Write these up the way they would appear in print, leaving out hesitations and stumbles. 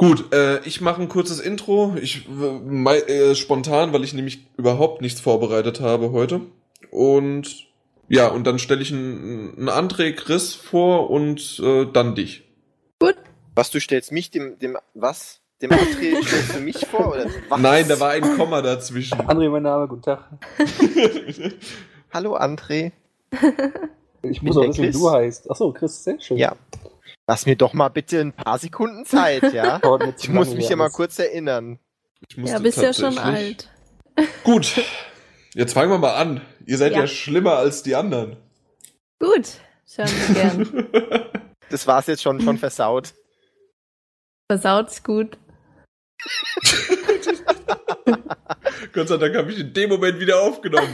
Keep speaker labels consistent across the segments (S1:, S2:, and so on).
S1: Gut, ich mache ein kurzes Intro. Spontan, weil ich nämlich überhaupt nichts vorbereitet habe heute. Und ja, und dann stelle ich einen André, Chris vor und dann dich.
S2: Gut.
S3: Was, du stellst mich dem André stellst du mich vor, oder was?
S1: Nein, da war ein Komma dazwischen.
S4: André, mein Name, guten Tag.
S3: Hallo André.
S4: Ich muss auch wissen, wie du heißt. Achso, Chris, sehr schön.
S3: Ja. Lass mir doch mal bitte ein paar Sekunden Zeit, ja? Ich muss mich ja mal kurz erinnern.
S2: Ja, bist ja schon alt.
S1: Gut, jetzt fangen wir mal an. Ihr seid ja schlimmer als die anderen.
S2: Gut, schauen wir gern.
S3: Das war's jetzt schon versaut.
S2: Versaut's gut.
S1: Gott sei Dank habe ich in dem Moment wieder aufgenommen.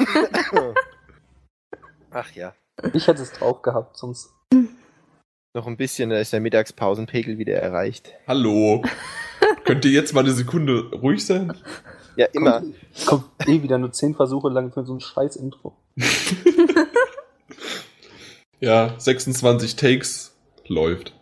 S3: Ach ja.
S4: Ich hätte es drauf gehabt, sonst...
S3: Noch ein bisschen, da ist der Mittagspausenpegel wieder erreicht.
S1: Hallo. Könnt ihr jetzt mal eine Sekunde ruhig sein?
S3: Ja, immer.
S4: Kommt wieder nur 10 Versuche lang für so ein scheiß Intro.
S1: Ja, 26 Takes läuft.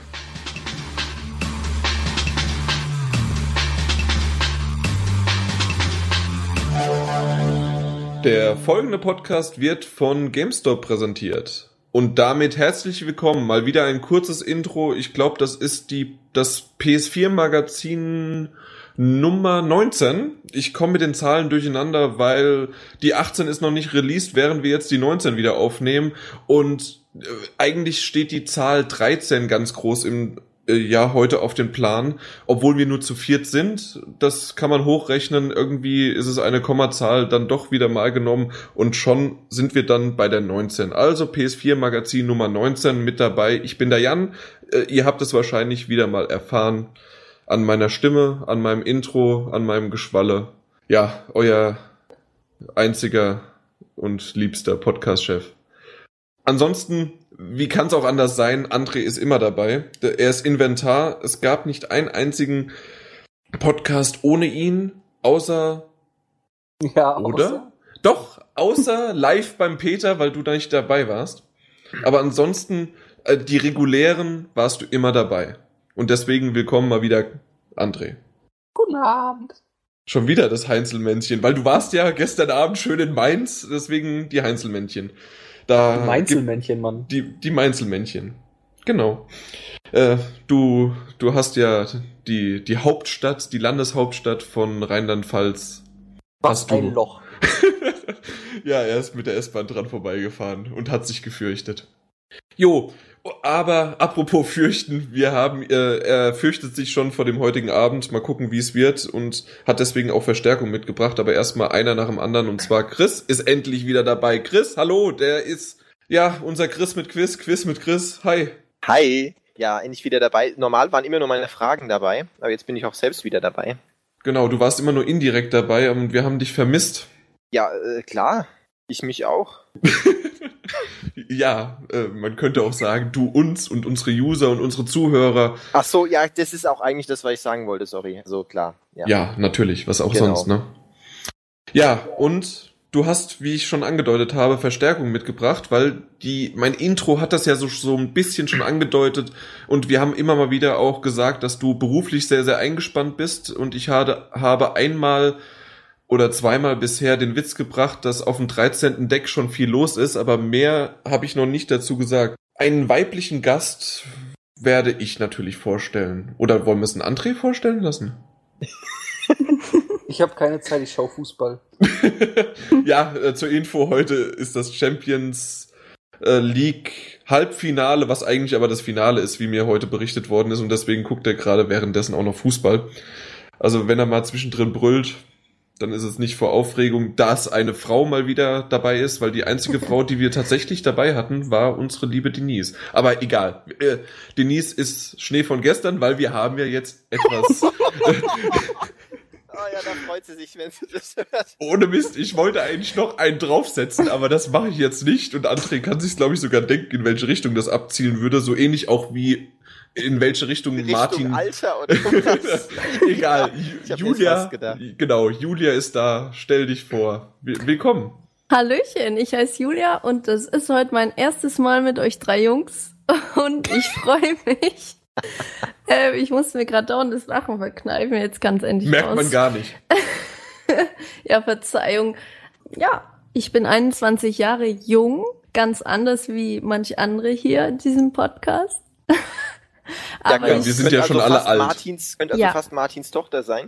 S1: Der folgende Podcast wird von GameStop präsentiert. Und damit herzlich willkommen. Mal wieder ein kurzes Intro. Ich glaube, das ist das PS4-Magazin Nummer 19. Ich komme mit den Zahlen durcheinander, weil die 18 ist noch nicht released, während wir jetzt die 19 wieder aufnehmen. Und eigentlich steht die Zahl 13 ganz groß im heute auf den Plan, obwohl wir nur zu viert sind. Das kann man hochrechnen. Irgendwie ist es eine Kommazahl dann doch wieder mal genommen und schon sind wir dann bei der 19. Also PS4 Magazin Nummer 19 mit dabei. Ich bin der Jan. Ihr habt es wahrscheinlich wieder mal erfahren an meiner Stimme, an meinem Intro, an meinem Geschwalle. Ja, euer einziger und liebster Podcast-Chef. Ansonsten, wie kann es auch anders sein? André ist immer dabei. Er ist Inventar. Es gab nicht einen einzigen Podcast ohne ihn, außer...
S4: Ja,
S1: oder?
S4: Außer?
S1: Doch, außer live beim Peter, weil du da nicht dabei warst. Aber ansonsten, die regulären warst du immer dabei. Und deswegen willkommen mal wieder, André.
S4: Guten Abend.
S1: Schon wieder das Heinzelmännchen, weil du warst ja gestern Abend schön in Mainz, deswegen die Heinzelmännchen.
S4: Die Mainzelmännchen, Mann.
S1: Die Mainzelmännchen. Genau. Du hast ja die Hauptstadt, die Landeshauptstadt von Rheinland-Pfalz.
S4: Was ein Loch.
S1: Ja, er ist mit der S-Bahn dran vorbeigefahren und hat sich gefürchtet. Jo, aber apropos fürchten, er fürchtet sich schon vor dem heutigen Abend. Mal gucken, wie es wird und hat deswegen auch Verstärkung mitgebracht. Aber erstmal einer nach dem anderen und zwar Chris ist endlich wieder dabei. Chris, hallo, der ist, ja, unser Chris mit Quiz mit Chris. Hi.
S3: Hi. Ja, endlich wieder dabei. Normal waren immer nur meine Fragen dabei, aber jetzt bin ich auch selbst wieder dabei.
S1: Genau, du warst immer nur indirekt dabei und wir haben dich vermisst.
S3: Ja, klar. Ich mich auch.
S1: Ja, man könnte auch sagen, du uns und unsere User und unsere Zuhörer.
S3: Ach so, ja, das ist auch eigentlich das, was ich sagen wollte, sorry. So, klar.
S1: Ja, natürlich, was auch sonst, ne? Ja, und du hast, wie ich schon angedeutet habe, Verstärkung mitgebracht, weil mein Intro hat das ja so ein bisschen schon angedeutet und wir haben immer mal wieder auch gesagt, dass du beruflich sehr, sehr eingespannt bist und ich habe einmal oder zweimal bisher den Witz gebracht, dass auf dem 13. Deck schon viel los ist, aber mehr habe ich noch nicht dazu gesagt. Einen weiblichen Gast werde ich natürlich vorstellen. Oder wollen wir es einen André vorstellen lassen?
S4: Ich habe keine Zeit, ich schaue Fußball.
S1: Ja, zur Info, heute ist das Champions League Halbfinale, was eigentlich aber das Finale ist, wie mir heute berichtet worden ist und deswegen guckt er gerade währenddessen auch noch Fußball. Also wenn er mal zwischendrin brüllt, dann ist es nicht vor Aufregung, dass eine Frau mal wieder dabei ist, weil die einzige Frau, die wir tatsächlich dabei hatten, war unsere liebe Denise. Aber egal, Denise ist Schnee von gestern, weil wir haben ja jetzt etwas...
S3: Oh ja, da freut sie sich, wenn sie das hört.
S1: Ohne Mist, ich wollte eigentlich noch einen draufsetzen, aber das mache ich jetzt nicht. Und André kann sich, glaube ich, sogar denken, in welche Richtung das abzielen würde. So ähnlich auch wie in welche Richtung Martin...
S3: Alter oder was?
S1: Egal, Julia, genau, Julia ist da. Stell dich vor. Willkommen.
S2: Hallöchen, ich heiße Julia und das ist heute mein erstes Mal mit euch 3 Jungs und ich freue mich. Ich musste mir gerade dauernd das Lachen verkneifen, jetzt ganz endlich
S1: Merkt
S2: raus.
S1: man gar nicht.
S2: Ja, Verzeihung. Ja, ich bin 21 Jahre jung, ganz anders wie manch andere hier in diesem Podcast.
S3: Aber
S1: wir sind ja schon alle alt.
S3: Könnte also fast Martins Tochter sein?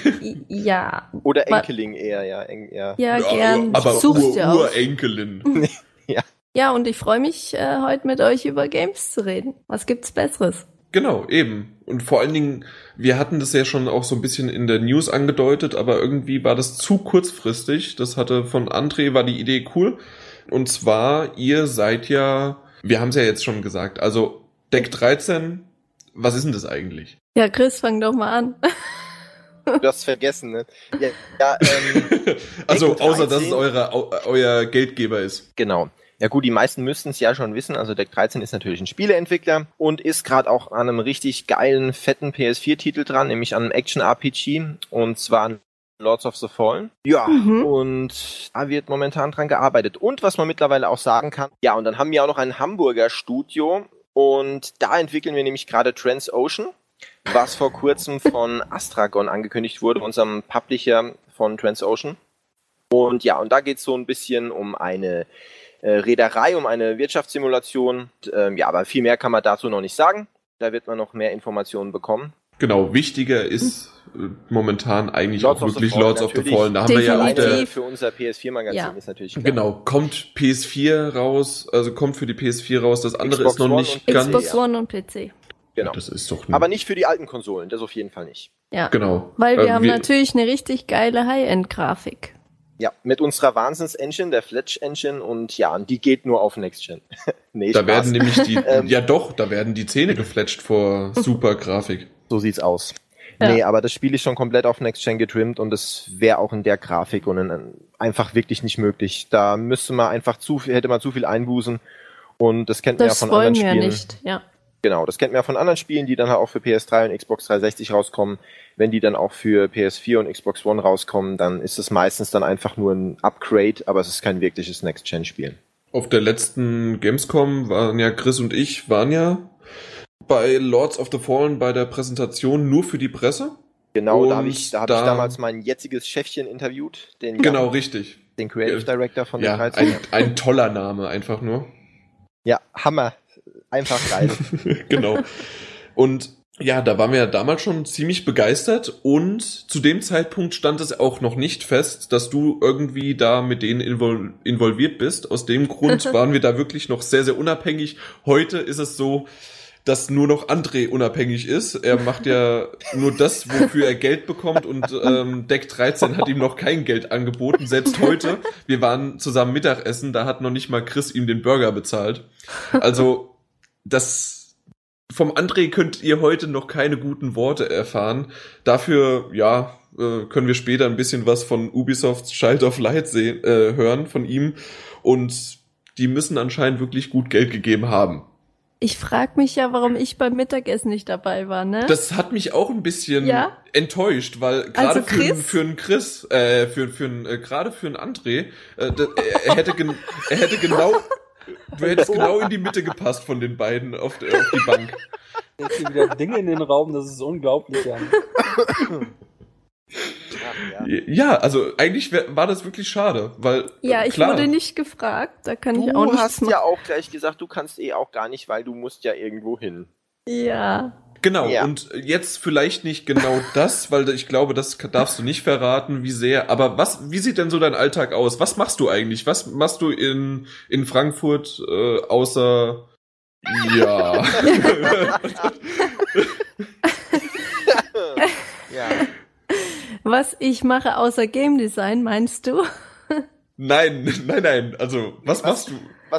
S2: Ja.
S3: Oder Enkelin eher, ja.
S2: Ja, gern.
S1: Aber
S2: ja
S1: Urenkelin.
S3: Ja.
S2: Ja, und ich freue mich, heute mit euch über Games zu reden. Was gibt's Besseres?
S1: Genau, eben. Und vor allen Dingen, wir hatten das ja schon auch so ein bisschen in der News angedeutet, aber irgendwie war das zu kurzfristig. Das hatte von André, war die Idee cool. Und zwar, ihr seid ja, wir haben es ja jetzt schon gesagt, also Deck 13, was ist denn das eigentlich?
S2: Ja, Chris, fang doch mal an.
S3: Du hast vergessen, ne?
S1: Also, außer dass es euer Geldgeber ist.
S3: Genau. Ja gut, die meisten müssten es ja schon wissen. Also Deck 13 ist natürlich ein Spieleentwickler und ist gerade auch an einem richtig geilen, fetten PS4-Titel dran, nämlich an einem Action-RPG, und zwar an Lords of the Fallen. Ja, und da wird momentan dran gearbeitet. Und was man mittlerweile auch sagen kann, ja, und dann haben wir auch noch ein Hamburger Studio, und da entwickeln wir nämlich gerade Transocean, was vor kurzem von Astragon angekündigt wurde, unserem Publisher von Transocean. Und ja, und da geht es so ein bisschen um eine Reederei, um eine Wirtschaftssimulation. Aber viel mehr kann man dazu noch nicht sagen. Da wird man noch mehr Informationen bekommen.
S1: Genau, wichtiger ist momentan eigentlich auch wirklich Lords of the Fallen. Da haben wir ja auch
S3: für unser PS4-Magazin ist natürlich klar.
S1: Genau, kommt PS4 raus, also kommt für die PS4 raus. Das andere Xbox ist noch nicht ganz...
S2: Xbox One und PC.
S3: Genau.
S1: Das ist doch
S3: aber nicht für die alten Konsolen, das auf jeden Fall nicht.
S2: Ja,
S1: genau.
S2: Weil wir haben natürlich eine richtig geile High-End-Grafik.
S3: Ja, mit unserer Wahnsinns-Engine, der Fletch-Engine, und ja, die geht nur auf Next-Gen. Nee,
S1: da werden nämlich die, da werden die Zähne gefletscht vor super Grafik.
S3: So sieht's aus.
S2: Ja.
S3: Nee, aber das Spiel ist schon komplett auf Next-Gen getrimmt, und das wäre auch in der Grafik und einfach wirklich nicht möglich. Da hätte man zu viel Einbußen, und das kennt man ja von anderen Spielen.
S2: Das wollen wir nicht, ja.
S3: Genau, das kennt man ja von anderen Spielen, die dann halt auch für PS3 und Xbox 360 rauskommen. Wenn die dann auch für PS4 und Xbox One rauskommen, dann ist es meistens dann einfach nur ein Upgrade, aber es ist kein wirkliches Next-Gen-Spiel.
S1: Auf der letzten Gamescom waren ja Chris und ich bei Lords of the Fallen bei der Präsentation nur für die Presse.
S3: Genau, da habe ich damals mein jetziges Chefchen interviewt.
S1: Genau, richtig.
S3: Den Creative Director von der 13.
S1: Ein toller Name, einfach nur.
S3: Ja, Hammer. Einfach geil.
S1: Genau. Und ja, da waren wir ja damals schon ziemlich begeistert, und zu dem Zeitpunkt stand es auch noch nicht fest, dass du irgendwie da mit denen involviert bist. Aus dem Grund waren wir da wirklich noch sehr, sehr unabhängig. Heute ist es so, dass nur noch André unabhängig ist. Er macht ja nur das, wofür er Geld bekommt, und Deck 13 hat ihm noch kein Geld angeboten. Selbst heute, wir waren zusammen Mittagessen, da hat noch nicht mal Chris ihm den Burger bezahlt. Also vom André könnt ihr heute noch keine guten Worte erfahren. Dafür, können wir später ein bisschen was von Ubisofts Child of Light hören von ihm. Und die müssen anscheinend wirklich gut Geld gegeben haben.
S2: Ich frag mich ja, warum ich beim Mittagessen nicht dabei war, ne?
S1: Das hat mich auch ein bisschen enttäuscht, weil gerade für einen Chris, gerade für einen André, er hätte genau... Du hättest genau in die Mitte gepasst von den beiden auf die Bank.
S4: Jetzt hier wieder Dinge in den Raum, das ist unglaublich, Jan.
S1: Ja, also eigentlich war das wirklich schade, weil
S2: ich wurde nicht gefragt, da kann ich auch nicht.
S3: Du hast ja auch gleich gesagt, du kannst auch gar nicht, weil du musst ja irgendwo hin.
S2: Ja.
S1: Genau, und jetzt vielleicht nicht genau das, weil ich glaube, das darfst du nicht verraten, wie sehr, aber wie sieht denn so dein Alltag aus? Was machst du eigentlich? Was machst du in Frankfurt, außer, ja.
S2: Was ich mache außer Game Design, meinst du?
S1: Nein, also, was machst du?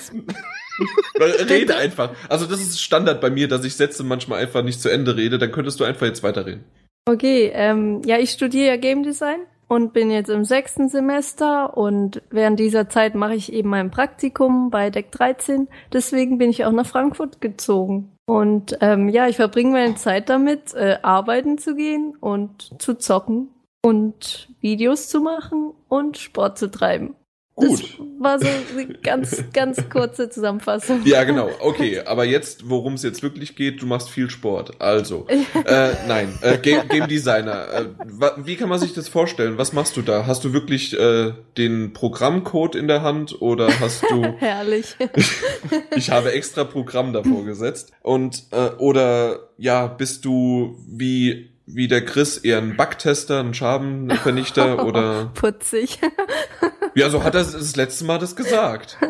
S1: Rede einfach. Also das ist Standard bei mir, dass ich Sätze manchmal einfach nicht zu Ende rede. Dann könntest du einfach jetzt weiterreden.
S2: Okay, ich studiere ja Game Design und bin jetzt im 6. Semester, und während dieser Zeit mache ich eben mein Praktikum bei Deck 13. Deswegen bin ich auch nach Frankfurt gezogen. Und ich verbringe meine Zeit damit, arbeiten zu gehen und zu zocken und Videos zu machen und Sport zu treiben.
S1: Gut.
S2: Das war so eine ganz, ganz kurze Zusammenfassung.
S1: Ja, genau. Okay, aber jetzt, worum es jetzt wirklich geht, du machst viel Sport. Also, Game Designer. Wie kann man sich das vorstellen? Was machst du da? Hast du wirklich den Programmcode in der Hand oder hast du...
S2: Herrlich.
S1: Ich habe extra Programm davor gesetzt. Und, oder, ja, bist du wie der Chris eher ein Bugtester, ein Schadenvernichter oder...
S2: Putzig.
S1: Ja, so hat er das letzte Mal das gesagt.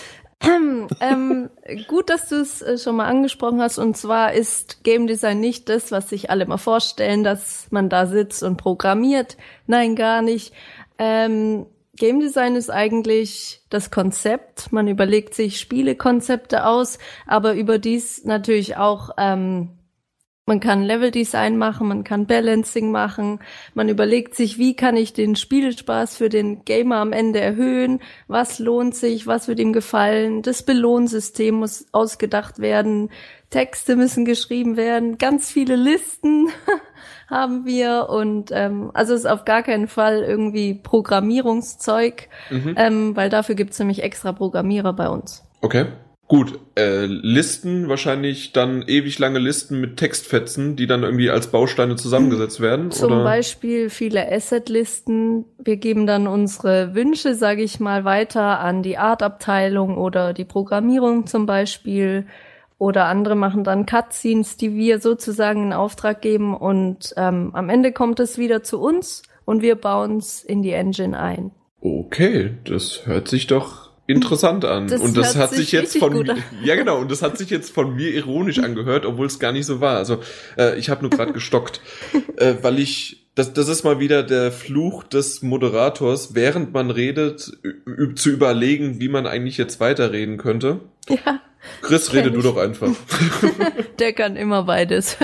S2: Gut, dass du es schon mal angesprochen hast. Und zwar ist Game Design nicht das, was sich alle mal vorstellen, dass man da sitzt und programmiert. Nein, gar nicht. Game Design ist eigentlich das Konzept. Man überlegt sich Spielekonzepte aus, aber überdies natürlich auch man kann Leveldesign machen, man kann Balancing machen, man überlegt sich, wie kann ich den Spielspaß für den Gamer am Ende erhöhen, was lohnt sich, was wird ihm gefallen, das Belohnsystem muss ausgedacht werden, Texte müssen geschrieben werden, ganz viele Listen haben wir und also ist auf gar keinen Fall irgendwie Programmierungszeug, weil dafür gibt's nämlich extra Programmierer bei uns.
S1: Okay. Gut, Listen, wahrscheinlich dann ewig lange Listen mit Textfetzen, die dann irgendwie als Bausteine zusammengesetzt werden?
S2: Zum Beispiel viele Asset-Listen. Wir geben dann unsere Wünsche, sage ich mal, weiter an die Art-Abteilung oder die Programmierung zum Beispiel. Oder andere machen dann Cutscenes, die wir sozusagen in Auftrag geben. Und am Ende kommt es wieder zu uns und wir bauen es in die Engine ein.
S1: Okay, das hört sich doch interessant an. Und das hat sich jetzt von mir, ja genau, und das hat sich jetzt von mir ironisch angehört, obwohl es gar nicht so war. Also ich habe nur gerade gestockt, weil das ist mal wieder der Fluch des Moderators, während man redet, zu überlegen, wie man eigentlich jetzt weiterreden könnte.
S2: Ja.
S1: Chris, rede du doch einfach.
S2: Der kann immer beides.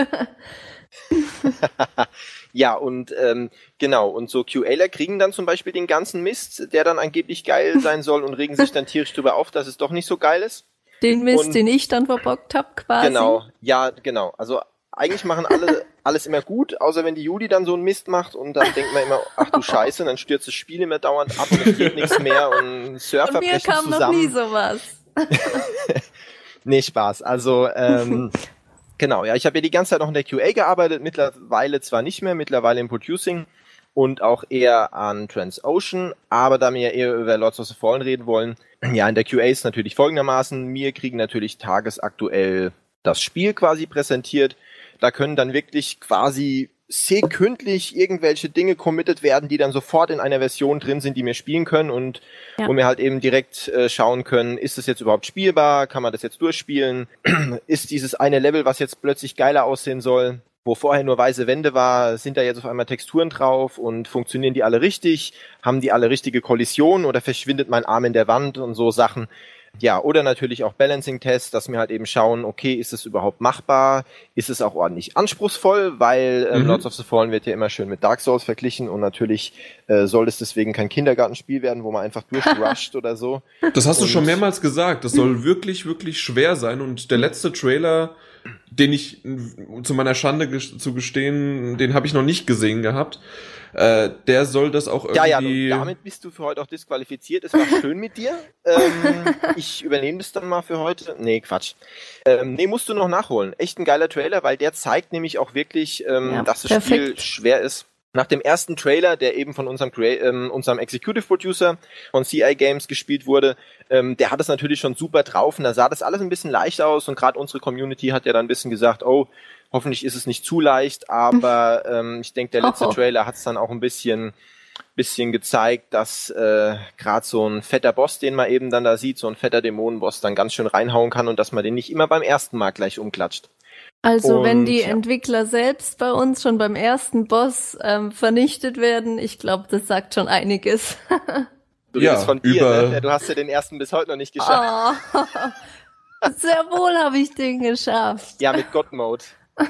S3: Ja, und genau, und so QAler kriegen dann zum Beispiel den ganzen Mist, der dann angeblich geil sein soll und regen sich dann tierisch drüber auf, dass es doch nicht so geil ist.
S2: Den Mist, den ich dann verbockt habe quasi.
S3: Genau, ja, genau. Also eigentlich machen alle alles immer gut, außer wenn die Juli dann so einen Mist macht und dann denkt man immer, ach du Scheiße, und dann stürzt das Spiel immer dauernd ab und es geht nichts mehr und Surfer brechen zusammen.
S2: Mir kam noch nie sowas.
S3: Nee, Spaß. Also, genau, ja, ich habe ja die ganze Zeit noch in der QA gearbeitet, mittlerweile zwar nicht mehr, mittlerweile im Producing und auch eher an Transocean, aber da wir ja eher über Lords of the Fallen reden wollen, ja, in der QA ist natürlich folgendermaßen, wir kriegen natürlich tagesaktuell das Spiel quasi präsentiert, da können dann wirklich quasi sekündlich irgendwelche Dinge committed werden, die dann sofort in einer Version drin sind, die wir spielen können und wo wir halt eben direkt schauen können, ist es jetzt überhaupt spielbar, kann man das jetzt durchspielen, ist dieses eine Level, was jetzt plötzlich geiler aussehen soll, wo vorher nur weiße Wände war, sind da jetzt auf einmal Texturen drauf und funktionieren die alle richtig, haben die alle richtige Kollisionen oder verschwindet mein Arm in der Wand und so Sachen. Ja, oder natürlich auch Balancing-Tests, dass wir halt eben schauen, okay, ist es überhaupt machbar? Ist es auch ordentlich anspruchsvoll? Weil Lords of the Fallen wird ja immer schön mit Dark Souls verglichen und natürlich soll es deswegen kein Kindergartenspiel werden, wo man einfach durchrusht oder so.
S1: Das hast du schon mehrmals gesagt. Das soll wirklich, wirklich schwer sein und der letzte Trailer, den ich zu meiner Schande zu gestehen, den habe ich noch nicht gesehen gehabt. Der soll das auch irgendwie...
S3: Ja, damit bist du für heute auch disqualifiziert. Es war schön mit dir. Ich übernehme das dann mal für heute. Nee, Quatsch. Nee, musst du noch nachholen. Echt ein geiler Trailer, weil der zeigt nämlich auch wirklich, dass das Spiel schwer ist. Nach dem ersten Trailer, der eben von unserem Executive Producer von CI Games gespielt wurde, der hat es natürlich schon super drauf und da sah das alles ein bisschen leicht aus und gerade unsere Community hat ja dann ein bisschen gesagt, oh, hoffentlich ist es nicht zu leicht, aber ich denke, der letzte Trailer hat es dann auch ein bisschen gezeigt, dass gerade so ein fetter Boss, den man eben dann da sieht, so ein fetter Dämonenboss dann ganz schön reinhauen kann und dass man den nicht immer beim ersten Mal gleich umklatscht.
S2: Also wenn die Entwickler selbst bei uns schon beim ersten Boss vernichtet werden, ich glaube, das sagt schon einiges.
S3: Du redest von dir, ne? Du hast ja den ersten bis heute noch nicht geschafft.
S2: Oh, sehr wohl habe ich den geschafft.
S3: Ja, mit God-Mode.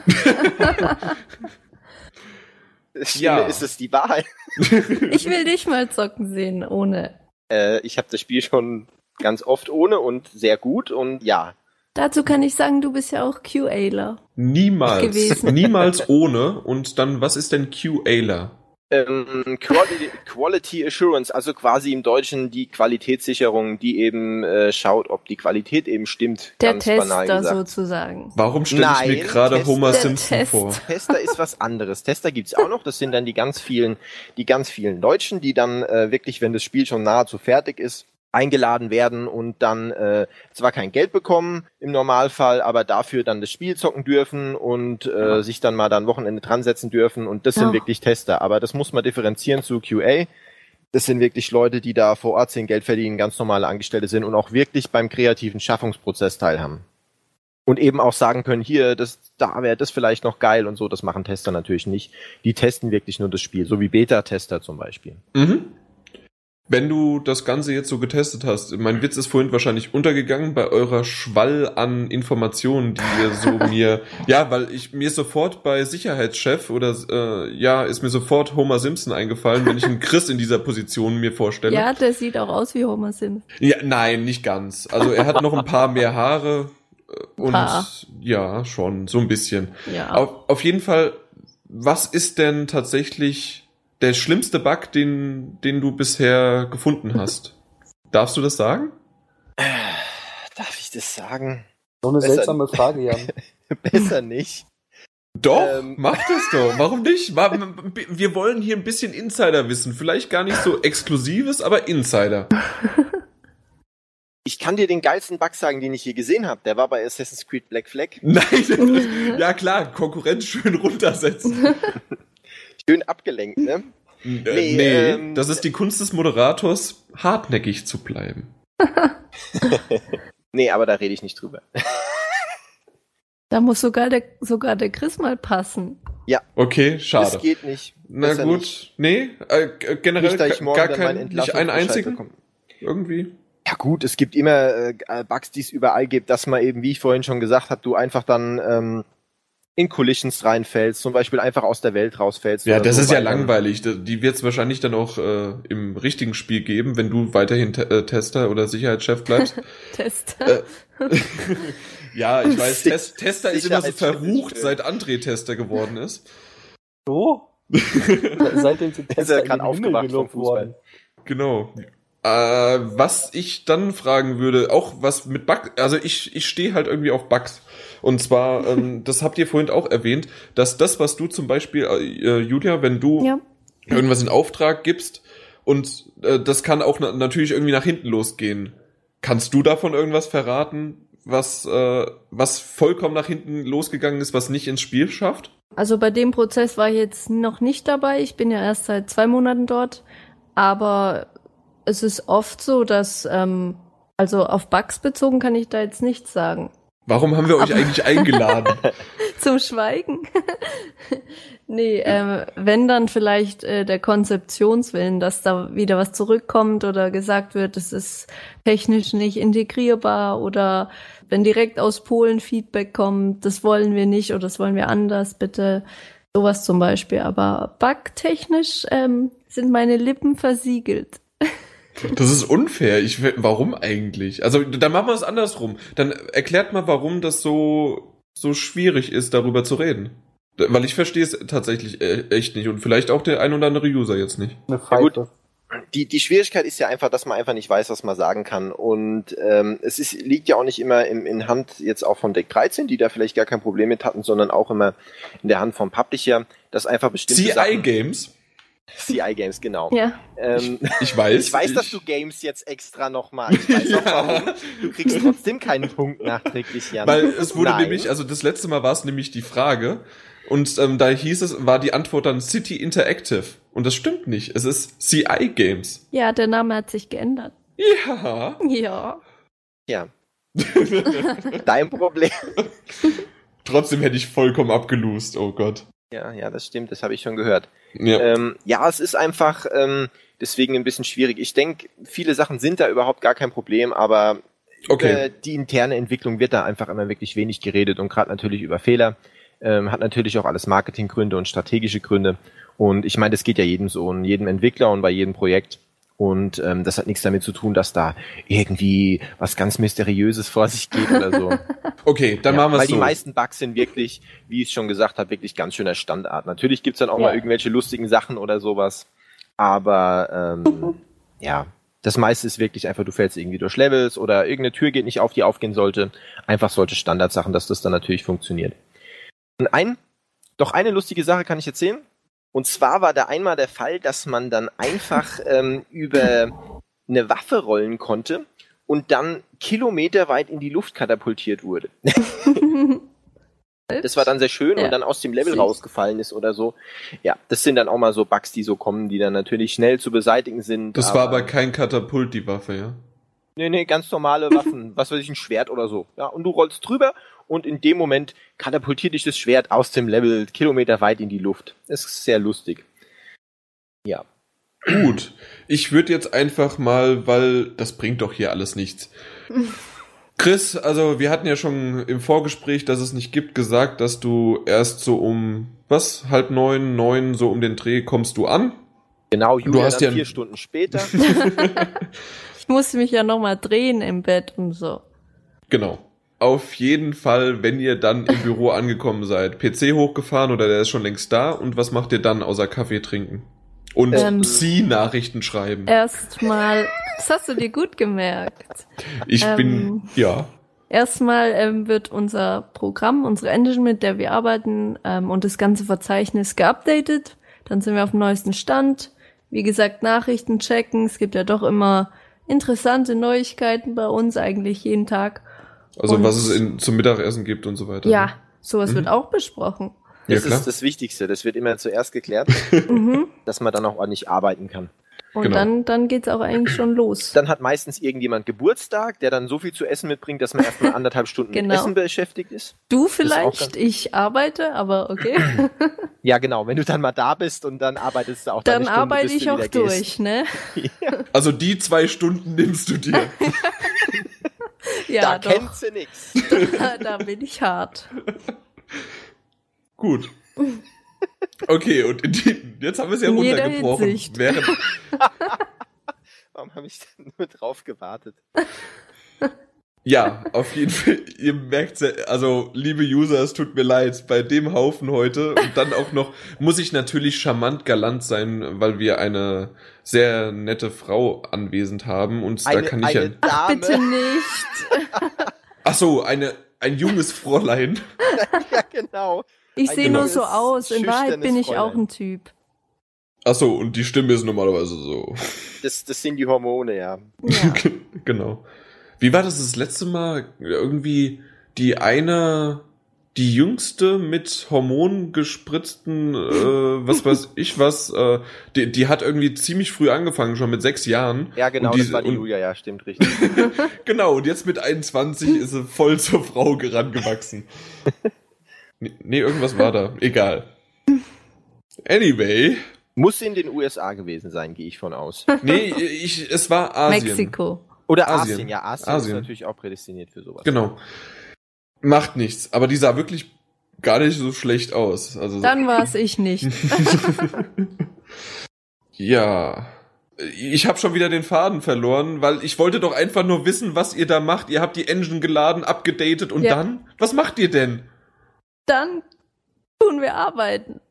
S3: Ist es die Wahrheit?
S2: Ich will dich mal zocken sehen, ohne.
S3: Ich habe das Spiel schon ganz oft ohne und sehr gut und ja.
S2: Dazu kann ich sagen, du bist ja auch QAler.
S1: Niemals ohne. Und dann, was ist denn QAler?
S3: Quality Assurance, also quasi im Deutschen die Qualitätssicherung, die eben schaut, ob die Qualität eben stimmt.
S2: Der
S3: ganz
S2: Tester
S3: banal gesagt.
S2: sozusagen.
S1: Warum stelle ich mir gerade Homer Simpson vor?
S3: Tester ist was anderes. Tester gibt's auch noch. Das sind dann die ganz vielen Deutschen, die dann wirklich, wenn das Spiel schon nahezu fertig ist, eingeladen werden und dann zwar kein Geld bekommen im Normalfall, aber dafür dann das Spiel zocken dürfen und sich dann mal dann Wochenende dran setzen dürfen und das sind wirklich Tester. Aber das muss man differenzieren zu QA. Das sind wirklich Leute, die da vor Ort sind, Geld verdienen, ganz normale Angestellte sind und auch wirklich beim kreativen Schaffungsprozess teilhaben. Und eben auch sagen können, hier, da wäre das vielleicht noch geil und so. Das machen Tester natürlich nicht. Die testen wirklich nur das Spiel, so wie Beta-Tester zum Beispiel.
S1: Mhm. Wenn du das Ganze jetzt so getestet hast, mein Witz ist vorhin wahrscheinlich untergegangen bei eurer Schwall an Informationen, die ihr so mir, ja, weil mir sofort bei Sicherheitschef oder, ist mir sofort Homer Simpson eingefallen, wenn ich einen Chris in dieser Position mir vorstelle.
S2: Ja, der sieht auch aus wie Homer Simpson.
S1: Ja, nein, nicht ganz. Also er hat noch ein paar mehr Haare und ja, schon, so ein bisschen.
S2: Ja.
S1: Auf jeden Fall, was ist denn tatsächlich der schlimmste Bug, den du bisher gefunden hast? Darfst du das sagen?
S3: Darf ich das sagen?
S4: So eine seltsame Frage, Jan.
S3: Besser nicht.
S1: Doch, mach das doch. Warum nicht? Wir wollen hier ein bisschen Insider-Wissen. Vielleicht gar nicht so Exklusives, aber Insider.
S3: Ich kann dir den geilsten Bug sagen, den ich je gesehen habe. Der war bei Assassin's Creed Black Flag.
S1: Nein, ja klar, Konkurrenz schön runtersetzen.
S3: Schön abgelenkt, ne?
S1: Nee, das ist die Kunst des Moderators, hartnäckig zu bleiben.
S3: Nee, aber da rede ich nicht drüber.
S2: Da muss sogar der Chris mal passen.
S3: Ja.
S1: Okay, schade.
S3: Das geht nicht.
S1: Na gut,
S3: nicht.
S1: Nee, generell
S3: nicht,
S1: gar keinen, nicht einen einzigen?
S3: Bekomme.
S1: Irgendwie?
S3: Ja gut, es gibt immer Bugs, die es überall gibt, dass man eben, wie ich vorhin schon gesagt habe, du einfach dann in Collisions reinfällst, zum Beispiel einfach aus der Welt rausfällst.
S1: Ja, das so ist ja langweilig. Die wird es wahrscheinlich dann auch im richtigen Spiel geben, wenn du weiterhin Tester oder Sicherheitschef bleibst.
S2: Tester.
S1: Ja, ich weiß, Tester ist immer so verrucht, seit André Tester geworden ist.
S4: So? Seitdem sind Tester
S3: gerade aufgewacht vom Fußball.
S1: Genau. Was ich dann fragen würde, auch was mit Bugs, also ich stehe halt irgendwie auf Bugs. Und zwar, das habt ihr vorhin auch erwähnt, dass das, was du zum Beispiel, Julia, wenn du irgendwas in Auftrag gibst und das kann auch natürlich irgendwie nach hinten losgehen. Kannst du davon irgendwas verraten, was vollkommen nach hinten losgegangen ist, was nicht ins Spiel schafft?
S2: Also bei dem Prozess war ich jetzt noch nicht dabei. Ich bin ja erst seit 2 Monaten dort. Aber es ist oft so, dass, also auf Bugs bezogen kann ich da jetzt nichts sagen.
S1: Warum haben wir euch eigentlich eingeladen?
S2: Zum Schweigen? Nee, wenn dann vielleicht der Konzeptionswillen, dass da wieder was zurückkommt oder gesagt wird, es ist technisch nicht integrierbar oder wenn direkt aus Polen Feedback kommt, das wollen wir nicht oder das wollen wir anders, bitte. Sowas zum Beispiel. Aber bugtechnisch sind meine Lippen versiegelt.
S1: Das ist unfair. Warum eigentlich? Also, dann machen wir es andersrum. Dann erklärt mal, warum das so schwierig ist, darüber zu reden. Weil ich verstehe es tatsächlich echt nicht und vielleicht auch der ein oder andere User jetzt nicht.
S4: Eine Pfeife.
S3: Ja, die Schwierigkeit ist ja einfach, dass man einfach nicht weiß, was man sagen kann. Und liegt ja auch nicht immer in Hand jetzt auch von Deck 13, die da vielleicht gar kein Problem mit hatten, sondern auch immer in der Hand vom Publisher, dass einfach bestimmte CI Games, genau.
S2: Ja.
S1: Ich weiß.
S3: Ich weiß, dass du Games jetzt extra nochmal. Ich weiß auch warum. Du kriegst trotzdem keinen Punkt nachträglich, Jan.
S1: Weil es wurde nämlich, also das letzte Mal war es nämlich die Frage und da war die Antwort dann City Interactive. Und das stimmt nicht. Es ist CI Games.
S2: Ja, der Name hat sich geändert.
S1: Ja.
S2: Ja.
S3: Ja. Dein Problem.
S1: Trotzdem hätte ich vollkommen abgelost, oh Gott.
S3: Ja, das stimmt, das habe ich schon gehört.
S1: Ja,
S3: es ist einfach deswegen ein bisschen schwierig. Ich denke, viele Sachen sind da überhaupt gar kein Problem, aber die interne Entwicklung wird da einfach immer wirklich wenig geredet und gerade natürlich über Fehler. Hat natürlich auch alles Marketinggründe und strategische Gründe. Und ich meine, das geht ja jedem so, und jedem Entwickler und bei jedem Projekt. Und das hat nichts damit zu tun, dass da irgendwie was ganz Mysteriöses vor sich geht oder so.
S1: Okay, dann machen wir es so.
S3: Weil die meisten Bugs sind wirklich, wie ich schon gesagt habe, wirklich ganz schöner Standard. Natürlich gibt's dann auch mal irgendwelche lustigen Sachen oder sowas. Aber das meiste ist wirklich einfach, du fällst irgendwie durch Levels oder irgendeine Tür geht nicht auf, die aufgehen sollte. Einfach solche Standardsachen, dass das dann natürlich funktioniert. Und eine lustige Sache kann ich erzählen. Und zwar war da einmal der Fall, dass man dann einfach über eine Waffe rollen konnte und dann kilometerweit in die Luft katapultiert wurde. Das war dann sehr schön und dann aus dem Level rausgefallen ist oder so. Ja, das sind dann auch mal so Bugs, die so kommen, die dann natürlich schnell zu beseitigen sind.
S1: Das war aber kein Katapult, die Waffe, ja? Nee,
S3: ganz normale Waffen. Was weiß ich, ein Schwert oder so. Ja, und du rollst drüber und in dem Moment katapultiert dich das Schwert aus dem Level kilometerweit in die Luft. Das ist sehr lustig. Ja.
S1: Gut. Ich würde jetzt einfach mal, weil das bringt doch hier alles nichts. Chris, also wir hatten ja schon im Vorgespräch, dass es nicht gibt, gesagt, dass du erst so um, 8:30, 9 so um den Dreh kommst du an.
S3: Genau, Julia,
S1: du hast
S3: dann 4 Stunden später.
S2: Ich musste mich ja nochmal drehen im Bett und so.
S1: Genau. Auf jeden Fall, wenn ihr dann im Büro angekommen seid, PC hochgefahren oder der ist schon längst da und was macht ihr dann außer Kaffee trinken? Und Sie-Nachrichten schreiben.
S2: Erstmal, das hast du dir gut gemerkt. Erstmal wird unser Programm, unsere Engine, mit der wir arbeiten, und das ganze Verzeichnis geupdatet. Dann sind wir auf dem neuesten Stand. Wie gesagt, Nachrichten checken. Es gibt ja doch immer interessante Neuigkeiten bei uns, eigentlich jeden Tag.
S1: Also und was es zum Mittagessen gibt und so weiter.
S2: Ja, sowas wird auch besprochen.
S3: Das ist das Wichtigste. Das wird immer zuerst geklärt, dass man dann auch ordentlich arbeiten kann.
S2: Und dann geht's auch eigentlich schon los.
S3: Dann hat meistens irgendjemand Geburtstag, der dann so viel zu essen mitbringt, dass man erstmal 1,5 Stunden mit Essen beschäftigt ist.
S2: Du vielleicht, ich arbeite, aber okay.
S3: Ja, genau. Wenn du dann mal da bist und dann arbeitest du auch
S2: dann Stunde, arbeite ich auch durch, ne?
S1: Ja. Also die 2 Stunden nimmst du dir.
S2: Ja,
S3: da kennt sie nix.
S2: Da bin ich hart.
S1: Gut. Okay, und jetzt haben wir es ja runtergebrochen.
S3: Warum habe ich denn nur drauf gewartet?
S1: Ja, auf jeden Fall, ihr merkt, also liebe User, es tut mir leid, bei dem Haufen heute und dann auch noch, muss ich natürlich charmant galant sein, weil wir eine sehr nette Frau anwesend haben und da kann ich ja...
S3: Dame.
S2: Ach, bitte nicht.
S1: Ach so, ein junges Fräulein.
S3: Ja, genau.
S2: Ich sehe nur so aus, in Wahrheit bin ich auch ein Typ.
S1: Ach so, und die Stimme ist normalerweise so.
S3: Das sind die Hormone, ja.
S1: Genau. Wie war das letzte Mal? Irgendwie die jüngste mit Hormonen gespritzten, was weiß ich was, die hat irgendwie ziemlich früh angefangen, schon mit 6 Jahren.
S3: Ja, genau, das war die Julia, ja, stimmt, richtig.
S1: Genau, und jetzt mit 21 ist sie voll zur Frau herangewachsen. Nee, irgendwas war da. Egal. Anyway.
S3: Muss in den USA gewesen sein, gehe ich von aus.
S1: Nee, es war Asien.
S2: Mexiko.
S3: Oder Asien. Ja, Asien ist natürlich auch prädestiniert für sowas.
S1: Genau. Macht nichts. Aber die sah wirklich gar nicht so schlecht aus. Also
S2: dann war es ich nicht.
S1: Ja. Ich habe schon wieder den Faden verloren, weil ich wollte doch einfach nur wissen, was ihr da macht. Ihr habt die Engine geladen, abgedatet und dann? Was macht ihr denn?
S2: Dann tun wir arbeiten.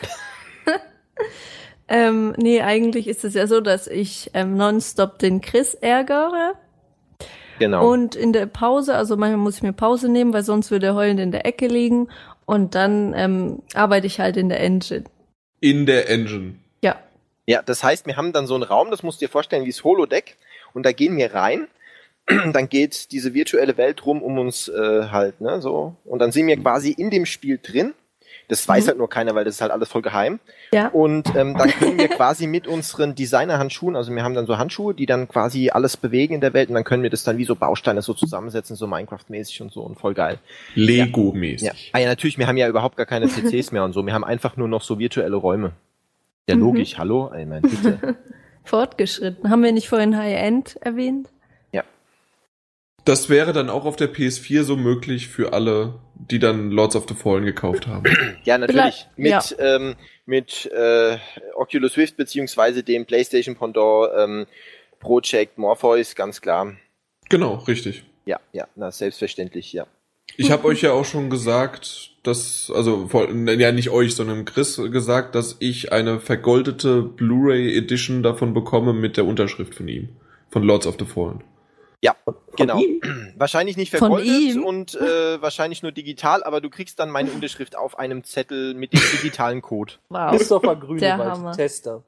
S2: Nee, eigentlich ist es ja so, dass ich nonstop den Chris ärgere.
S3: Genau.
S2: Und in der Pause, also manchmal muss ich mir Pause nehmen, weil sonst würde er heulend in der Ecke liegen. Und dann arbeite ich halt in der Engine.
S1: In der Engine?
S2: Ja.
S3: Ja, das heißt, wir haben dann so einen Raum, das musst du dir vorstellen, wie das Holodeck. Und da gehen wir rein. Dann geht diese virtuelle Welt rum um uns halt, ne, so. Und dann sind wir quasi in dem Spiel drin. Das weiß halt nur keiner, weil das ist halt alles voll geheim.
S2: Ja.
S3: Und dann können wir quasi mit unseren Designer-Handschuhen, also wir haben dann so Handschuhe, die dann quasi alles bewegen in der Welt und dann können wir das dann wie so Bausteine so zusammensetzen, so Minecraft-mäßig und so und voll geil.
S1: Lego-mäßig.
S3: Ja. Ah ja, natürlich, wir haben ja überhaupt gar keine PCs mehr und so. Wir haben einfach nur noch so virtuelle Räume. Ja, logisch, hallo? Ich meine, bitte.
S2: Fortgeschritten. Haben wir nicht vorhin High-End erwähnt?
S3: Ja.
S1: Das wäre dann auch auf der PS4 so möglich für alle, die dann Lords of the Fallen gekauft haben.
S3: Ja, natürlich.
S2: Ja.
S3: Mit Oculus Rift beziehungsweise dem PlayStation Pendant Project Morpheus, ganz klar.
S1: Genau, richtig.
S3: Ja, selbstverständlich, ja.
S1: Ich habe euch ja auch schon gesagt, nicht euch, sondern Chris gesagt, dass ich eine vergoldete Blu-ray Edition davon bekomme mit der Unterschrift von ihm, von Lords of the Fallen.
S3: Ja, genau.
S4: ihm?
S3: Wahrscheinlich nicht
S2: Von
S3: vergoldet
S2: ihm?
S3: und wahrscheinlich nur digital, aber du kriegst dann meine Unterschrift auf einem Zettel mit dem digitalen Code.
S2: Wow.
S4: Christopher
S2: Der Hammer.
S4: Grünewald, Tester.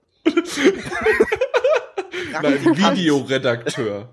S1: Nein, Videoredakteur.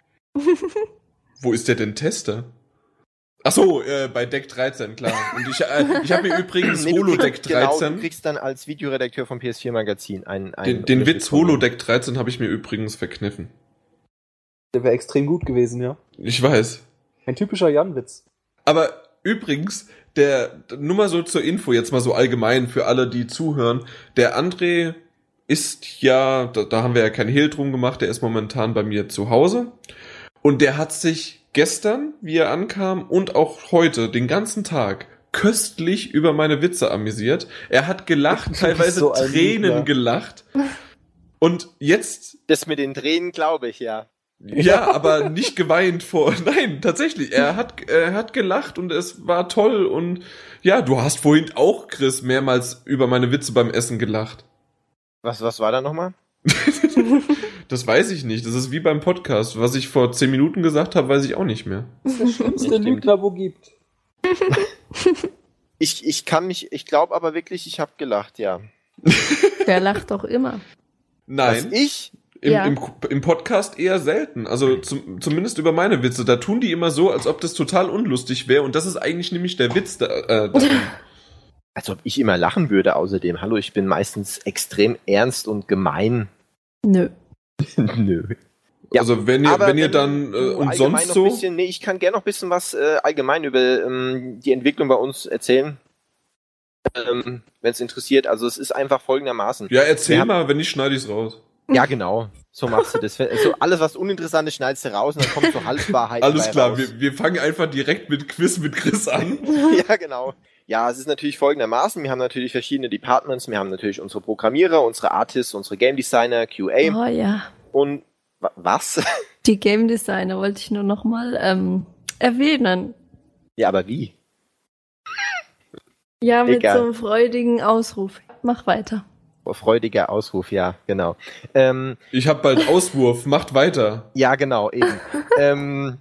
S1: Wo ist der denn Tester? Ach so, bei Deck 13, klar. Und ich habe mir übrigens Holodeck 13.
S3: Genau, du kriegst dann als Videoredakteur vom PS4 Magazin
S1: den Witz Holodeck 13 habe ich mir übrigens verkniffen.
S4: Der wäre extrem gut gewesen, ja.
S1: Ich weiß.
S4: Ein typischer Jan-Witz.
S1: Aber übrigens, nur mal so zur Info, jetzt mal so allgemein für alle, die zuhören, der André ist ja, da haben wir ja kein Hehl drum gemacht, der ist momentan bei mir zu Hause. Und der hat sich gestern, wie er ankam, und auch heute, den ganzen Tag, köstlich über meine Witze amüsiert. Er hat gelacht, teilweise
S4: so ein
S1: Tränen
S4: Liebler.
S1: gelacht. Und jetzt...
S3: Das mit den Tränen glaube ich, ja.
S1: Ja, aber nicht geweint nein, tatsächlich. Er hat gelacht und es war toll und ja, du hast vorhin auch, Chris, mehrmals über meine Witze beim Essen gelacht.
S3: Was war da nochmal?
S1: Das weiß ich nicht. Das ist wie beim Podcast. Was ich vor 10 Minuten gesagt habe, weiß ich auch nicht mehr.
S4: Das ist der schlimmste Lügner, wo gibt.
S3: Ich glaube aber wirklich, ich habe gelacht, ja.
S2: Der lacht doch immer.
S1: Nein.
S3: Was, ich?
S2: Ja.
S1: Im Podcast eher selten. Also zumindest über meine Witze. Da tun die immer so, als ob das total unlustig wäre. Und das ist eigentlich nämlich der Witz da.
S3: Als ob ich immer lachen würde außerdem. Hallo, ich bin meistens extrem ernst und gemein.
S2: Nö.
S3: Nö. Ja,
S1: Also wenn ihr dann
S3: du
S1: und
S3: allgemein
S1: sonst
S3: noch
S1: so...
S3: ein bisschen, ich kann gerne noch ein bisschen was allgemein über die Entwicklung bei uns erzählen. Wenn es interessiert. Also es ist einfach folgendermaßen.
S1: Ja, erzähl mal, wenn nicht, schneide ich's raus.
S3: Ja, genau. So machst du das. Also alles, was uninteressant ist, schneidest du raus und dann kommt so Halbwahrheit
S1: Alles
S3: dabei
S1: klar,
S3: raus.
S1: wir fangen einfach direkt mit Quiz mit Chris an.
S3: Ja, genau. Ja, es ist natürlich folgendermaßen. Wir haben natürlich verschiedene Departments. Wir haben natürlich unsere Programmierer, unsere Artists, unsere Game Designer, QA.
S2: Oh ja.
S3: Und was?
S2: Die Game Designer wollte ich nur noch mal erwähnen.
S3: Ja, aber wie?
S2: Ja, mit
S3: Egal.
S2: so einem freudigen Ausruf. Mach weiter.
S3: Freudiger Ausruf, ja, genau.
S1: Ich hab bald Auswurf, macht weiter.
S3: Ja, genau, eben.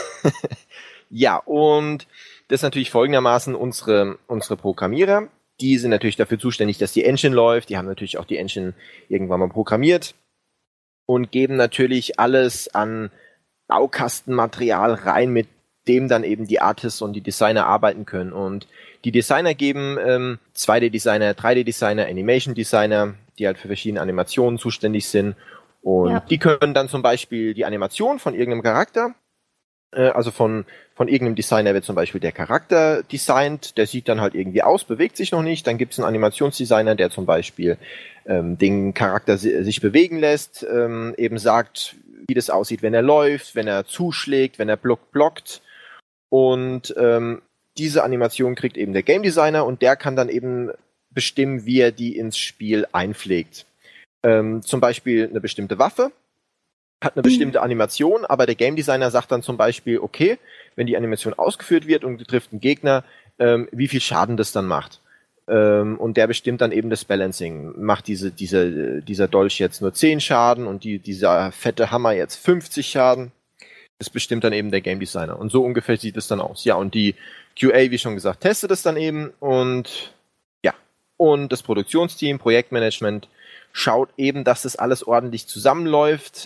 S3: Ja, und das ist natürlich folgendermaßen unsere Programmierer. Die sind natürlich dafür zuständig, dass die Engine läuft. Die haben natürlich auch die Engine irgendwann mal programmiert und geben natürlich alles an Baukastenmaterial rein, mit dem dann eben die Artists und die Designer arbeiten können. Und die Designer geben 2D-Designer, 3D-Designer, Animation-Designer, die halt für verschiedene Animationen zuständig sind. Und die können dann zum Beispiel die Animation von irgendeinem Charakter, also von irgendeinem Designer wird zum Beispiel der Charakter designt, der sieht dann halt irgendwie aus, bewegt sich noch nicht. Dann gibt es einen Animationsdesigner, der zum Beispiel den Charakter sich bewegen lässt, eben sagt, wie das aussieht, wenn er läuft, wenn er zuschlägt, wenn er blockt. Und diese Animation kriegt eben der Game Designer und der kann dann eben bestimmen, wie er die ins Spiel einpflegt. Zum Beispiel eine bestimmte Waffe hat eine bestimmte Animation, aber der Game Designer sagt dann zum Beispiel, okay, wenn die Animation ausgeführt wird und trifft einen Gegner, wie viel Schaden das dann macht. Und der bestimmt dann eben das Balancing. Macht dieser Dolch jetzt nur 10 Schaden und dieser fette Hammer jetzt 50 Schaden. Das bestimmt dann eben der Game Designer. Und so ungefähr sieht es dann aus. Ja, und die QA, wie schon gesagt, testet es dann eben und ja. Und das Produktionsteam, Projektmanagement schaut eben, dass das alles ordentlich zusammenläuft,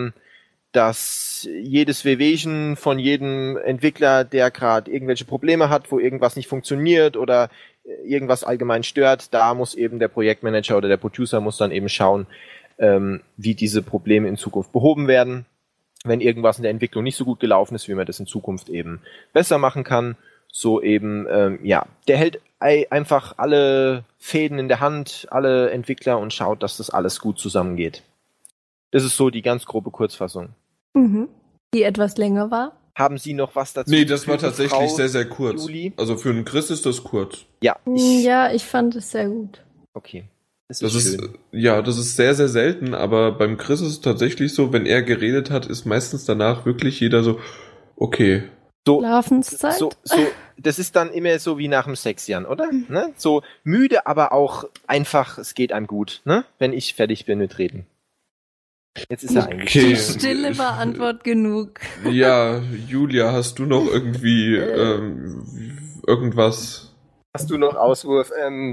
S3: dass jedes Wehwehchen von jedem Entwickler, der gerade irgendwelche Probleme hat, wo irgendwas nicht funktioniert oder irgendwas allgemein stört, da muss eben der Projektmanager oder der Producer muss dann eben schauen, wie diese Probleme in Zukunft behoben werden. Wenn irgendwas in der Entwicklung nicht so gut gelaufen ist, wie man das in Zukunft eben besser machen kann. So eben, der hält einfach alle Fäden in der Hand, alle Entwickler und schaut, dass das alles gut zusammengeht. Das ist so die ganz grobe Kurzfassung.
S2: Mhm. Die etwas länger war.
S3: Haben Sie noch was dazu?
S1: Nee, das war tatsächlich
S3: Frau
S1: sehr, sehr kurz.
S3: Juli?
S1: Also für einen Chris ist das kurz.
S3: Ja.
S2: Ich fand es sehr gut.
S3: Okay.
S1: Das ist sehr, sehr selten, aber beim Chris ist es tatsächlich so, wenn er geredet hat, ist meistens danach wirklich jeder so, okay.
S2: Schlafenszeit?
S3: Das ist dann immer so wie nach dem Sex, Jan, oder? Ne? So müde, aber auch einfach, es geht einem gut, ne? Wenn ich fertig bin mit Reden. Jetzt ist er eigentlich.
S2: Die Stille war Antwort genug.
S1: Ja, Julia, hast du noch irgendwie irgendwas?
S3: Hast du noch Auswurf?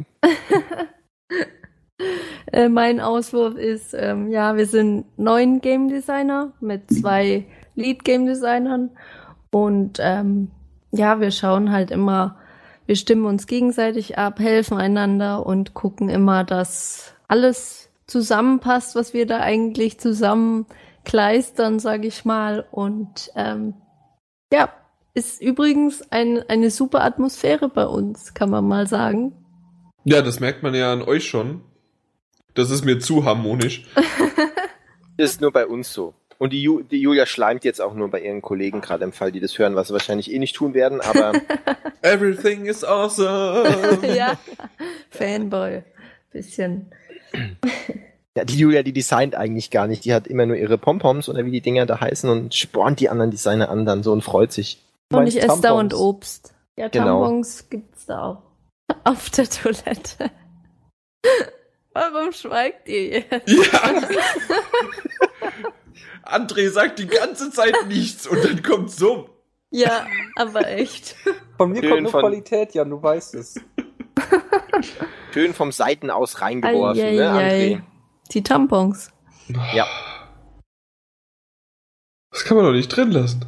S2: Mein Auswurf ist, wir sind 9 Game Designer mit 2 Lead Game Designern und wir schauen halt immer, wir stimmen uns gegenseitig ab, helfen einander und gucken immer, dass alles zusammenpasst, was wir da eigentlich zusammen kleistern, sag ich mal. Und ist übrigens eine super Atmosphäre bei uns, kann man mal sagen.
S1: Ja, das merkt man ja an euch schon. Das ist mir zu harmonisch.
S3: Das ist nur bei uns so. Und die Julia schleimt jetzt auch nur bei ihren Kollegen gerade im Fall, die das hören, was sie wahrscheinlich eh nicht tun werden, aber...
S1: Everything is awesome!
S2: Ja, Fanboy. Bisschen...
S3: Ja, die Julia, die designt eigentlich gar nicht. Die hat immer nur ihre Pompoms oder wie die Dinger da heißen und spornt die anderen Designer an dann so und freut sich.
S2: Und ich esse dauernd Obst. Ja,
S3: Genau.
S2: Tampons gibt's da auch. Auf der Toilette. Warum schweigt ihr jetzt?
S1: Ja! André sagt die ganze Zeit nichts und dann kommt so.
S2: Ja, aber echt.
S4: Von mir kommt nur Qualität, Jan, du weißt es.
S3: Schön vom Seiten aus reingeworfen, ne, André?
S2: Die Tampons.
S3: Ja.
S1: Das kann man doch nicht drin lassen.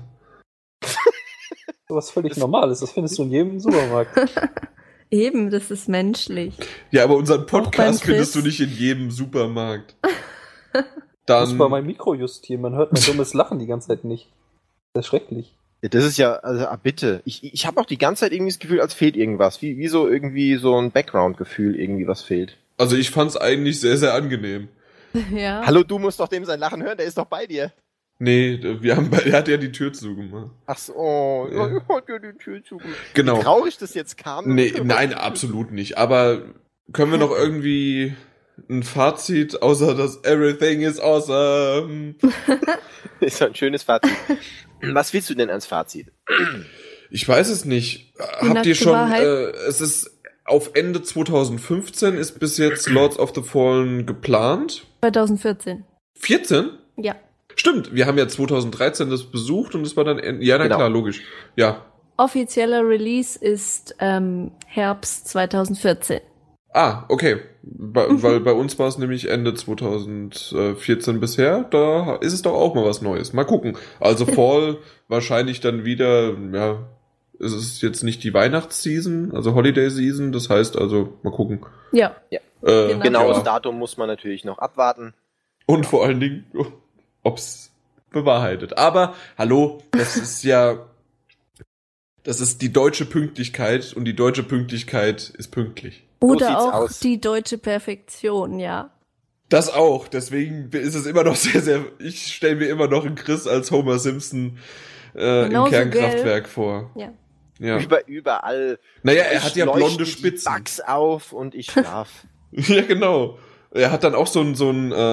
S4: So was völlig Normales, das findest du in jedem Supermarkt.
S2: Eben, das ist menschlich.
S1: Ja, aber unseren Podcast
S2: Chris.
S1: findest du nicht in jedem Supermarkt.
S4: Ich
S1: Dann
S4: muss bei meinem Mikro justieren, man hört mein dummes Lachen die ganze Zeit nicht. Das ist schrecklich.
S3: Ja, das ist ja, also bitte. Ich habe auch die ganze Zeit irgendwie das Gefühl, als fehlt irgendwas. Wie so irgendwie so ein Background-Gefühl, irgendwie was fehlt.
S1: also ich fand's eigentlich sehr, sehr angenehm.
S2: Ja.
S3: Hallo, du musst doch dem sein Lachen hören, der ist doch bei dir.
S1: Nee, er hat ja die Tür zugemacht.
S3: Ach so,
S1: Ja.
S3: hat ja die Tür zugemacht.
S1: Genau.
S3: Wie traurig das jetzt kam.
S1: Nee, nein, absolut nicht. Aber können wir noch irgendwie ein Fazit, außer dass everything is awesome?
S3: Ist doch ein schönes Fazit. Was willst du denn als Fazit?
S1: Ich weiß es nicht.
S2: Die
S1: Habt ihr
S2: nackte
S1: schon,
S2: Wahrheit?
S1: es ist auf Ende 2015 ist bis jetzt Lords of the Fallen geplant.
S2: 2014.
S1: 14?
S2: Ja.
S1: Stimmt, wir haben ja 2013 das besucht und es war dann, ja, na
S3: Genau.
S1: klar, logisch. Ja.
S2: Offizieller Release ist Herbst 2014.
S1: Ah, okay. Weil bei uns war es nämlich Ende 2014 bisher. Da ist es doch auch mal was Neues. Mal gucken. Also Fall wahrscheinlich dann wieder, ja, es ist jetzt nicht die Weihnachtsseason, also Holiday Season. Das heißt also, mal gucken.
S2: Ja. Genau.
S3: Genaues
S1: Ja.
S3: Datum muss man natürlich noch abwarten.
S1: Und vor allen Dingen, ob's bewahrheitet. Aber, hallo, das ist ja, das ist die deutsche Pünktlichkeit und die deutsche Pünktlichkeit ist pünktlich.
S2: Oder
S3: sieht's
S2: auch
S3: aus.
S2: die deutsche Perfektion, ja.
S1: Das auch, deswegen ist es immer noch sehr, sehr, ich stelle mir immer noch einen Chris als Homer Simpson im
S2: Genauso
S1: Kernkraftwerk vor.
S2: Ja.
S1: Ja.
S3: Überall.
S1: Naja, er hat ja
S3: leuchten
S1: blonde
S3: die
S1: Spitzen.
S3: Bugs auf und ich schlaf.
S1: Ja, genau. Er hat dann auch so ein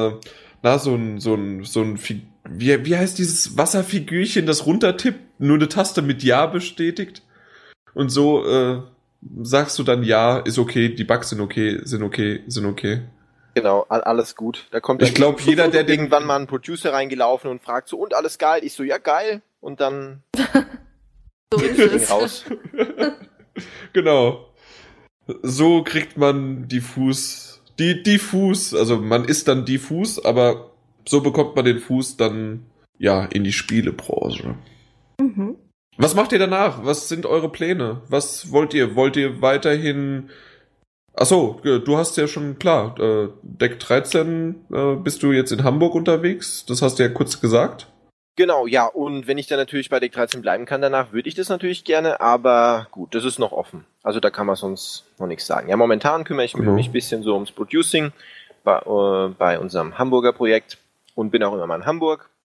S1: wie heißt dieses Wasserfigürchen, das runtertippt, nur eine Taste mit Ja bestätigt. Und so sagst du dann Ja, ist okay, die Bugs sind okay.
S3: Genau, alles gut. Da kommt
S1: Ich glaube, jeder, der den
S3: irgendwann mal ein Producer reingelaufen und fragt so, und alles geil? Ich so, ja, geil. Und dann
S2: So
S3: geht
S2: ist
S3: das Ding
S2: es.
S3: raus.
S1: Genau. So kriegt man diffus, also man ist dann diffus, aber so bekommt man den Fuß dann, ja, in die Spielebranche.
S2: Mhm.
S1: Was macht ihr danach? Was sind eure Pläne? Was wollt ihr? Wollt ihr weiterhin... Achso, du hast ja schon, klar, Deck 13 bist du jetzt in Hamburg unterwegs, das hast du ja kurz gesagt.
S3: Genau, ja, und wenn ich dann natürlich bei Deck 13 bleiben kann danach, würde ich das natürlich gerne, aber gut, das ist noch offen. Also da kann man sonst noch nichts sagen. Ja, momentan kümmere ich mich ein bisschen so ums Producing bei unserem Hamburger Projekt und bin auch immer mal in Hamburg.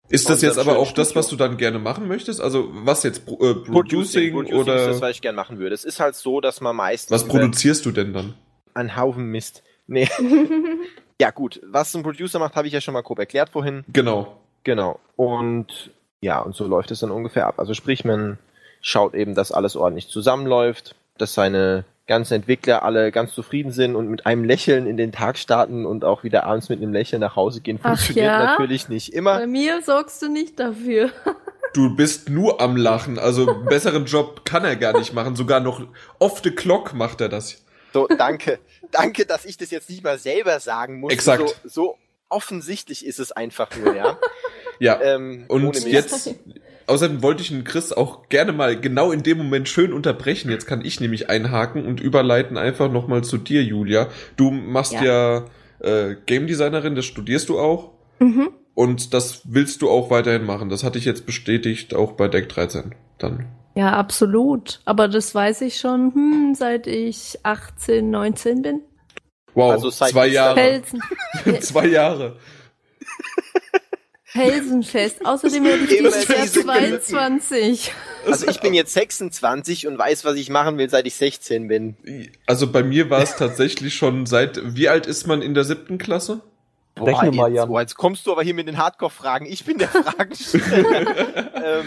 S1: Ist das
S3: Und
S1: jetzt
S3: dann
S1: aber
S3: schön
S1: auch das,
S3: Studio.
S1: was du dann gerne machen möchtest? Also was jetzt? Producing
S3: Producing ist
S1: oder
S3: das, was ich gerne machen würde. Es ist halt so, dass man meistens
S1: was produzierst du denn dann?
S3: einen Haufen Mist. Nee. Ja gut, was ein Producer macht, habe ich ja schon mal grob erklärt vorhin.
S1: Genau.
S3: Genau. Und ja, und so läuft es dann ungefähr ab. Also sprich, man schaut eben, dass alles ordentlich zusammenläuft, dass seine ganzen Entwickler alle ganz zufrieden sind und mit einem Lächeln in den Tag starten und auch wieder abends mit einem Lächeln nach Hause gehen.
S2: Ach
S3: Funktioniert
S2: ja?
S3: natürlich nicht immer.
S2: Bei mir sorgst du nicht dafür.
S1: Du bist nur am Lachen. Also einen besseren Job kann er gar nicht machen. Sogar noch off the clock macht er das.
S3: So, danke. Danke, dass ich das jetzt nicht mal selber sagen muss.
S1: Exakt.
S3: So offensichtlich ist es einfach nur, ja.
S1: Ja.
S3: Ohne
S1: Und
S3: Mist.
S1: jetzt, außerdem wollte ich den Chris auch gerne mal genau in dem Moment schön unterbrechen. Jetzt kann ich nämlich einhaken und überleiten einfach nochmal zu dir, Julia. Du machst ja Game Designerin, das studierst du auch.
S2: Mhm.
S1: Und das willst du auch weiterhin machen. Das hatte ich jetzt bestätigt, auch bei Deck 13 dann.
S2: Ja, absolut. Aber das weiß ich schon, seit ich 18, 19 bin.
S1: Wow,
S3: Also seit
S1: 2 Jahre.
S2: Felsen.
S1: 2 Jahre.
S2: Felsenfest. Außerdem werde ich
S3: Immer
S2: dieses Jahr
S3: diese
S2: 22.
S3: Also ich bin jetzt 26 und weiß, was ich machen will, seit ich 16 bin.
S1: Also bei mir war es tatsächlich schon seit, wie alt ist man in der 7. Klasse?
S4: Rechne mal, Jan.
S3: Jetzt kommst du aber hier mit den Hardcore-Fragen. Ich bin der Fragensteller.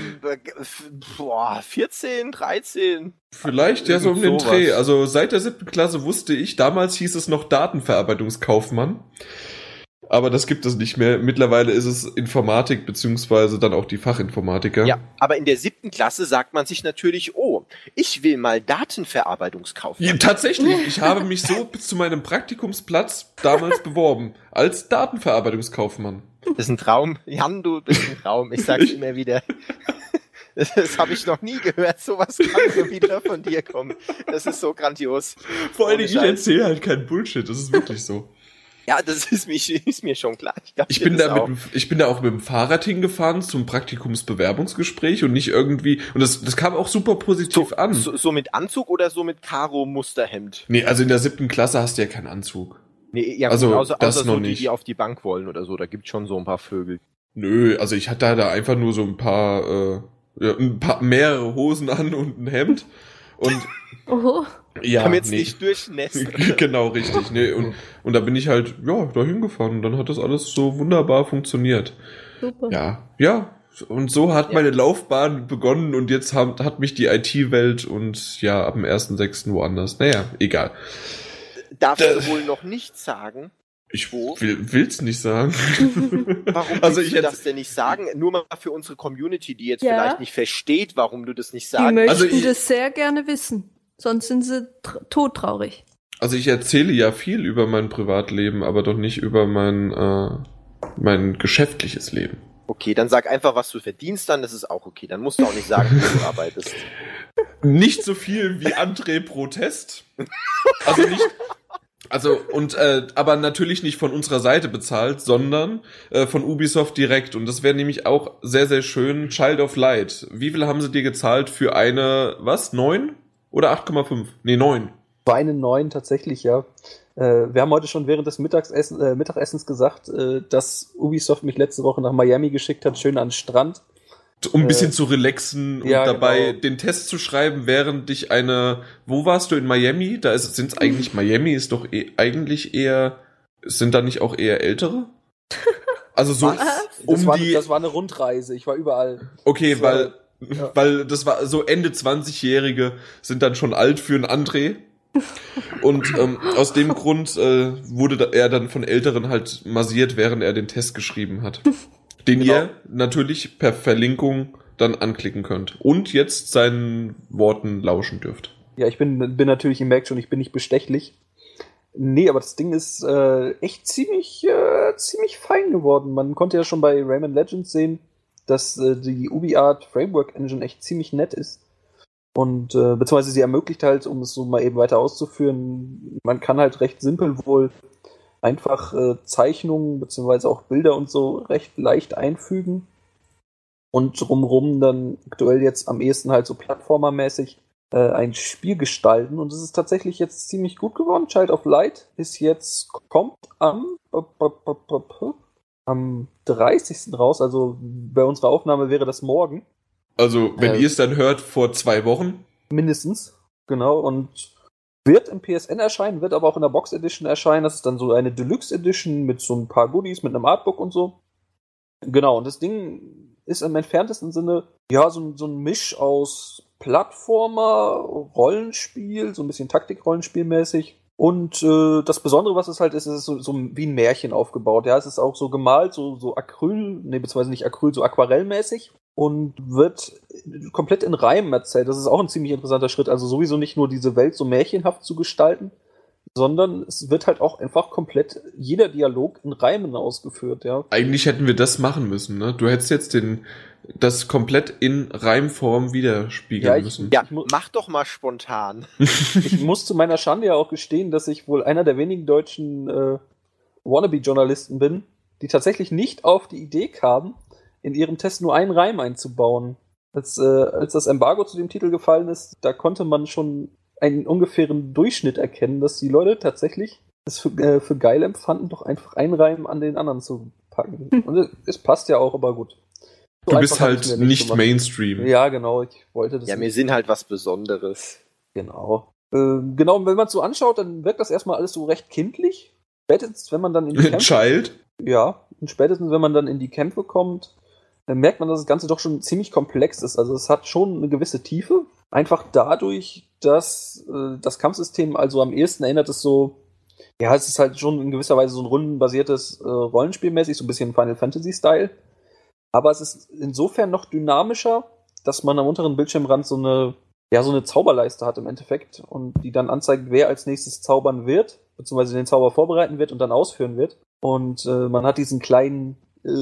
S3: 14, 13.
S1: Vielleicht ja so um den
S3: Sowas.
S1: Dreh. Also seit der 7. Klasse wusste ich, damals hieß es noch Datenverarbeitungskaufmann. Aber das gibt es nicht mehr. Mittlerweile ist es Informatik, beziehungsweise dann auch die Fachinformatiker.
S3: Ja, aber in der 7. Klasse sagt man sich natürlich, oh, ich will mal Datenverarbeitungskaufmann.
S1: Ja, tatsächlich, ich habe mich so bis zu meinem Praktikumsplatz damals beworben. Als Datenverarbeitungskaufmann.
S3: Das ist ein Traum. Jan, du bist ein Traum. Ich sag's immer wieder. Das habe ich noch nie gehört. Sowas kann so wieder von dir kommen. Das ist so grandios.
S1: Vor allen
S3: Ohne
S1: Dingen, ich
S3: Scheiß.
S1: erzähle halt keinen Bullshit. Das ist wirklich so.
S3: Ja, das ist mir schon klar.
S1: Ich bin da auch mit dem Fahrrad hingefahren zum Praktikumsbewerbungsgespräch und nicht irgendwie, und das kam auch super positiv an.
S3: So mit Anzug oder so mit Karo-Musterhemd?
S1: Nee, also in der 7. Klasse hast du ja keinen Anzug.
S3: Nee, ja,
S1: Also,
S3: außer
S1: das
S3: so
S1: noch
S3: die,
S1: nicht.
S3: die auf die Bank wollen oder so. Da gibt's schon so ein paar Vögel.
S1: Nö, also ich hatte da einfach nur so ein paar mehrere Hosen an und ein Hemd. Und
S2: Oh,
S1: ja,
S3: Damit's nicht durchnässt.
S1: Genau, richtig. Nee, und da bin ich halt, da hingefahren und dann hat das alles so wunderbar funktioniert.
S2: super.
S1: Ja. Und so hat meine Laufbahn begonnen und jetzt hat mich die IT-Welt und ja, ab dem 1.6. woanders. Naja, egal.
S3: Darfst du wohl noch nicht sagen?
S1: Ich
S3: Wo?
S1: will's nicht sagen.
S3: Warum
S1: Also
S3: willst
S1: ich
S3: du
S1: jetzt-
S3: das denn nicht sagen? Nur mal für unsere Community, die jetzt
S2: Ja.
S3: vielleicht nicht versteht, warum du das nicht
S2: Die
S3: sagst.
S2: möchten
S1: Also ich-
S2: das sehr gerne wissen. Sonst sind sie todtraurig.
S1: Also ich erzähle ja viel über mein Privatleben, aber doch nicht über mein geschäftliches Leben.
S3: Okay, dann sag einfach, was du verdienst dann, das ist auch okay. Dann musst du auch nicht sagen, wo du arbeitest.
S1: Nicht so viel wie André Protest. Also nicht. Aber natürlich nicht von unserer Seite bezahlt, sondern von Ubisoft direkt. Und das wäre nämlich auch sehr, sehr schön. Child of Light. Wie viel haben sie dir gezahlt für eine, 9? Oder 8,5? Nee, 9.
S4: War eine 9 tatsächlich, ja. Wir haben heute schon während des Mittagessens gesagt, dass Ubisoft mich letzte Woche nach Miami geschickt hat, schön an den Strand.
S1: Um ein bisschen zu relaxen und
S4: ja,
S1: dabei
S4: genau.
S1: den Test zu schreiben, während dich wo warst du in Miami? Da sind's eigentlich, Miami ist doch eigentlich eher, sind da nicht auch eher Ältere? Also so
S4: Das war eine Rundreise, ich war überall.
S1: okay,
S4: das war-
S1: weil das war so Ende 20-Jährige sind dann schon alt für einen André. Und aus dem Grund wurde er dann von Älteren halt massiert, während er den Test geschrieben hat. Den
S4: Genau.
S1: ihr natürlich per Verlinkung dann anklicken könnt. Und jetzt seinen Worten lauschen dürft.
S4: Ja, ich bin natürlich, ihr merkt schon, ich bin nicht bestechlich. Nee, aber das Ding ist echt ziemlich fein geworden. Man konnte ja schon bei Rayman Legends sehen, dass die UbiArt Framework Engine echt ziemlich nett ist. Und beziehungsweise sie ermöglicht halt, um es so mal eben weiter auszuführen, man kann halt recht simpel wohl einfach Zeichnungen beziehungsweise auch Bilder und so recht leicht einfügen und drumherum dann aktuell jetzt am ehesten halt so plattformermäßig ein Spiel gestalten. Und es ist tatsächlich jetzt ziemlich gut geworden. Child of Light kommt am 30. raus, also bei unserer Aufnahme wäre das morgen.
S1: Also, wenn ihr es dann hört, vor 2 Wochen.
S4: Mindestens, genau. Und wird im PSN erscheinen, wird aber auch in der Box Edition erscheinen. Das ist dann so eine Deluxe Edition mit so ein paar Goodies, mit einem Artbook und so. Genau, und das Ding ist im entferntesten Sinne ja so ein Misch aus Plattformer, Rollenspiel, so ein bisschen Taktik-Rollenspielmäßig. Und das Besondere, was es halt ist, es ist so wie ein Märchen aufgebaut. Ja, es ist auch so gemalt, so Acryl, beziehungsweise nicht Acryl, so aquarellmäßig und wird komplett in Reimen erzählt. Das ist auch ein ziemlich interessanter Schritt. Also sowieso nicht nur diese Welt so märchenhaft zu gestalten, sondern es wird halt auch einfach komplett jeder Dialog in Reimen ausgeführt, ja.
S1: Eigentlich hätten wir das machen müssen, ne? Du hättest jetzt das komplett in Reimform widerspiegeln müssen.
S3: Ja, mach doch mal spontan.
S4: Ich muss zu meiner Schande ja auch gestehen, dass ich wohl einer der wenigen deutschen Wannabe-Journalisten bin, die tatsächlich nicht auf die Idee kamen, in ihrem Test nur einen Reim einzubauen. Als das Embargo zu dem Titel gefallen ist, da konnte man schon einen ungefähren Durchschnitt erkennen, dass die Leute tatsächlich es für geil empfanden, doch einfach einen Reim an den anderen zu packen. Und es passt ja auch, aber gut. So
S1: du bist halt nicht Mainstream.
S4: Ja, genau, ich wollte das.
S3: Ja, wir sind halt was Besonderes.
S4: Genau. Genau, wenn man es so anschaut, dann wirkt das erstmal alles so recht kindlich. Spätestens, wenn man dann in die Kämpfe...
S1: Child?
S4: Ja, und spätestens, wenn man dann in die Kämpfe kommt, dann merkt man, dass das Ganze doch schon ziemlich komplex ist. Also es hat schon eine gewisse Tiefe. Einfach dadurch, dass das Kampfsystem also am ehesten erinnert es so, ja, es ist halt schon in gewisser Weise so ein rundenbasiertes Rollenspielmäßig, so ein bisschen Final Fantasy-Style. Aber es ist insofern noch dynamischer, dass man am unteren Bildschirmrand so eine Zauberleiste hat im Endeffekt und die dann anzeigt, wer als nächstes zaubern wird, beziehungsweise den Zauber vorbereiten wird und dann ausführen wird. Und man hat diesen kleinen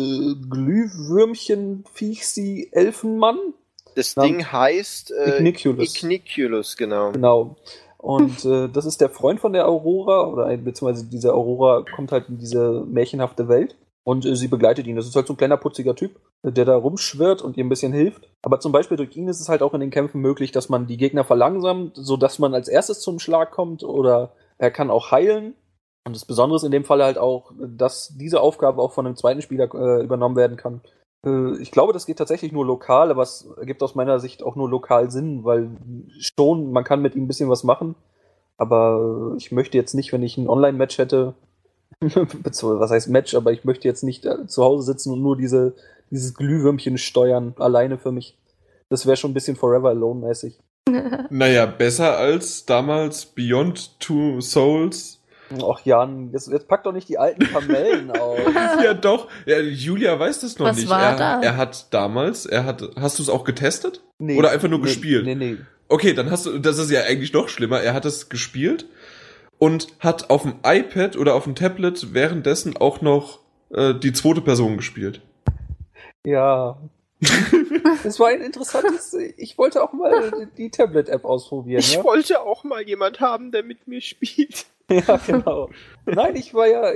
S4: Glühwürmchen-Viechsi-Elfenmann.
S3: Das Ding heißt
S4: Igniculus,
S3: genau.
S4: Genau. Und das ist der Freund von der Aurora, beziehungsweise diese Aurora kommt halt in diese märchenhafte Welt und sie begleitet ihn. Das ist halt so ein kleiner putziger Typ, der da rumschwirrt und ihr ein bisschen hilft. Aber zum Beispiel durch ihn ist es halt auch in den Kämpfen möglich, dass man die Gegner verlangsamt, sodass man als erstes zum Schlag kommt, oder er kann auch heilen. Und das Besondere ist in dem Fall halt auch, dass diese Aufgabe auch von einem zweiten Spieler übernommen werden kann. Ich glaube, das geht tatsächlich nur lokal, aber es ergibt aus meiner Sicht auch nur lokal Sinn, weil schon, man kann mit ihm ein bisschen was machen, aber ich möchte jetzt nicht, wenn ich ein Online-Match hätte, was heißt Match, aber ich möchte jetzt nicht zu Hause sitzen und nur dieses Glühwürmchen steuern, alleine für mich. Das wäre schon ein bisschen Forever Alone-mäßig.
S1: Naja, besser als damals Beyond Two Souls.
S4: Ach Jan, jetzt pack doch nicht die alten Kamellen aus.
S1: Ja doch, ja, Julia weiß das noch
S2: Was
S1: nicht.
S2: War da?
S1: Hast du es auch getestet?
S4: Nee,
S1: Oder einfach nur gespielt?
S4: Nee.
S1: Okay, dann das ist ja eigentlich noch schlimmer. Er hat es gespielt und hat auf dem iPad oder auf dem Tablet währenddessen auch noch die zweite Person gespielt.
S4: Ja. Das war ein interessantes. Ich wollte auch mal die Tablet-App ausprobieren.
S3: Ich wollte auch mal jemand haben, der mit mir spielt.
S4: Ja, genau. Nein, ich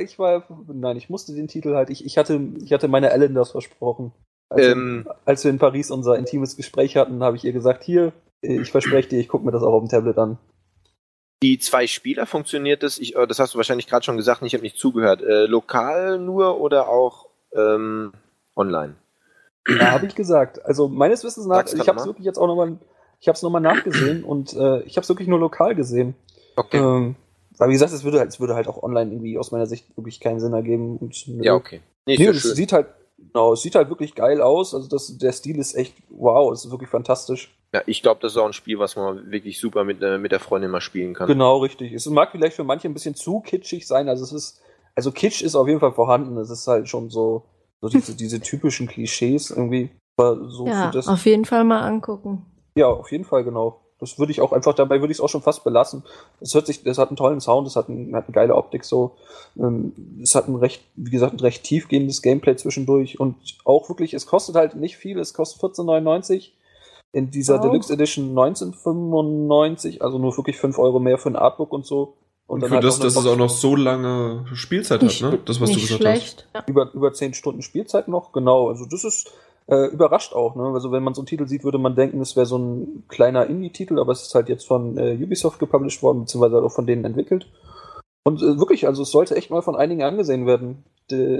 S4: musste den Titel halt, ich hatte meiner Ellen das versprochen. Als wir in Paris unser intimes Gespräch hatten, habe ich ihr gesagt, hier, ich verspreche dir, ich gucke mir das auch auf dem Tablet an.
S3: Die 2 Spieler funktioniert das, das hast du wahrscheinlich gerade schon gesagt, ich habe nicht zugehört, lokal nur oder auch online?
S4: Ja, habe ich gesagt. Also meines Wissens nach, ich habe es wirklich jetzt auch nochmal, ich habe es nochmal nachgesehen und ich habe es wirklich nur lokal gesehen.
S3: Okay.
S4: Weil wie gesagt, es würde halt auch online irgendwie aus meiner Sicht wirklich keinen Sinn ergeben. Und,
S3: ja, okay.
S4: Es sieht halt wirklich geil aus. Also der Stil ist echt, wow, es ist wirklich fantastisch.
S3: Ja, ich glaube, das ist auch ein Spiel, was man wirklich super mit der Freundin mal spielen kann.
S4: Genau, richtig. Es mag vielleicht für manche ein bisschen zu kitschig sein. Also Kitsch ist auf jeden Fall vorhanden. Es ist halt schon so diese typischen Klischees irgendwie. Aber so
S2: ja, auf jeden Fall mal angucken.
S4: Ja, auf jeden Fall, genau. Das würde ich auch einfach, dabei würde ich es auch schon fast belassen. Es hat einen tollen Sound, es hat eine geile Optik so. Es hat ein recht tiefgehendes Gameplay zwischendurch und auch wirklich, es kostet halt nicht viel, es kostet 14,99. In dieser Deluxe Edition 19,95, also nur wirklich 5 Euro mehr für ein Artbook und so.
S1: Und für halt dass es auch noch so lange Spielzeit hat, ne? Das, was du gesagt
S2: schlecht.
S1: hast.
S2: Ja.
S4: Über 10 Stunden Spielzeit noch, genau. Also das ist überrascht auch, ne? Also wenn man so einen Titel sieht, würde man denken, es wäre so ein kleiner Indie-Titel, aber es ist halt jetzt von Ubisoft gepublished worden, beziehungsweise auch von denen entwickelt. Und wirklich, also es sollte echt mal von einigen angesehen werden.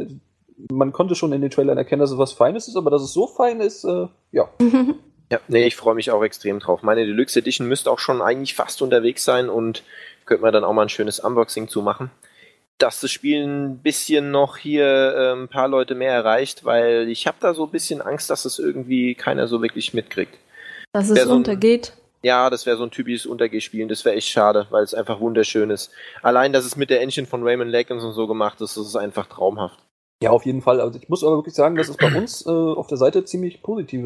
S4: man konnte schon in den Trailern erkennen, dass es was Feines ist, aber dass es so fein ist, ja.
S3: Ja, nee, ich freue mich auch extrem drauf. Meine Deluxe Edition müsste auch schon eigentlich fast unterwegs sein und könnte man dann auch mal ein schönes Unboxing zu machen. Dass das Spiel ein bisschen noch hier ein paar Leute mehr erreicht, weil ich habe da so ein bisschen Angst, dass es irgendwie keiner so wirklich mitkriegt.
S2: Dass es untergeht.
S3: Ja, das wäre so ein typisches Untergehspiel und das wäre echt schade, weil es einfach wunderschön ist. Allein, dass es mit der Engine von Rayman Legends und so gemacht ist, das ist einfach traumhaft.
S4: Ja, auf jeden Fall. Also ich muss aber wirklich sagen, dass es bei uns auf der Seite ziemlich positive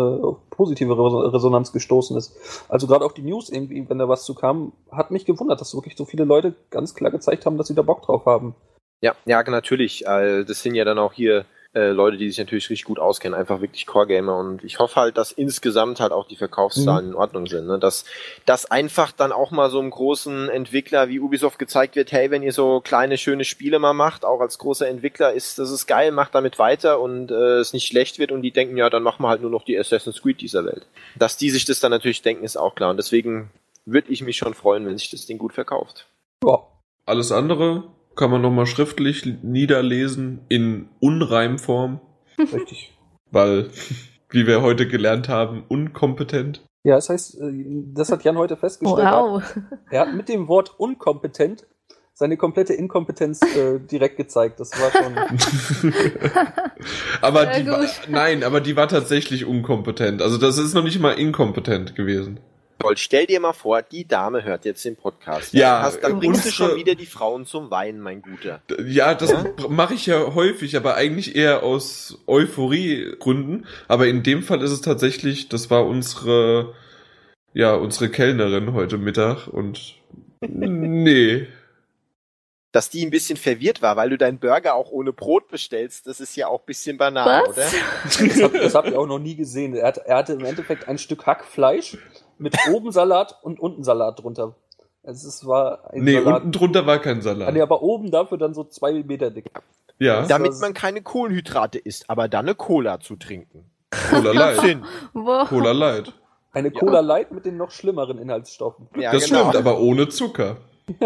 S4: Resonanz gestoßen ist. Also gerade auch die News irgendwie, wenn da was zu kam, hat mich gewundert, dass wirklich so viele Leute ganz klar gezeigt haben, dass sie da Bock drauf haben.
S3: Ja, natürlich. Das sind ja dann auch hier Leute, die sich natürlich richtig gut auskennen, einfach wirklich Core-Gamer und ich hoffe halt, dass insgesamt halt auch die Verkaufszahlen in Ordnung sind, ne? Dass einfach dann auch mal so einem großen Entwickler wie Ubisoft gezeigt wird, hey, wenn ihr so kleine, schöne Spiele mal macht, auch als großer Entwickler, das ist geil, macht damit weiter und es nicht schlecht wird und die denken, ja, dann machen wir halt nur noch die Assassin's Creed dieser Welt. Dass die sich das dann natürlich denken, ist auch klar und deswegen würde ich mich schon freuen, wenn sich das Ding gut verkauft.
S4: Ja.
S1: Alles andere kann man nochmal schriftlich niederlesen in Unreimform.
S4: Richtig.
S1: Weil, wie wir heute gelernt haben, unkompetent.
S4: Ja, das heißt, das hat Jan heute festgestellt.
S2: Wow.
S4: Er hat mit dem Wort unkompetent seine komplette Inkompetenz direkt gezeigt. Das war schon...
S1: Aber die war tatsächlich unkompetent. Also das ist noch nicht mal inkompetent gewesen.
S3: Toll, stell dir mal vor, die Dame hört jetzt den Podcast.
S1: Ja,
S3: dann bringst du schon wieder die Frauen zum Weinen, mein Guter.
S1: Ja, das mache ich ja häufig, aber eigentlich eher aus Euphorie-Gründen. Aber in dem Fall ist es tatsächlich, das war unsere Kellnerin heute Mittag und nee.
S3: Dass die ein bisschen verwirrt war, weil du deinen Burger auch ohne Brot bestellst, das ist ja auch ein bisschen banal,
S2: Was?
S3: oder?
S4: Das hab ich auch noch nie gesehen. Er hatte im Endeffekt ein Stück Hackfleisch mit oben Salat und unten Salat drunter. Also es war ein Salat.
S1: Unten drunter war kein Salat.
S4: Nee, aber oben dafür dann so 2 Meter dick.
S1: Ja.
S3: Damit man keine Kohlenhydrate isst, aber dann eine Cola zu trinken.
S1: Cola Light.
S3: Sinn.
S2: Wow.
S1: Cola Light.
S4: Eine Cola Light mit den noch schlimmeren Inhaltsstoffen.
S3: Ja,
S1: Das
S3: genau.
S1: stimmt, aber ohne Zucker.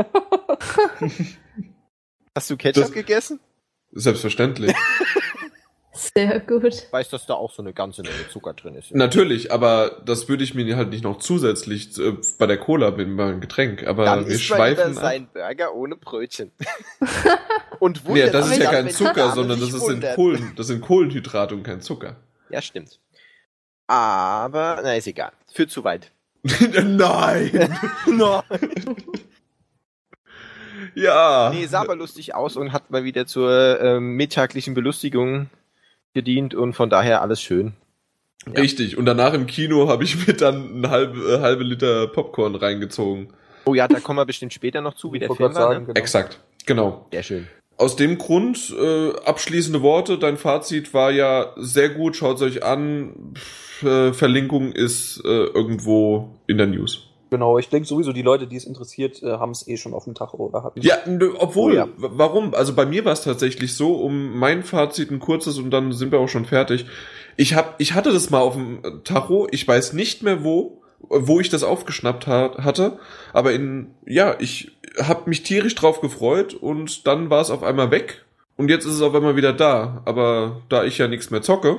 S3: Hast du Ketchup
S1: Das-
S3: gegessen?
S1: Selbstverständlich.
S2: Sehr gut.
S3: Weißt, dass da auch so eine ganze Menge Zucker drin ist.
S1: Natürlich, aber das würde ich mir halt nicht noch zusätzlich bei der Cola beim Getränk. Aber
S3: Dann
S1: wir
S3: isst man lieber
S1: schweifen ab.
S3: seinen Burger ohne Brötchen. Und
S1: Nee, das
S3: sich
S1: ist ja
S3: dann,
S1: kein
S3: wenn die
S1: Zucker,
S3: Dame
S1: sondern
S3: sich
S1: das sind
S3: wundert.
S1: das sind Kohlenhydrate und kein Zucker.
S3: Ja, stimmt. Aber, na, ist egal. Führt zu weit.
S1: Nein!
S3: No.
S1: Ja.
S3: Nee, sah aber lustig aus und hat mal wieder zur mittaglichen Belustigung gedient und von daher alles schön. Ja.
S1: Richtig. Und danach im Kino habe ich mir dann halbe Liter Popcorn reingezogen.
S3: Oh ja, da kommen wir bestimmt später noch zu, wie
S4: Ich
S3: der
S4: wollte
S3: Film
S4: gerade
S3: war.
S4: sagen,
S3: Ne?
S4: genau.
S1: Exakt. Genau.
S3: Sehr schön.
S1: Aus dem Grund, abschließende Worte, dein Fazit war ja sehr gut, schaut's euch an. Verlinkung ist irgendwo in der News.
S4: Genau, ich denke sowieso, die Leute, die es interessiert, haben es schon auf dem Tacho oder hatten.
S1: Ja, obwohl,
S3: Oh ja.
S1: warum? Also bei mir war es tatsächlich so, um mein Fazit ein kurzes und dann sind wir auch schon fertig. Ich hatte das mal auf dem Tacho, ich weiß nicht mehr wo ich das aufgeschnappt hatte, aber ich habe mich tierisch drauf gefreut und dann war es auf einmal weg und jetzt ist es auf einmal wieder da, aber da ich ja nichts mehr zocke,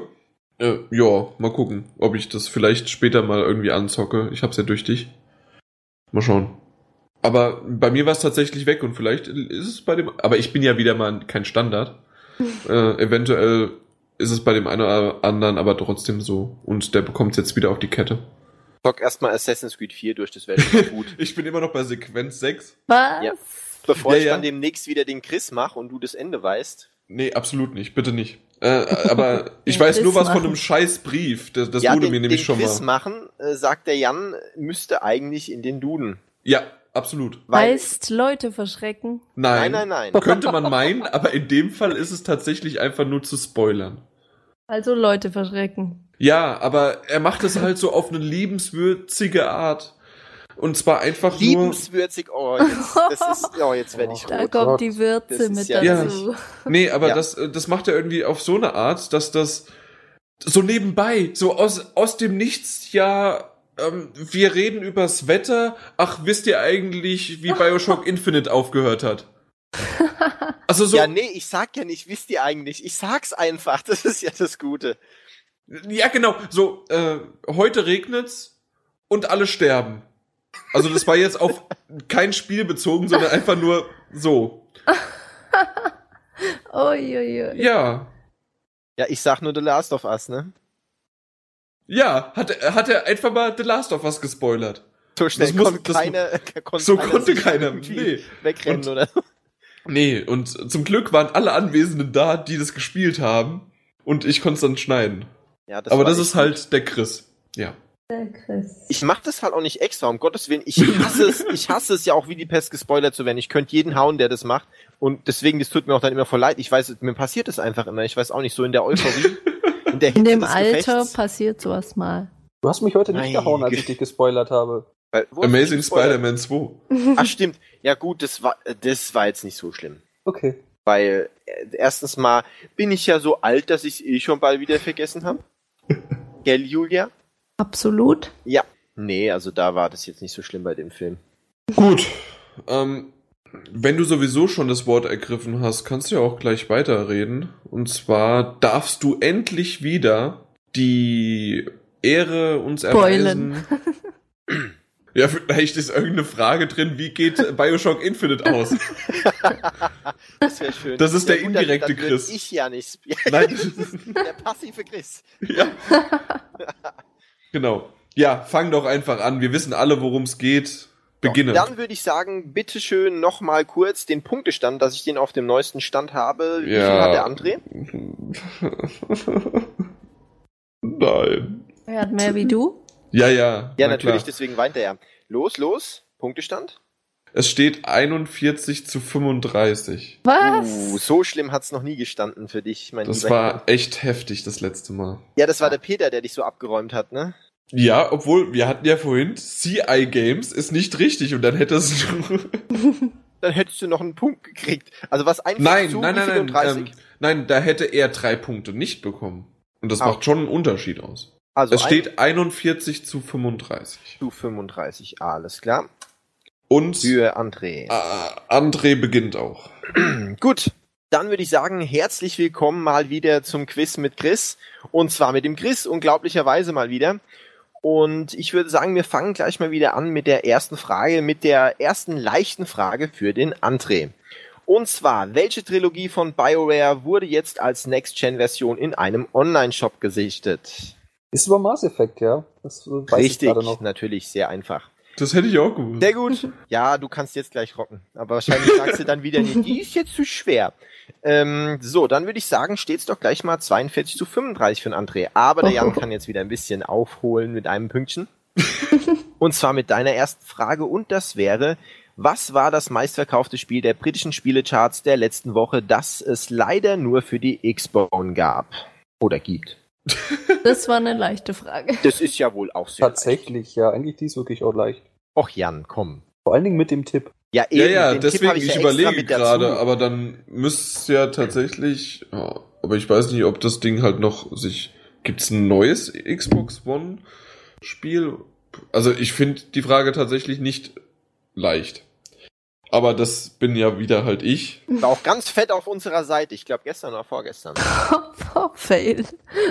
S1: mal gucken, ob ich das vielleicht später mal irgendwie anzocke. Ich hab's ja durch dich. Mal schauen. Aber bei mir war es tatsächlich weg und vielleicht ist es bei dem, aber ich bin ja wieder mal kein Standard. Eventuell ist es bei dem einen oder anderen aber trotzdem so und der bekommt es jetzt wieder auf die Kette.
S3: Zock erstmal Assassin's Creed 4 durch, das wäre schon gut.
S1: Ich bin immer noch bei Sequenz 6.
S2: Was?
S3: Ja. Bevor ich
S1: Ja.
S3: dann demnächst wieder den Chris mache und du das Ende weißt.
S1: Nee, absolut nicht, bitte nicht. Aber ich
S2: Den
S1: weiß nur
S2: Quiz
S1: was von
S2: machen.
S1: einem Scheißbrief. Das
S3: ja,
S1: wurde
S3: den,
S1: mir nämlich
S3: den
S1: schon
S3: Quiz
S1: mal.
S3: machen, sagt der Jan, müsste eigentlich in den Duden.
S1: Ja, absolut.
S3: Weil,
S2: Heißt Leute verschrecken.
S1: Nein.
S3: Nein.
S1: Könnte man meinen, aber in dem Fall ist es tatsächlich einfach nur zu spoilern.
S2: Also Leute verschrecken.
S1: Ja, aber er macht es halt so auf eine liebenswürzige Art. Und zwar einfach nur...
S3: Liebenswürzig, jetzt werde ich
S2: Da
S3: rot.
S2: kommt
S4: Gott.
S2: die
S3: Das
S2: Würze
S3: ist
S2: mit
S3: ja
S2: dazu.
S1: Nee, aber
S3: Ja.
S1: das macht er irgendwie auf so eine Art, dass das so nebenbei, so aus dem Nichts, wir reden übers Wetter. Ach, wisst ihr eigentlich, wie Bioshock Infinite aufgehört hat? Also so,
S3: Ja, nee, ich sag ja nicht, wisst ihr eigentlich. Ich sag's einfach, das ist ja das Gute.
S1: ja genau, so, heute regnet's und alle sterben. Also das war jetzt auf kein Spiel bezogen, sondern einfach nur so.
S2: Uiuiui.
S1: Ja.
S3: Ja, ich sag nur The Last of Us, ne?
S1: Ja, hat er einfach mal The Last of Us gespoilert.
S3: So schnell
S1: Das muss-
S3: konnte
S1: so konnte
S3: sich
S1: keiner,
S3: irgendwie
S1: nee.
S3: wegrennen,
S1: Und-
S3: oder?
S1: Nee, und zum Glück waren alle Anwesenden da, die das gespielt haben. Und ich konnte es dann schneiden.
S3: Ja,
S1: Aber
S3: war
S1: das
S3: echt
S1: ist halt der Chris. Ja.
S2: Der Chris.
S3: Ich mach das halt auch nicht extra, um Gottes Willen. Ich hasse es ja auch wie die Pest gespoilert zu werden. Ich könnte jeden hauen, der das macht. Und deswegen, das tut mir auch dann immer voll leid. Ich weiß, mir passiert das einfach immer. Ich weiß auch nicht, so in der Euphorie. In der
S2: In
S3: Hitze
S2: dem
S3: des
S2: Alter
S3: Gefechts.
S2: passiert sowas mal.
S4: Du hast mich heute nicht
S3: Nein,
S4: gehauen, als ich dich gespoilert habe.
S3: Weil- wo hast du
S1: Amazing
S3: dich gespoilert?
S1: Spider-Man 2.
S3: Ach, stimmt. Ja gut, das war jetzt nicht so schlimm.
S4: Okay.
S3: Weil erstens mal bin ich ja so alt, dass ich es schon bald wieder vergessen habe. Gell, Julia?
S2: Absolut.
S3: Ja. Nee, also da war das jetzt nicht so schlimm bei dem Film.
S1: Gut. Wenn du sowieso schon das Wort ergriffen hast, kannst du ja auch gleich weiterreden. Und zwar darfst du endlich wieder die Ehre uns erweisen. Ja, vielleicht ist irgendeine Frage drin, wie geht Bioshock Infinite aus?
S3: Das wäre schön.
S1: Das ist der
S3: gut,
S1: indirekte
S3: dann
S1: Chris.
S3: Ich ja nicht.
S1: Nein.
S3: Der passive Chris.
S1: Ja. Genau. Ja, fang doch einfach an. Wir wissen alle, worum es geht. Beginne.
S3: Dann würde ich sagen, bitteschön noch mal kurz den Punktestand, dass ich den auf dem neuesten Stand habe. Wie viel hat der André?
S1: Nein.
S2: Er hat mehr wie du.
S1: Ja.
S3: Ja,
S1: na
S3: natürlich,
S1: klar.
S3: deswegen weint er ja. Los. Punktestand?
S1: Es steht 41:35.
S2: Was?
S3: So schlimm hat's noch nie gestanden für dich, mein
S1: Das
S3: lieber Herr.
S1: war echt heftig das letzte Mal.
S3: Ja, das war der Peter, der dich so abgeräumt hat, ne?
S1: Ja, obwohl, wir hatten ja vorhin, CI Games ist nicht richtig und dann hätte es...
S3: Dann hättest du noch einen Punkt gekriegt. Also was 41
S1: Nein,
S3: zu
S1: nein,
S3: wie viel
S1: nein,
S3: und 30?
S1: nein, da hätte er 3 Punkte nicht bekommen. Und das macht schon einen Unterschied aus.
S3: Also
S1: Es steht 41:35.
S3: zu 35, alles klar.
S1: Und
S3: Für André.
S1: André beginnt auch.
S3: Gut, dann würde ich sagen, herzlich willkommen mal wieder zum Quiz mit Chris. Und zwar mit dem Chris, unglaublicherweise mal wieder. Und ich würde sagen, wir fangen gleich mal wieder an mit der ersten Frage, mit der ersten leichten Frage für den André. Und zwar, welche Trilogie von BioWare wurde jetzt als Next-Gen-Version in einem Online-Shop gesichtet?
S4: Ist über Mass Effect, ja. Das weiß
S3: Richtig,
S4: ich gerade noch.
S3: natürlich, sehr einfach.
S1: Das hätte ich auch gewusst.
S3: Sehr gut. Ja, du kannst jetzt gleich rocken. Aber wahrscheinlich sagst du dann wieder nicht, die ist jetzt zu schwer. So, dann würde ich sagen, steht's doch gleich mal 42:35 für den André. Aber der Jan kann jetzt wieder ein bisschen aufholen mit einem Pünktchen. Und zwar mit deiner ersten Frage. Und das wäre, was war das meistverkaufte Spiel der britischen Spielecharts der letzten Woche, das es leider nur für die Xbox gab? Oder gibt?
S2: Das war eine leichte Frage.
S3: Das ist ja wohl auch sehr
S4: Tatsächlich, ja. Eigentlich die ist wirklich auch leicht.
S3: leicht. Och Jan, komm.
S4: Vor allen Dingen mit dem Tipp.
S3: Ja,
S1: Ja,
S3: den Tipp
S1: deswegen,
S3: hab
S1: ich
S3: ja extra
S1: überlege
S3: mit dazu.
S1: gerade, aber dann müsste es ja tatsächlich, ja, aber ich weiß nicht, ob das Ding halt noch gibt's ein neues Xbox One Spiel? Also ich finde die Frage tatsächlich nicht leicht. Aber das bin ja wieder halt ich.
S3: War auch ganz fett auf unserer Seite. Ich glaube gestern oder vorgestern.
S2: Fail.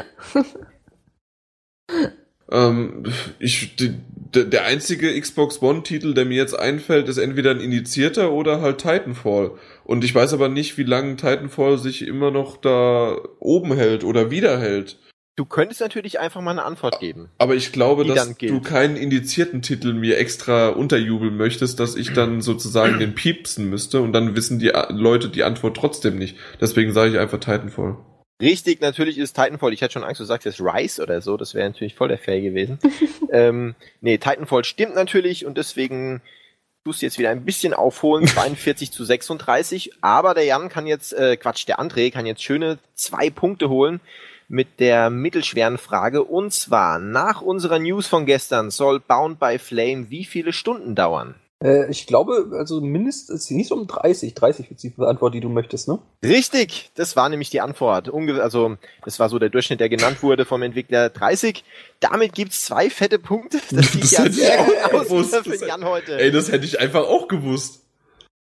S1: Der einzige Xbox One-Titel, der mir jetzt einfällt, ist entweder ein indizierter oder halt Titanfall. Und ich weiß aber nicht, wie lange Titanfall sich immer noch da oben hält oder wiederhält.
S3: Du könntest natürlich einfach mal eine Antwort geben.
S1: Aber ich glaube,
S3: Die
S1: dass
S3: dann gilt.
S1: du keinen indizierten Titel mir extra unterjubeln möchtest, dass ich dann sozusagen den piepsen müsste und dann wissen die Leute die Antwort trotzdem nicht. Deswegen sage ich einfach Titanfall.
S3: Richtig, natürlich ist Titanfall. Ich hatte schon Angst, du sagst jetzt Rise oder so. Das wäre natürlich voll der Fail gewesen. Nee, Titanfall stimmt natürlich und deswegen tust du jetzt wieder ein bisschen aufholen. 42:36. Aber der Jan kann jetzt, der André kann jetzt schöne 2 Punkte holen mit der mittelschweren Frage. Und zwar, nach unserer News von gestern soll Bound by Flame wie viele Stunden dauern?
S4: Ich glaube, also mindestens nicht so um 30. 30 ist die Antwort, die du möchtest, ne?
S3: Richtig, das war nämlich die Antwort. Also, das war so der Durchschnitt, der genannt wurde vom Entwickler 30. Damit gibt's 2 fette Punkte. Das sieht ja
S1: hätte ich
S3: sehr
S1: auch
S3: gut aus
S1: gewusst.
S3: für Jan heute.
S1: Ey, das hätte ich einfach auch gewusst.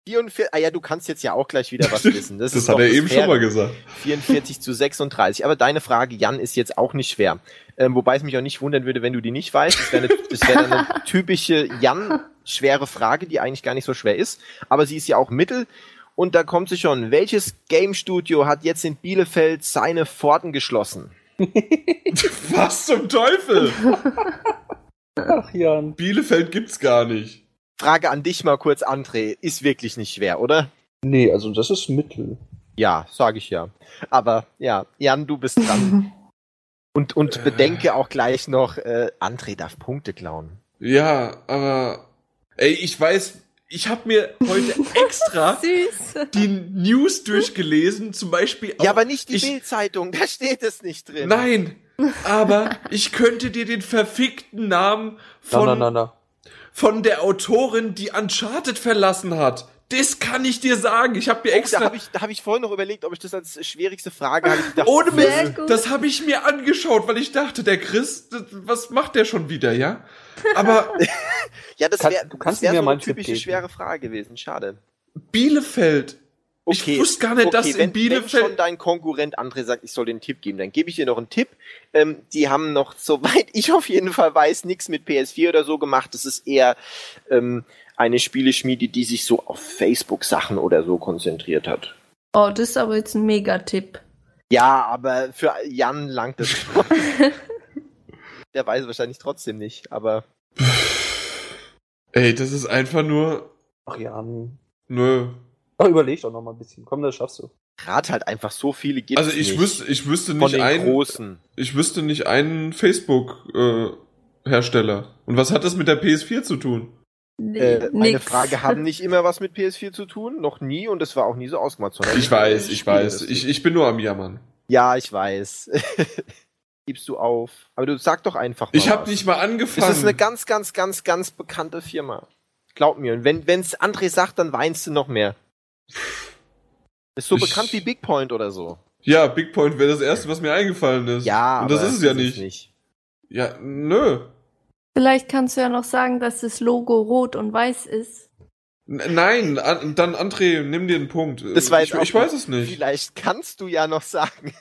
S3: du kannst jetzt ja auch gleich wieder was wissen.
S1: Das
S3: ist
S1: hat
S3: doch
S1: er eben
S3: Faire.
S1: schon mal gesagt.
S3: 44:36. Aber deine Frage, Jan, ist jetzt auch nicht schwer. Wobei es mich auch nicht wundern würde, wenn du die nicht weißt. Das wäre eine typische Jan-schwere Frage, die eigentlich gar nicht so schwer ist. Aber sie ist ja auch mittel. Und da kommt sie schon. Welches Game Studio hat jetzt in Bielefeld seine Pforten geschlossen?
S1: Was zum Teufel?
S4: Ach, Jan.
S1: Bielefeld gibt's gar nicht.
S3: Frage an dich mal kurz, André. Ist wirklich nicht schwer, oder?
S4: Nee, also das ist Mittel.
S3: Ja, sage ich ja. Aber ja, Jan, du bist dran. Und bedenke auch gleich noch, André darf Punkte klauen.
S1: Ja, aber ey, ich weiß, ich habe mir heute extra
S2: Süß.
S1: die News durchgelesen, zum Beispiel auch,
S3: Ja, aber nicht die Bild-Zeitung, da steht es nicht drin.
S1: Nein, aber ich könnte dir den verfickten Namen von der Autorin, die Uncharted verlassen hat. Das kann ich dir sagen. Ich habe mir extra...
S3: Da hab ich vorhin noch überlegt, ob ich das als schwierigste Frage habe.
S1: Ohne
S2: Sehr
S1: Mist,
S2: gut.
S1: das habe ich mir angeschaut, weil ich dachte, der Chris, was macht der schon wieder, ja? Aber
S3: Ja, das wäre
S4: mir
S3: so
S4: mal
S3: eine
S4: einen Tipp
S3: typische
S4: geben.
S3: schwere Frage gewesen. Schade.
S1: Bielefeld. Ich wusste gar nicht, dass in
S3: wenn
S1: Bielefeld...
S3: schon dein Konkurrent André sagt, ich soll den Tipp geben, dann gebe ich dir noch einen Tipp. Die haben noch, soweit ich auf jeden Fall weiß, nichts mit PS4 oder so gemacht. Das ist eher eine Spieleschmiede, die sich so auf Facebook-Sachen oder so konzentriert hat.
S2: Oh, das ist aber jetzt ein Megatipp.
S3: Ja, aber für Jan langt es schon. Der weiß wahrscheinlich trotzdem nicht, aber...
S1: Ey, das ist einfach nur...
S4: Ach, Jan.
S1: Nö.
S4: Ach, überleg doch noch mal ein bisschen. Komm, das schaffst du.
S3: Gerade halt einfach so viele gibt
S1: Also
S3: es
S1: ich
S3: nicht.
S1: wüsste
S3: Von
S1: nicht
S3: den
S1: einen...
S3: Großen.
S1: Ich wüsste nicht einen Facebook-Hersteller. Und was hat das mit der PS4 zu tun?
S3: Meine
S2: Nix.
S3: Frage haben nicht immer was mit PS4 zu tun, noch nie, und das war auch nie so ausgemacht. sondern
S1: Ich weiß.
S3: Spieleindustrie.
S1: Ich bin nur am Jammern.
S3: Ja, ich weiß. Gibst du auf. Aber du sag doch einfach mal.
S1: Ich habe
S3: was.
S1: nicht mal angefangen.
S3: Das ist eine ganz, ganz, ganz, ganz bekannte Firma. Glaub mir. Und wenn's André sagt, dann weinst du noch mehr. Ist so bekannt wie Big Point oder so.
S1: Ja, Big Point wäre das erste, was mir eingefallen ist.
S3: Ja,
S1: und das
S3: aber
S1: ist es ja
S3: das
S1: nicht. Ja, nö.
S2: Vielleicht kannst du ja noch sagen, dass das Logo rot und weiß ist.
S1: Nein, dann André, nimm dir einen Punkt.
S3: Das war jetzt auch
S1: ich weiß es nicht.
S3: Vielleicht kannst du ja noch sagen.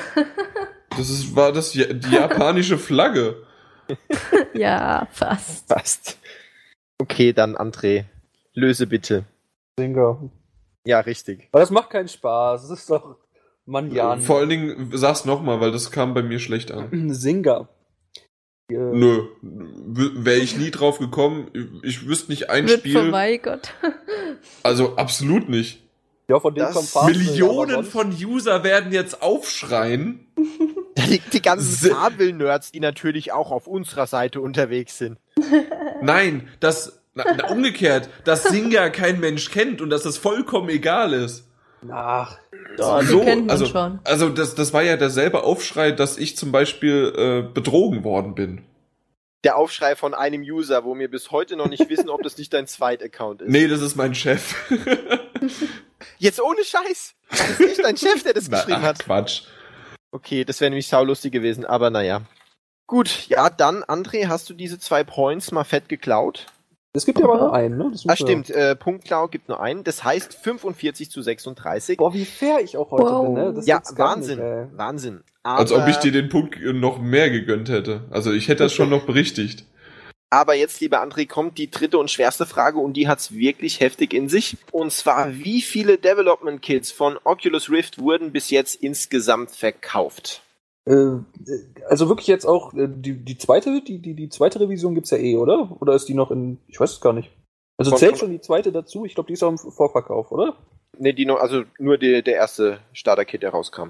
S1: War das die japanische Flagge.
S2: Ja, fast.
S3: Passt. Okay, dann André. Löse bitte.
S4: Singer.
S3: Ja, richtig.
S4: Aber das macht keinen Spaß. Das ist doch... Mann, Jan.
S1: Vor allen Dingen, sag's nochmal, weil das kam bei mir schlecht an.
S4: Singer.
S1: Nö, wäre ich nie drauf gekommen. Ich wüsste nicht ein
S2: Wird
S1: Spiel.
S2: verweigert.
S1: Also absolut nicht.
S4: Ja, von dem
S3: Das-
S4: kommt Farmville, aber
S1: Millionen
S4: sonst-
S1: von User werden jetzt aufschreien.
S3: Die ganzen Farmville-Nerds, die natürlich auch auf unserer Seite unterwegs sind.
S1: Nein, umgekehrt, dass Singer kein Mensch kennt und dass das vollkommen egal ist.
S4: Ach,
S2: Doch, die kennt man schon.
S1: Also das war ja derselbe Aufschrei, dass ich zum Beispiel betrogen worden bin.
S3: Der Aufschrei von einem User, wo wir bis heute noch nicht wissen, ob das nicht dein Zweit-Account ist.
S1: Nee, das ist mein Chef.
S3: Jetzt ohne Scheiß. Das ist nicht dein Chef, der das geschrieben hat.
S1: Quatsch.
S3: Okay, das wäre nämlich saulustig gewesen, aber naja. Gut, ja, dann, André, hast du diese 2 Points mal fett geklaut?
S4: es gibt ja aber nur einen, ne? Das muss
S3: Stimmt, Punktklau gibt nur einen. Das heißt 45:36.
S4: Boah, wie fair ich auch heute
S2: Wow.
S4: bin, ne? Das
S3: Ja,
S4: gibt's gar
S3: Wahnsinn,
S4: nicht, ey.
S3: Wahnsinn.
S1: Als ob ich dir den Punkt noch mehr gegönnt hätte. Also ich hätte das schon noch berichtigt.
S3: Aber jetzt, lieber André, kommt die dritte und schwerste Frage und die hat's wirklich heftig in sich. Und zwar, wie viele Development Kits von Oculus Rift wurden bis jetzt insgesamt verkauft?
S4: Also wirklich jetzt auch die zweite, die zweite Revision gibt's ja oder? Oder ist die noch in, ich weiß es gar nicht. Also
S3: Von-
S4: zählt schon die zweite dazu? Ich glaube, die ist auch im Vorverkauf, oder?
S3: Ne, also nur der erste Starter-Kit, der rauskam.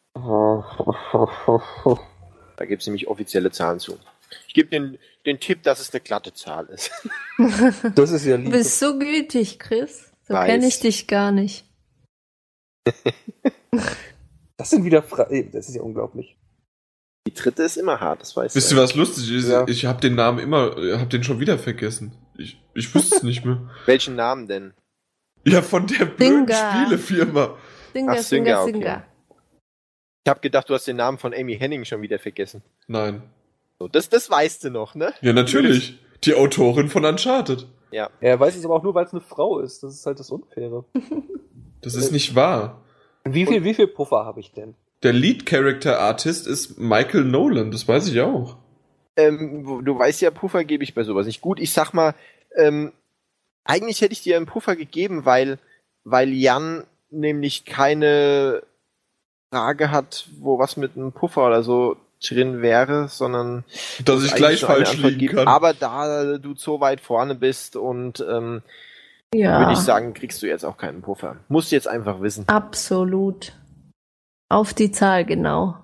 S3: Da gibt's nämlich offizielle Zahlen zu. Ich gebe den Tipp, dass es eine glatte Zahl ist.
S4: Das ist ja
S2: Du
S4: lieb.
S2: bist so gütig, Chris. So
S3: Weiß.
S2: kenne ich dich gar nicht.
S4: Das sind wieder das ist ja unglaublich.
S3: Die dritte ist immer hart, das weißt
S1: Wisst ihr, was lustig ist?
S4: Ja.
S1: Ich habe den Namen hab den schon wieder vergessen. Ich wüsste es nicht mehr.
S3: Welchen Namen denn?
S1: Ja, von der blöden
S2: Singa.
S1: Spielefirma.
S2: Singer,
S3: Ach, Singer, okay.
S2: Singer.
S3: Ich habe gedacht, du hast den Namen von Amy Henning schon wieder vergessen.
S1: Nein.
S3: So, das weißt du noch, ne?
S1: Ja, natürlich. Die Autorin von Uncharted.
S3: Ja.
S4: Er weiß es aber auch nur, weil es eine Frau ist. Das ist halt das Unfaire.
S1: Das ist nicht wahr.
S4: Wie viel Puffer habe ich denn?
S1: Der Lead-Character-Artist ist Michael Nolan, das weiß ich auch.
S3: Du weißt ja, Puffer gebe ich bei sowas nicht. Gut, ich sag mal, eigentlich hätte ich dir einen Puffer gegeben, weil Jan nämlich keine Frage hat, wo was mit einem Puffer oder so drin wäre, sondern
S1: dass ich gleich falsch liegen kann.
S3: Aber da du so weit vorne bist und würde ich sagen, kriegst du jetzt auch keinen Puffer. Musst jetzt einfach wissen.
S2: Absolut. Auf die Zahl, genau.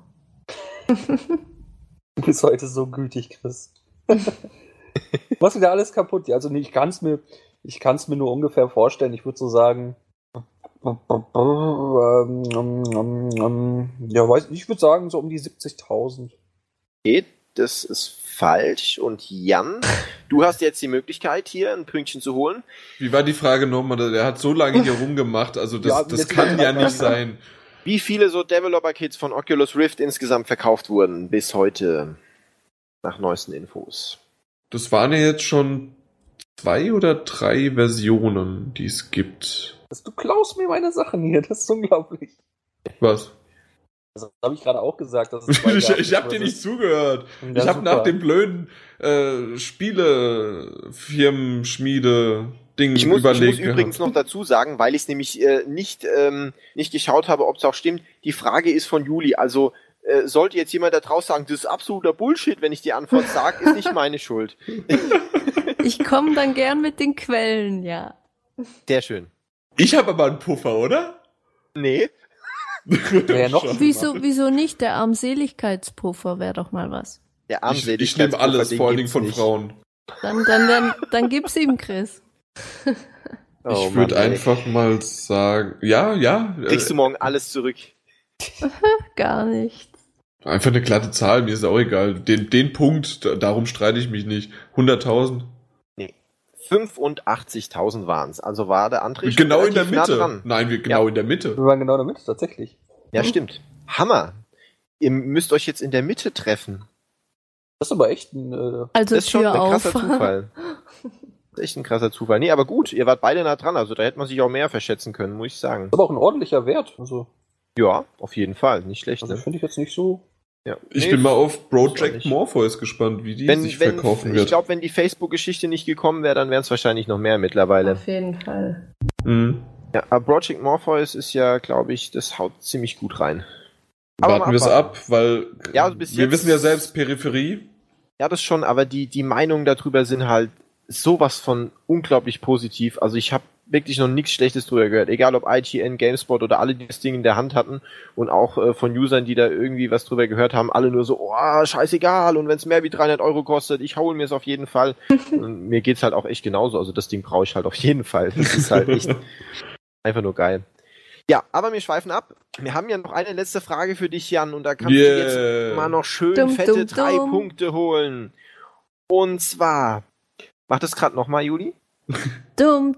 S4: Du bist heute so gütig, Chris. Was wieder alles kaputt? Ja, also nee, ich kann es mir nur ungefähr vorstellen. Ich würde so sagen, ja, ich würde sagen so um die 70.000.
S3: Okay, das ist falsch. Und Jan, du hast jetzt die Möglichkeit, hier ein Pünktchen zu holen.
S1: Wie war die Frage nochmal? Der hat so lange hier rumgemacht, also das kann ja nicht sein.
S3: Wie viele so Developer-Kits von Oculus Rift insgesamt verkauft wurden bis heute, nach neuesten Infos?
S1: Das waren ja jetzt schon 2 oder 3 Versionen, die es gibt.
S4: Du klaust mir meine Sachen hier, das ist unglaublich.
S1: Was?
S4: Das habe ich gerade auch gesagt. Dass
S1: ich habe dir nicht zugehört. Ich habe nach dem blöden Spielefirmenschmiede-Ding überlegt.
S3: Ich muss übrigens noch dazu sagen, weil ich es nämlich nicht geschaut habe, ob es auch stimmt. Die Frage ist von Juli. Also sollte jetzt jemand da draußen sagen, das ist absoluter Bullshit, wenn ich die Antwort sage, ist nicht meine Schuld.
S2: Ich komme dann gern mit den Quellen, ja.
S3: Sehr schön.
S1: Ich habe aber einen Puffer, oder?
S3: Nee.
S4: Ja, noch
S2: Wieso nicht? Der Armseligkeitspuffer wäre doch mal was.
S3: Der
S1: Ich nehme alles, vor allen Dingen von Frauen.
S2: Dann gib's ihm, Chris.
S1: Ich würde einfach mal sagen, ja.
S3: Kriegst du morgen alles zurück?
S2: Gar nicht.
S1: Einfach eine glatte Zahl, mir ist auch egal. Den Punkt, darum streite ich mich nicht. 100.000?
S3: Nee. 85.000 waren es. Also war der André
S1: genau in der
S3: nah
S1: Mitte.
S3: dran.
S1: Nein, genau in der Mitte.
S4: Wir waren genau in der Mitte, tatsächlich.
S3: Ja, stimmt. Hammer. Ihr müsst euch jetzt in der Mitte treffen.
S4: Das ist aber echt ein...
S2: Also
S3: das ist schon
S2: Tür
S3: ein
S2: auf.
S3: krasser Zufall. Das ist echt ein krasser Zufall. Nee, aber gut, ihr wart beide nah dran. Also da hätte man sich auch mehr verschätzen können, muss ich sagen.
S4: Das ist aber auch ein ordentlicher Wert. Also
S3: Ja, auf jeden Fall. Nicht schlecht. Ne?
S4: finde ich jetzt nicht so...
S3: Ja.
S1: Ich bin mal auf Project Morpheus gespannt, wie die sich verkaufen wird.
S3: Ich glaube, wenn die Facebook-Geschichte nicht gekommen wäre, dann wären es wahrscheinlich noch mehr mittlerweile.
S2: Auf jeden Fall.
S1: Mhm.
S3: Ja, aber Project Morpheus ist ja, glaube ich, das haut ziemlich gut rein.
S1: Warten wir es ab, weil
S3: ja, also bis
S1: wir
S3: jetzt,
S1: wissen ja selbst Peripherie.
S3: Ja, das schon, aber die Meinungen darüber sind halt sowas von unglaublich positiv. Also ich habe wirklich noch nichts Schlechtes drüber gehört. Egal ob IGN, GameSpot oder alle, die das Ding in der Hand hatten und auch von Usern, die da irgendwie was drüber gehört haben, alle nur so, oh, scheißegal und wenn es mehr wie 300 Euro kostet, ich hole mir es auf jeden Fall. Und mir geht's halt auch echt genauso. Also das Ding brauche ich halt auf jeden Fall. Das ist halt echt einfach nur geil. Ja, aber wir schweifen ab. Wir haben ja noch eine letzte Frage für dich, Jan, und da kannst du jetzt mal noch schön fette 3 Punkte holen. Und zwar, mach das gerade nochmal, Juli.
S2: Dumm.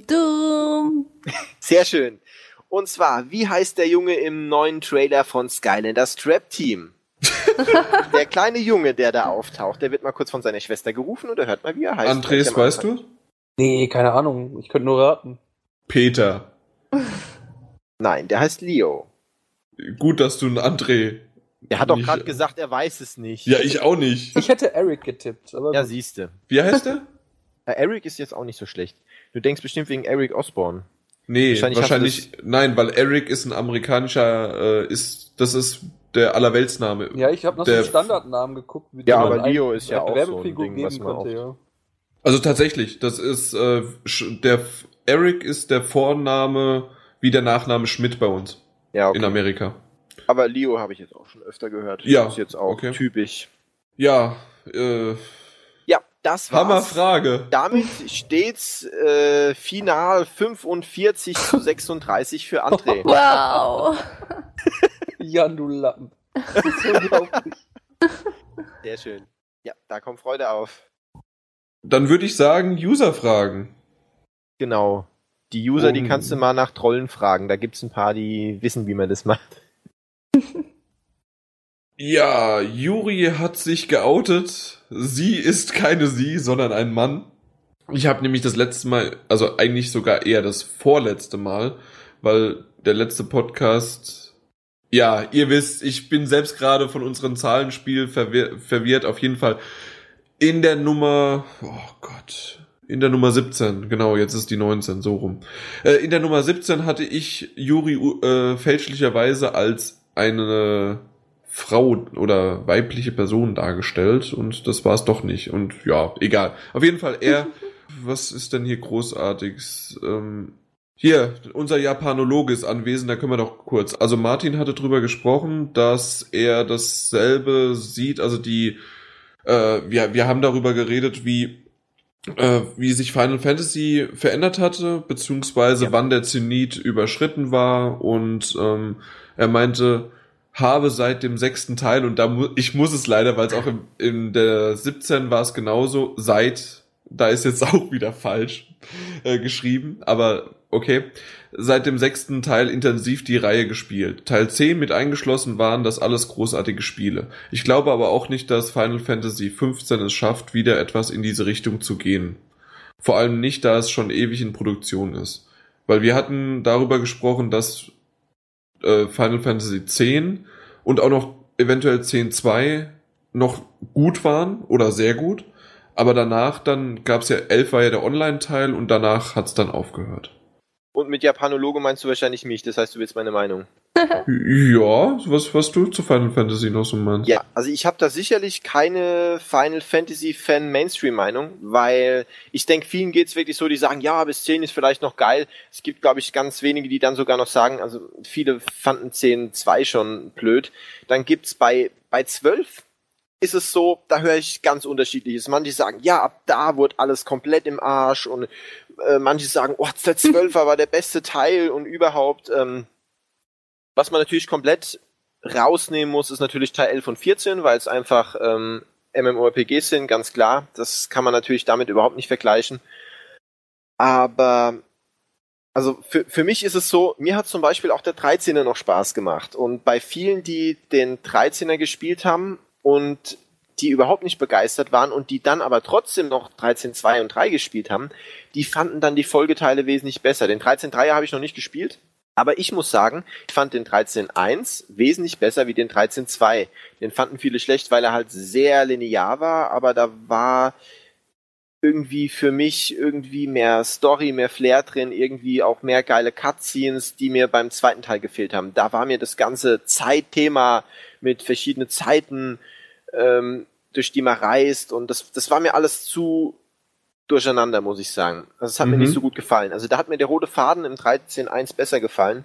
S3: Sehr schön. Und zwar, wie heißt der Junge im neuen Trailer von Skylanders Trap Team? Der kleine Junge, der da auftaucht, der wird mal kurz von seiner Schwester gerufen oder hört mal, wie er heißt.
S1: Andres, weißt du?
S4: Nee, keine Ahnung. Ich könnte nur raten.
S1: Peter.
S3: Nein, der heißt Leo.
S1: Gut, dass du einen André...
S3: Der hat doch gerade gesagt, er weiß es nicht.
S1: Ja, ich auch nicht.
S4: Ich hätte Eric getippt. Aber
S3: ja, siehste.
S1: Wie heißt der?
S3: Eric ist jetzt auch nicht so schlecht. Du denkst bestimmt wegen Eric Osborne.
S1: Nee, wahrscheinlich nein, weil Eric ist ein amerikanischer, das ist der Allerweltsname.
S4: Ja, ich habe nach so einem Standardnamen geguckt. Wie
S3: ja, aber Leo ist ja auch so ein Ding, was man
S4: könnte, ja.
S1: Also tatsächlich, das ist, der Eric ist der Vorname wie der Nachname Schmidt bei uns.
S3: Ja, okay.
S1: In Amerika.
S3: Aber Leo habe ich jetzt auch schon öfter gehört.
S1: Ja.
S3: Das ist jetzt auch typisch.
S1: Ja,
S3: ja, das war's.
S1: Hammerfrage.
S3: Damit steht's final 45-36 für André.
S2: Wow.
S4: Jan, du Lappen. Das ist unglaublich.
S3: Sehr schön. Ja, da kommt Freude auf.
S1: Dann würde ich sagen, User-Fragen.
S3: Genau. Die User, die kannst du mal nach Trollen fragen. Da gibt's ein paar, die wissen, wie man das macht.
S1: Ja, Juri hat sich geoutet. Sie ist keine sie, sondern ein Mann. Ich habe nämlich das letzte Mal, also eigentlich sogar eher das vorletzte Mal, weil der letzte Podcast, ja, ihr wisst, ich bin selbst gerade von unserem Zahlenspiel verwirrt, auf jeden Fall in der Nummer, in der Nummer 17, genau, jetzt ist die 19, so rum. In der Nummer 17 hatte ich Yuri fälschlicherweise als eine Frau oder weibliche Person dargestellt und das war es doch nicht. Und ja, egal. Auf jeden Fall was ist denn hier Großartiges? Hier, unser Japanologe ist anwesend, da können wir doch kurz. Also Martin hatte drüber gesprochen, dass er dasselbe sieht, also wir haben darüber geredet, wie sich Final Fantasy verändert hatte, beziehungsweise wann der Zenit überschritten war und er meinte, habe seit dem 6. Teil, und ich muss es leider, weil es auch in der 17 war es genauso, da ist jetzt auch wieder falsch geschrieben, aber okay, seit dem 6. Teil intensiv die Reihe gespielt. Teil 10 mit eingeschlossen waren das alles großartige Spiele. Ich glaube aber auch nicht, dass Final Fantasy 15 es schafft, wieder etwas in diese Richtung zu gehen. Vor allem nicht, da es schon ewig in Produktion ist. Weil wir hatten darüber gesprochen, dass Final Fantasy 10 und auch noch eventuell 10.2 noch gut waren oder sehr gut. Aber danach dann gab's ja 11 war ja der Online-Teil und danach hat's dann aufgehört.
S3: Und mit Japanologe meinst du wahrscheinlich mich, das heißt, du willst meine Meinung.
S1: Ja, was du zu Final Fantasy noch so meinst.
S3: Ja, also ich habe da sicherlich keine Final Fantasy Fan Mainstream Meinung, weil ich denke, vielen geht's wirklich so, die sagen, ja, bis 10 ist vielleicht noch geil. Es gibt, glaube ich, ganz wenige, die dann sogar noch sagen, also viele fanden 10.2 schon blöd. Dann gibt's bei 12 ist es so, da höre ich ganz Unterschiedliches. Manche sagen, ja, ab da wurde alles komplett im Arsch und manche sagen, oh, der 12er war der beste Teil und überhaupt. Was man natürlich komplett rausnehmen muss, ist natürlich Teil 11 und 14, weil es einfach MMORPGs sind, ganz klar. Das kann man natürlich damit überhaupt nicht vergleichen. Aber also für mich ist es so, mir hat zum Beispiel auch der 13er noch Spaß gemacht. Und bei vielen, die den 13er gespielt haben und die überhaupt nicht begeistert waren und die dann aber trotzdem noch 13.2 und 3 gespielt haben, die fanden dann die Folgeteile wesentlich besser. Den 13.3er habe ich noch nicht gespielt, aber ich muss sagen, ich fand den 13.1 wesentlich besser wie den 13.2. Den fanden viele schlecht, weil er halt sehr linear war, aber da war irgendwie für mich irgendwie mehr Story, mehr Flair drin, irgendwie auch mehr geile Cutscenes, die mir beim zweiten Teil gefehlt haben. Da war mir das ganze Zeitthema mit verschiedenen Zeiten, durch die man reist und das war mir alles zu durcheinander, muss ich sagen. Also es hat mir nicht so gut gefallen. Also da hat mir der rote Faden im 13.1 besser gefallen.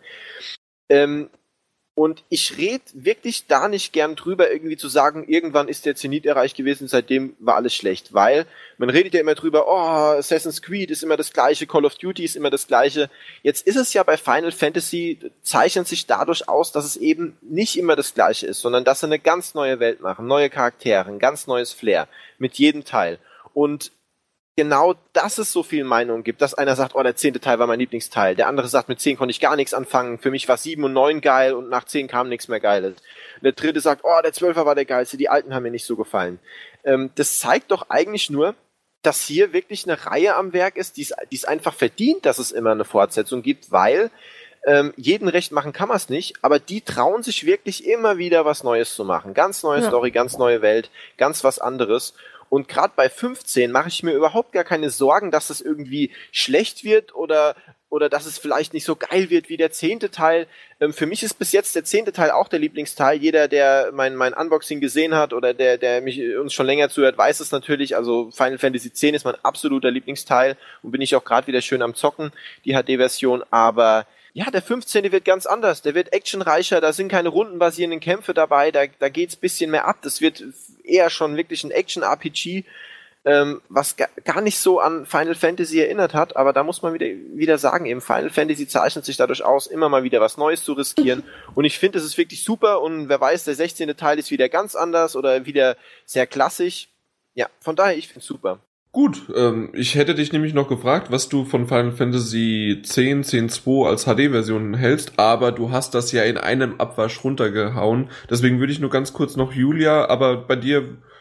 S3: Und ich rede wirklich da nicht gern drüber, irgendwie zu sagen, irgendwann ist der Zenit erreicht gewesen, seitdem war alles schlecht, weil man redet ja immer drüber, oh, Assassin's Creed ist immer das Gleiche, Call of Duty ist immer das Gleiche. Jetzt ist es ja bei Final Fantasy, zeichnet sich dadurch aus, dass es eben nicht immer das Gleiche ist, sondern dass sie eine ganz neue Welt machen, neue Charaktere, ein ganz neues Flair mit jedem Teil. Und genau, dass es so viel Meinung gibt, dass einer sagt, oh, der 10. Teil war mein Lieblingsteil. Der andere sagt, mit 10 konnte ich gar nichts anfangen. Für mich war 7 und 9 geil und nach 10 kam nichts mehr Geiles. Und der dritte sagt, oh, der 12er war der geilste, die alten haben mir nicht so gefallen. Das zeigt doch eigentlich nur, dass hier wirklich eine Reihe am Werk ist, die es einfach verdient, dass es immer eine Fortsetzung gibt, weil jeden recht machen kann man es nicht, aber die trauen sich wirklich immer wieder was Neues zu machen. Ganz neue Story, ganz neue Welt, ganz was anderes. Und gerade bei 15 mache ich mir überhaupt gar keine Sorgen, dass es irgendwie schlecht wird oder dass es vielleicht nicht so geil wird wie der 10. Teil. Für mich ist bis jetzt der 10. Teil auch der Lieblingsteil. Jeder, der mein Unboxing gesehen hat oder der uns schon länger zuhört, weiß es natürlich. Also Final Fantasy X ist mein absoluter Lieblingsteil und bin ich auch gerade wieder schön am Zocken, die HD-Version. Aber ja, der 15. wird ganz anders. Der wird actionreicher, da sind keine rundenbasierenden Kämpfe dabei, da geht's ein bisschen mehr ab. Das wird eher schon wirklich ein Action-RPG, was gar nicht so an Final Fantasy erinnert hat, aber da muss man wieder sagen, eben Final Fantasy zeichnet sich dadurch aus, immer mal wieder was Neues zu riskieren. Und ich finde, es ist wirklich super und wer weiß, der 16. Teil ist wieder ganz anders oder wieder sehr klassisch. Ja, von daher, ich finde es super.
S1: Gut, ich hätte dich nämlich noch gefragt, was du von Final Fantasy X, 10.2 als HD-Version hältst, aber du hast das ja in einem Abwasch runtergehauen. Deswegen würde ich nur ganz kurz noch Julia, aber bei dir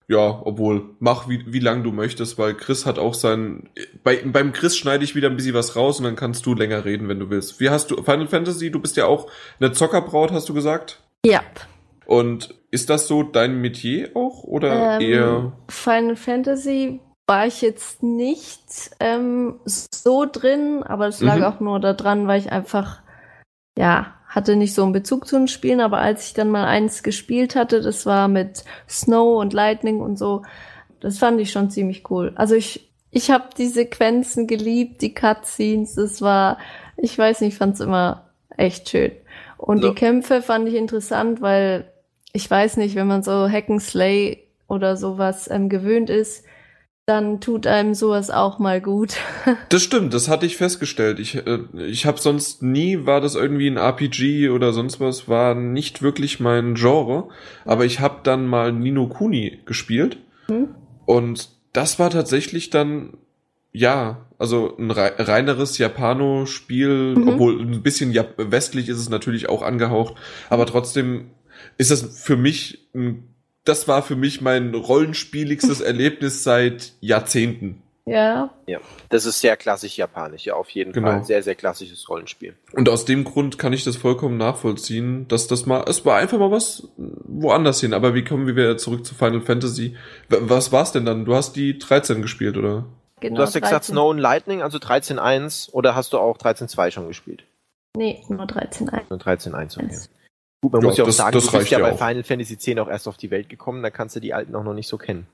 S1: Ja, obwohl, mach wie lang du möchtest, weil Chris hat auch beim Chris schneide ich wieder ein bisschen was raus und dann kannst du länger reden, wenn du willst. Wie hast du, Final Fantasy, du bist ja auch eine Zockerbraut, hast du gesagt?
S2: Ja.
S1: Und ist das so dein Metier auch, oder eher?
S2: Final Fantasy war ich jetzt nicht so drin, aber es lag auch nur daran, weil ich einfach, hatte nicht so einen Bezug zu den Spielen, aber als ich dann mal eins gespielt hatte, das war mit Snow und Lightning und so, das fand ich schon ziemlich cool. Also ich habe die Sequenzen geliebt, die Cutscenes, ich weiß nicht, ich fand's immer echt schön. Und die Kämpfe fand ich interessant, weil ich weiß nicht, wenn man so Hack and Slay oder sowas gewöhnt ist, dann tut einem sowas auch mal gut.
S1: Das stimmt, das hatte ich festgestellt. Ich habe sonst nie, war das irgendwie ein RPG oder sonst was, war nicht wirklich mein Genre. Aber ich habe dann mal Ni no Kuni gespielt. Und das war tatsächlich dann, also ein reineres Japano-Spiel, obwohl ein bisschen westlich ist es natürlich auch angehaucht. Aber trotzdem ist das für mich das war für mich mein rollenspieligstes Erlebnis seit Jahrzehnten.
S2: Ja.
S3: Ja, das ist sehr klassisch japanisch, ja, auf jeden Fall. Ein sehr, sehr klassisches Rollenspiel.
S1: Und aus dem Grund kann ich das vollkommen nachvollziehen, dass es war einfach mal was woanders hin. Aber wie kommen wir wieder zurück zu Final Fantasy? Was war's denn dann? Du hast die 13 gespielt, oder?
S2: Genau,
S3: du hast ja
S2: 13.
S3: gesagt Snow and Lightning, also 13.1, oder hast du auch 13.2 schon gespielt?
S2: Nee, nur 13.1.
S3: Nur 13.1, okay. Gut, man muss ja auch sagen, du bist ja bei Final Fantasy X auch erst auf die Welt gekommen, da kannst du die alten auch noch nicht so kennen.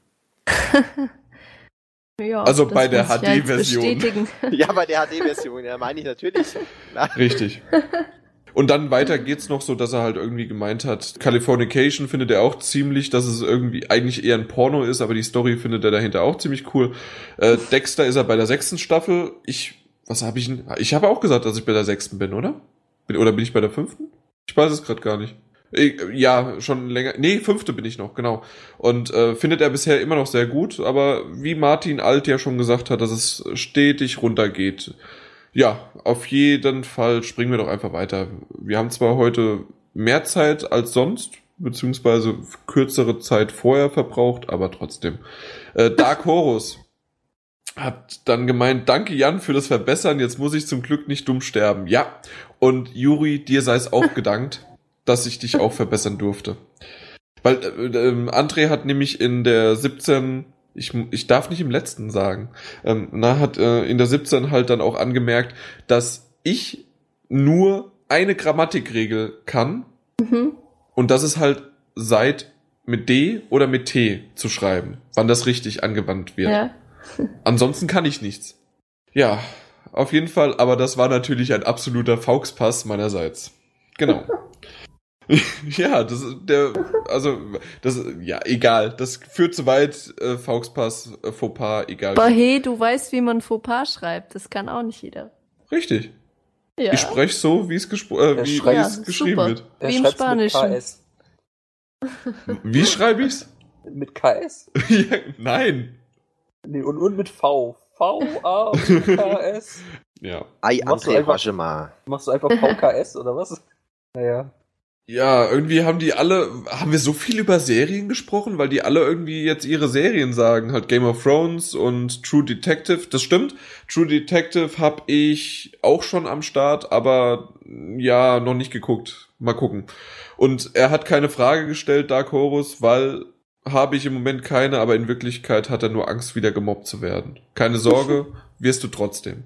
S2: Ja,
S1: also bei der HD-Version.
S3: Ja, bei der HD-Version, ja, meine ich natürlich.
S1: Richtig. Und dann weiter geht's noch so, dass er halt irgendwie gemeint hat, Californication findet er auch ziemlich, dass es irgendwie eigentlich eher ein Porno ist, aber die Story findet er dahinter auch ziemlich cool. Dexter ist er bei der 6. Staffel. Ich habe auch gesagt, dass ich bei der 6. bin, oder? Oder bin ich bei der 5.? Ich weiß es gerade gar nicht. Ja, schon länger. Nee, 5. bin ich noch, genau. Und findet er bisher immer noch sehr gut, aber wie Martin Alt ja schon gesagt hat, dass es stetig runtergeht. Ja, auf jeden Fall springen wir doch einfach weiter. Wir haben zwar heute mehr Zeit als sonst, beziehungsweise kürzere Zeit vorher verbraucht, aber trotzdem. Dark Horus hat dann gemeint, danke Jan für das Verbessern, jetzt muss ich zum Glück nicht dumm sterben. Ja, und Juri, dir sei es auch gedankt, dass ich dich auch verbessern durfte. Weil André hat nämlich in der 17, ich darf nicht im letzten sagen, hat in der 17 halt dann auch angemerkt, dass ich nur eine Grammatikregel kann und das ist halt seit mit D oder mit T zu schreiben, wann das richtig angewandt wird. Ja. Ansonsten kann ich nichts. Ja, auf jeden Fall, aber das war natürlich ein absoluter Fauxpass meinerseits. Genau. Ja, egal. Das führt zu weit, Fauxpass, Fauxpas, egal.
S2: Aber hey, du weißt, wie man Fauxpas schreibt. Das kann auch nicht jeder.
S1: Richtig.
S2: Ja.
S1: Ich spreche so, wie es geschrieben wird.
S2: Wie im Spanischen.
S1: Wie schreibe ich's?
S4: Mit KS?
S1: Ja, nein.
S4: Nee, und mit V. V-A-U-K-S.
S1: Ja.
S4: Machst du einfach VKS oder was? Naja.
S1: Ja, irgendwie haben wir so viel über Serien gesprochen, weil die alle irgendwie jetzt ihre Serien sagen, halt Game of Thrones und True Detective, das stimmt. True Detective habe ich auch schon am Start, aber ja, noch nicht geguckt. Mal gucken. Und er hat keine Frage gestellt, Dark Horus, weil habe ich im Moment keine, aber in Wirklichkeit hat er nur Angst, wieder gemobbt zu werden. Keine Sorge, wirst du trotzdem.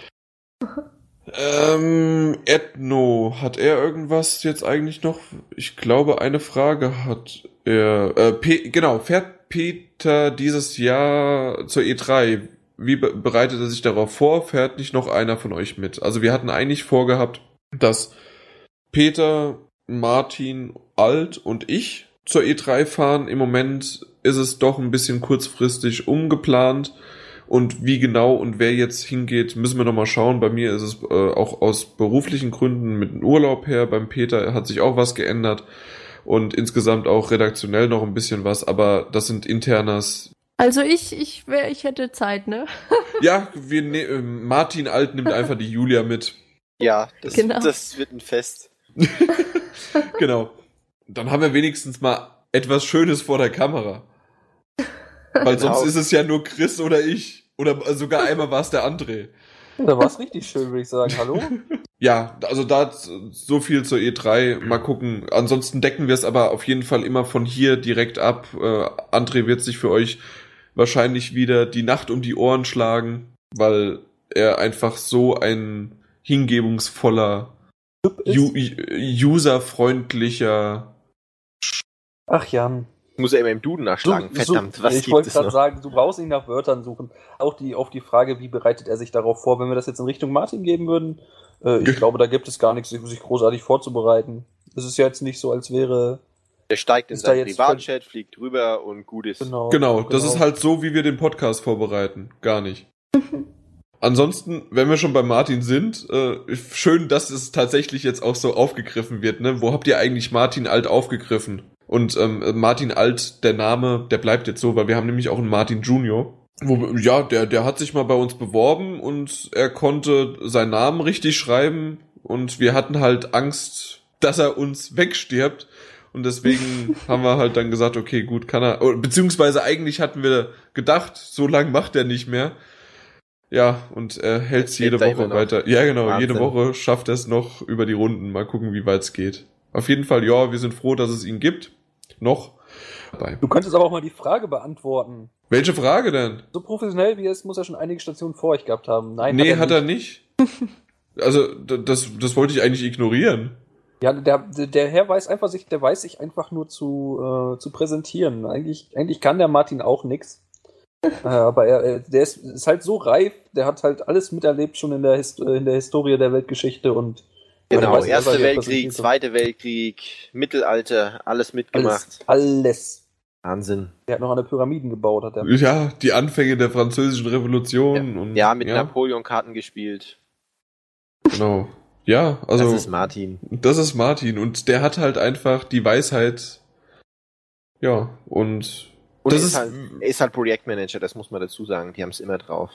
S1: Ethno, hat er irgendwas jetzt eigentlich noch? Ich glaube, eine Frage hat er. Fährt Peter dieses Jahr zur E3? Wie bereitet er sich darauf vor? Fährt nicht noch einer von euch mit? Also wir hatten eigentlich vorgehabt, dass Peter, Martin, Alt und ich zur E3 fahren. Im Moment ist es doch ein bisschen kurzfristig umgeplant. Und wie genau und wer jetzt hingeht, müssen wir nochmal schauen. Bei mir ist es auch aus beruflichen Gründen mit dem Urlaub her. Beim Peter hat sich auch was geändert. Und insgesamt auch redaktionell noch ein bisschen was. Aber das sind Internas.
S2: Also ich hätte Zeit, ne?
S1: Ja, Martin Alt nimmt einfach die Julia mit.
S3: Ja, das wird ein Fest.
S1: Genau. Dann haben wir wenigstens mal etwas Schönes vor der Kamera. Weil
S3: Genau.
S1: sonst ist es ja nur Chris oder ich. Oder sogar einmal war es der André.
S4: Ja, da war es richtig schön, würde ich sagen. Hallo?
S1: Ja, also da so viel zur E3. Mal gucken. Ansonsten decken wir es aber auf jeden Fall immer von hier direkt ab. André wird sich für euch wahrscheinlich wieder die Nacht um die Ohren schlagen, weil er einfach so ein hingebungsvoller, userfreundlicher...
S4: Ach Jan.
S3: Muss er immer im Duden nachschlagen. Verdammt, was
S4: ich
S3: gibt
S4: wollte
S3: es
S4: gerade
S3: noch?
S4: sagen, du brauchst nicht nach Wörtern suchen. Auch auf die Frage, wie bereitet er sich darauf vor, wenn wir das jetzt in Richtung Martin geben würden, ich glaube, da gibt es gar nichts, sich großartig vorzubereiten. Es ist ja jetzt nicht so, als wäre...
S3: Der steigt in
S4: Ist da
S3: seinen
S4: jetzt
S3: Privatchat, fliegt rüber und gut ist.
S1: Genau, das ist halt so, wie wir den Podcast vorbereiten. Gar nicht. Ansonsten, wenn wir schon bei Martin sind, schön, dass es tatsächlich jetzt auch so aufgegriffen wird, ne? Wo habt ihr eigentlich Martin Alt aufgegriffen? Und Martin Alt, der Name, der bleibt jetzt so, weil wir haben nämlich auch einen Martin Junior. Der hat sich mal bei uns beworben und er konnte seinen Namen richtig schreiben und wir hatten halt Angst, dass er uns wegstirbt. Und deswegen haben wir halt dann gesagt, okay, gut, kann er, beziehungsweise eigentlich hatten wir gedacht, so lang macht er nicht mehr. Ja, und er hält es jede
S3: lebt er
S1: Woche
S3: immer noch.
S1: weiter. Ja, genau,
S3: Wahnsinn.
S1: jede Woche schafft er es noch über die Runden. Mal gucken, wie weit es geht. Auf jeden Fall, ja, wir sind froh, dass es ihn gibt. Noch. Dabei.
S4: Du könntest aber auch mal die Frage beantworten.
S1: Welche Frage denn?
S4: So professionell wie er ist, muss er schon einige Stationen vor euch gehabt haben. Nein,
S1: Nee, hat er nicht. Also, das wollte ich eigentlich ignorieren.
S4: Ja, der Herr weiß sich einfach nur zu präsentieren. Eigentlich kann der Martin auch nix. Aber der ist halt so reif, der hat halt alles miterlebt schon in der Historie der Weltgeschichte und
S3: Genau,
S4: weiß,
S3: Erster
S4: was er
S3: Weltkrieg,
S4: präsentiert.
S3: Zweiter Weltkrieg, Mittelalter, alles mitgemacht.
S4: Alles.
S3: Wahnsinn.
S4: Der hat noch an der Pyramiden gebaut, hat er.
S1: Ja, die Anfänge der Französischen Revolution. Und,
S3: Ja, mit Napoleon-Karten gespielt.
S1: Genau. Ja, also.
S3: Das ist Martin.
S1: Das ist Martin und der hat halt einfach die Weisheit. Ja, und
S3: Und
S1: das
S3: er ist halt Projektmanager, das muss man dazu sagen. Die haben es immer drauf.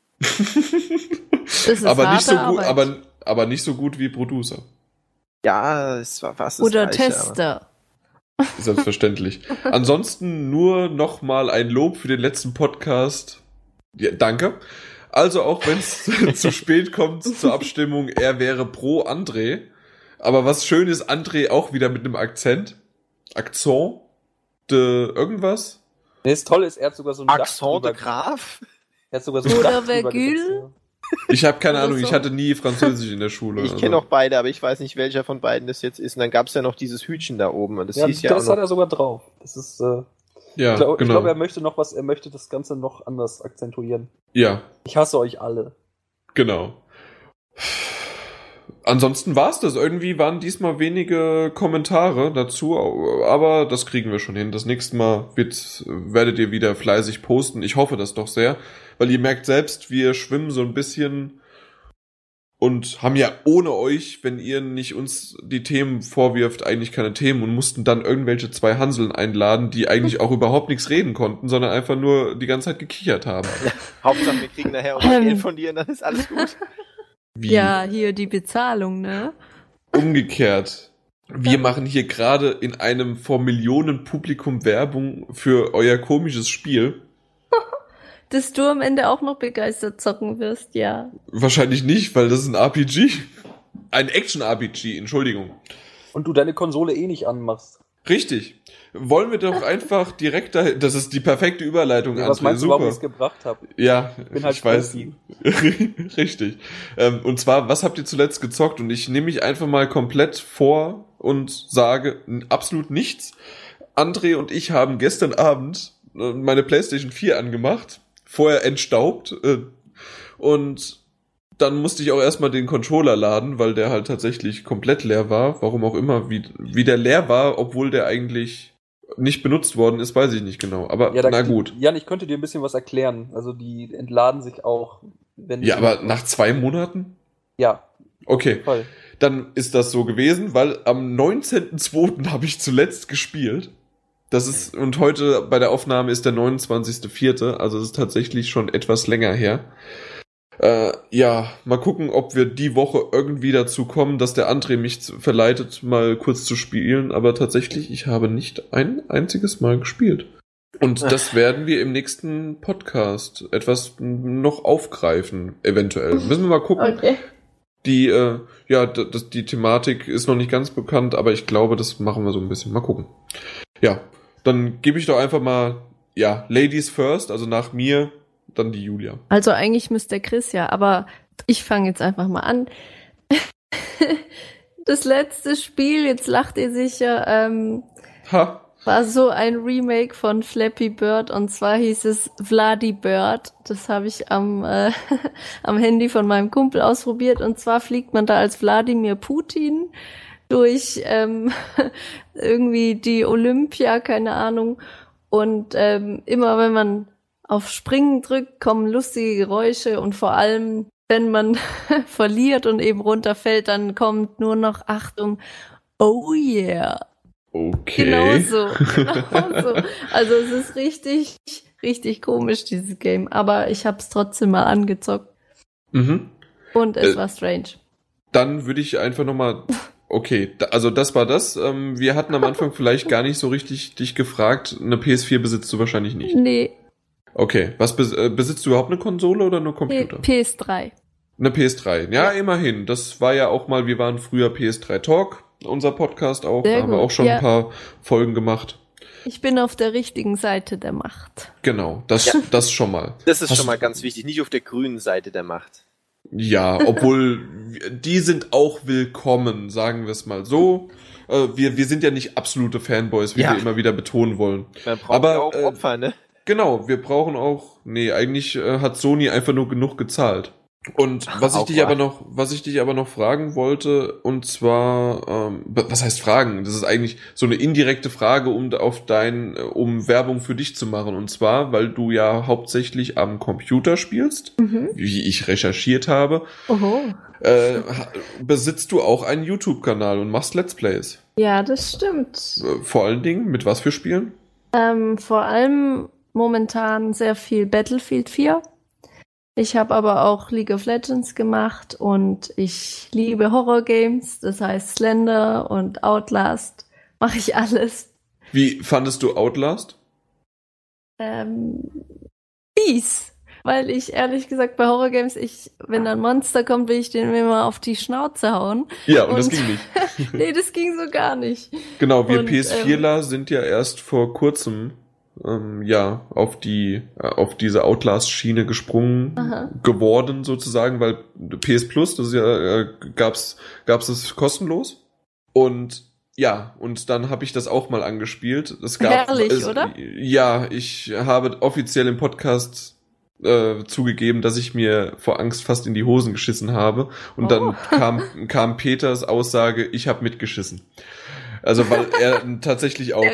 S2: Das ist
S1: aber nicht so
S2: harte
S1: gut,
S2: Arbeit.
S1: aber nicht so gut wie Producer.
S3: Ja, es war fast das
S2: Oder
S3: Gleiche,
S2: Tester.
S1: Selbstverständlich. Ansonsten nur noch mal ein Lob für den letzten Podcast. Ja, danke. Also auch wenn es zu spät kommt zur Abstimmung, er wäre pro André. Aber was schön ist, André auch wieder mit einem Akzent. Akzent de irgendwas.
S4: Nee, das Tolle ist, er hat sogar so ein
S3: Accent de
S4: drüber-
S3: Graf?
S4: Er hat sogar so ein
S2: Oder
S4: Dach drüber
S2: Vergül?
S4: gesetzt,
S1: Ich habe keine
S2: Oder
S1: Ahnung,
S2: so.
S1: ich hatte nie Französisch in der Schule.
S3: Ich kenne auch beide, aber ich weiß nicht, welcher von beiden das jetzt ist. Und dann gab es ja noch dieses Hütchen da oben. Und das
S4: Ja,
S3: hieß ja auch
S4: das hat
S3: noch.
S4: er sogar drauf. Das ist,
S1: Ja,
S4: ich glaube,
S1: genau.
S4: er möchte noch was, er möchte das Ganze noch anders akzentuieren.
S1: Ja,
S4: Ich hasse euch alle.
S1: genau. Ansonsten war's das. Irgendwie waren diesmal wenige Kommentare dazu, aber das kriegen wir schon hin. Das nächste Mal werdet ihr wieder fleißig posten. Ich hoffe das doch sehr, weil ihr merkt selbst, wir schwimmen so ein bisschen und haben ja ohne euch, wenn ihr nicht uns die Themen vorwirft, eigentlich keine Themen und mussten dann irgendwelche zwei Hanseln einladen, die eigentlich auch überhaupt nichts reden konnten, sondern einfach nur die ganze Zeit gekichert haben.
S3: Hauptsache, wir kriegen nachher unser Geld von dir und dann ist alles gut.
S1: Wie
S2: Ja, hier die Bezahlung, ne?
S1: umgekehrt. Wir machen hier gerade in einem vor Millionen Publikum Werbung für euer komisches Spiel.
S2: Dass du am Ende auch noch begeistert zocken wirst, ja.
S1: Wahrscheinlich nicht, weil das ist ein RPG. Ein Action-RPG, Entschuldigung.
S4: Und du deine Konsole eh nicht anmachst.
S1: Richtig. Wollen wir doch einfach direkt dahin. Das ist die perfekte Überleitung,
S4: Was
S1: André.
S4: meinst du, warum ich es
S1: Super.
S4: gebracht habe?
S1: Ja,
S4: bin halt
S1: ich weiß.
S4: Profi.
S1: Richtig. Und zwar, was habt ihr zuletzt gezockt? Und ich nehme mich einfach mal komplett vor und sage absolut nichts. André und ich haben gestern Abend meine PlayStation 4 angemacht, vorher entstaubt und dann musste ich auch erstmal den Controller laden, weil der halt tatsächlich komplett leer war. Warum auch immer, wie der leer war, obwohl der eigentlich nicht benutzt worden ist, weiß ich nicht genau. Aber
S4: Ja,
S1: na gut.
S4: Jan, ich könnte dir ein bisschen was erklären. Also die entladen sich auch, wenn
S1: Ja, aber nach 2 Monaten?
S4: Ja,
S1: Okay,
S4: voll.
S1: dann ist das so gewesen, weil am 19.02. habe ich zuletzt gespielt. Das ist, und heute bei der Aufnahme ist der 29.04., also es ist tatsächlich schon etwas länger her. Ja, mal gucken, ob wir die Woche irgendwie dazu kommen, dass der André mich verleitet, mal kurz zu spielen, aber tatsächlich, ich habe nicht ein einziges Mal gespielt. Und das werden wir im nächsten Podcast etwas noch aufgreifen, eventuell. Müssen wir mal gucken.
S2: Okay.
S1: Die, die Thematik ist noch nicht ganz bekannt, aber ich glaube, das machen wir so ein bisschen. Mal gucken. Ja, dann gebe ich doch einfach mal, Ladies first, also nach mir, dann die Julia.
S2: Also eigentlich müsste der Chris ja, aber ich fange jetzt einfach mal an. Das letzte Spiel, jetzt lacht ihr sicher, war so ein Remake von Flappy Bird und zwar hieß es Vladi Bird. Das habe ich am Handy von meinem Kumpel ausprobiert und zwar fliegt man da als Wladimir Putin durch irgendwie die Olympia, keine Ahnung. Und immer wenn man auf Springen drückt, kommen lustige Geräusche und vor allem, wenn man verliert und eben runterfällt, dann kommt nur noch Achtung, oh yeah.
S1: Okay.
S2: Genau so. Also es ist richtig, richtig komisch, dieses Game. Aber ich habe es trotzdem mal angezockt.
S1: Mhm.
S2: Und es war strange.
S1: Dann würde ich einfach nochmal... Okay, also das war das. Wir hatten am Anfang vielleicht gar nicht so richtig dich gefragt. Eine PS4 besitzt du wahrscheinlich nicht.
S2: Nee.
S1: Okay, was besitzt du überhaupt eine Konsole oder nur Computer?
S2: PS3.
S1: Eine PS3. Ja, immerhin. Das war ja auch mal, wir waren früher PS3 Talk, unser Podcast auch.
S2: Sehr
S1: Da haben wir
S2: gut,
S1: auch schon ein paar Folgen gemacht.
S2: Ich bin auf der richtigen Seite der Macht.
S1: Genau, das schon mal.
S3: Das ist schon mal ganz wichtig, nicht auf der grünen Seite der Macht.
S1: Ja, obwohl die sind auch willkommen, sagen wir es mal so. Wir sind ja nicht absolute Fanboys, wie wir immer wieder betonen wollen.
S3: Man braucht ja auch Opfer, ne?
S1: Genau, wir brauchen auch... Nee, eigentlich hat Sony einfach nur genug gezahlt. Und was ich dich aber noch fragen wollte, und zwar, was heißt fragen? Das ist eigentlich so eine indirekte Frage, um Werbung für dich zu machen. Und zwar, weil du ja hauptsächlich am Computer spielst, wie ich recherchiert habe.
S2: Oho.
S1: Besitzt du auch einen YouTube-Kanal und machst Let's Plays?
S2: Ja, das stimmt.
S1: Vor allen Dingen, mit was für Spielen?
S2: Vor allem momentan sehr viel Battlefield 4. Ich habe aber auch League of Legends gemacht und ich liebe Horror-Games, das heißt Slender und Outlast, mache ich alles.
S1: Wie fandest du Outlast?
S2: Fies, weil ich ehrlich gesagt bei Horror-Games, wenn da ein Monster kommt, will ich den immer auf die Schnauze hauen.
S1: Ja, und das ging nicht.
S2: Nee, das ging so gar nicht.
S1: Genau, wir PS4ler sind ja erst vor kurzem auf diese Outlast-Schiene gesprungen geworden, sozusagen, weil PS Plus, das ist ja, gab's das kostenlos. Und dann habe ich das auch mal angespielt.
S2: Herrlich, oder?
S1: Ja, ich habe offiziell im Podcast zugegeben, dass ich mir vor Angst fast in die Hosen geschissen habe. Und dann kam Peters Aussage, ich habe mitgeschissen. Also weil er tatsächlich auch,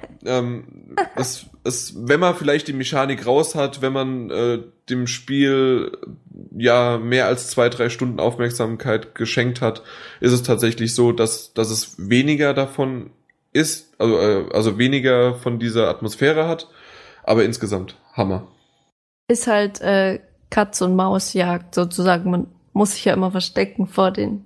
S1: wenn man vielleicht die Mechanik raus hat, wenn man dem Spiel mehr als 2-3 Stunden Aufmerksamkeit geschenkt hat, ist es tatsächlich so, dass es weniger davon ist, also weniger von dieser Atmosphäre hat, aber insgesamt Hammer.
S2: Ist halt Katz- und Mausjagd sozusagen, man muss sich ja immer verstecken vor den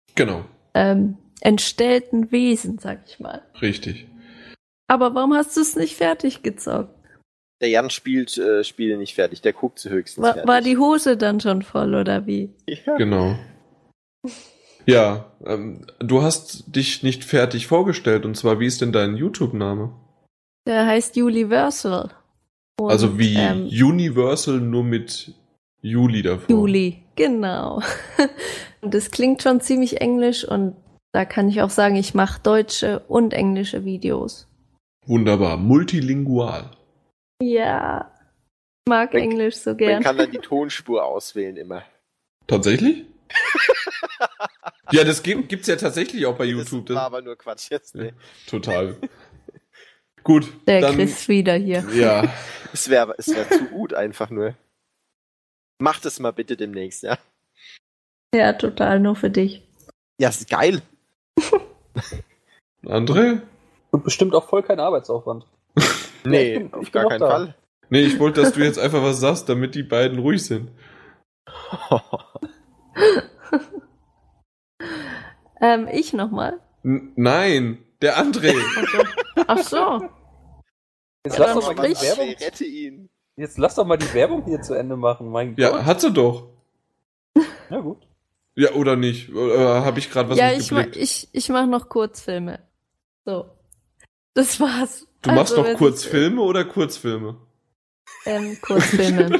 S2: entstellten Wesen, sag ich mal.
S1: Richtig.
S2: Aber warum hast du es nicht fertig gezockt?
S3: Der Jan spielt Spiele nicht fertig, der guckt sie höchstens fertig.
S2: War die Hose dann schon voll, oder wie?
S3: Ja.
S1: Genau. Ja, du hast dich nicht fertig vorgestellt, und zwar, wie ist denn dein YouTube-Name?
S2: Der heißt Universal. Und,
S1: also wie Universal, nur mit Juli davor.
S2: Juli, genau. Und das klingt schon ziemlich englisch und da kann ich auch sagen, ich mache deutsche und englische Videos.
S1: Wunderbar, multilingual.
S2: Ja, ich mag Englisch so gern.
S3: Man kann dann die Tonspur auswählen immer.
S1: Tatsächlich? Ja, das gibt's ja tatsächlich auch bei YouTube.
S3: Das war aber nur Quatsch jetzt. Ne?
S1: Total. Gut.
S2: Der dann, Chris wieder hier.
S1: Ja.
S3: Es wäre zu gut einfach nur. Mach das mal bitte demnächst, ja?
S2: Ja, total, nur für dich.
S3: Ja, ist geil.
S1: André?
S4: Und bestimmt auch voll kein Arbeitsaufwand.
S3: Nee, auf gar keinen Fall.
S1: Nee, ich wollte, dass du jetzt einfach was sagst, damit die beiden ruhig sind.
S2: Ich nochmal?
S1: Nein, der André.
S2: Ach so.
S4: Jetzt
S2: Ja,
S4: lass
S2: dann
S4: doch mal die
S2: sprich.
S4: Werbung.
S3: Rette ihn.
S4: Jetzt lass doch mal die Werbung hier zu Ende machen, mein
S1: Ja,
S4: Gott.
S1: hat sie doch.
S4: Ja, gut.
S1: Ja, oder nicht? Habe ich gerade was
S2: Ja,
S1: nicht geblickt?
S2: ich mache noch Kurzfilme. So. Das war's.
S1: Du machst
S2: Also,
S1: noch
S2: wenn
S1: Kurzfilme oder Kurzfilme?
S2: Kurzfilme.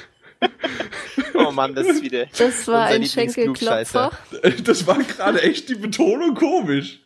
S3: Oh Mann, das ist wieder
S2: Das war
S3: unser
S2: ein
S3: Lieblingsklugscheißer.
S2: Schenkelklopfer.
S1: Das war gerade echt die Betonung komisch.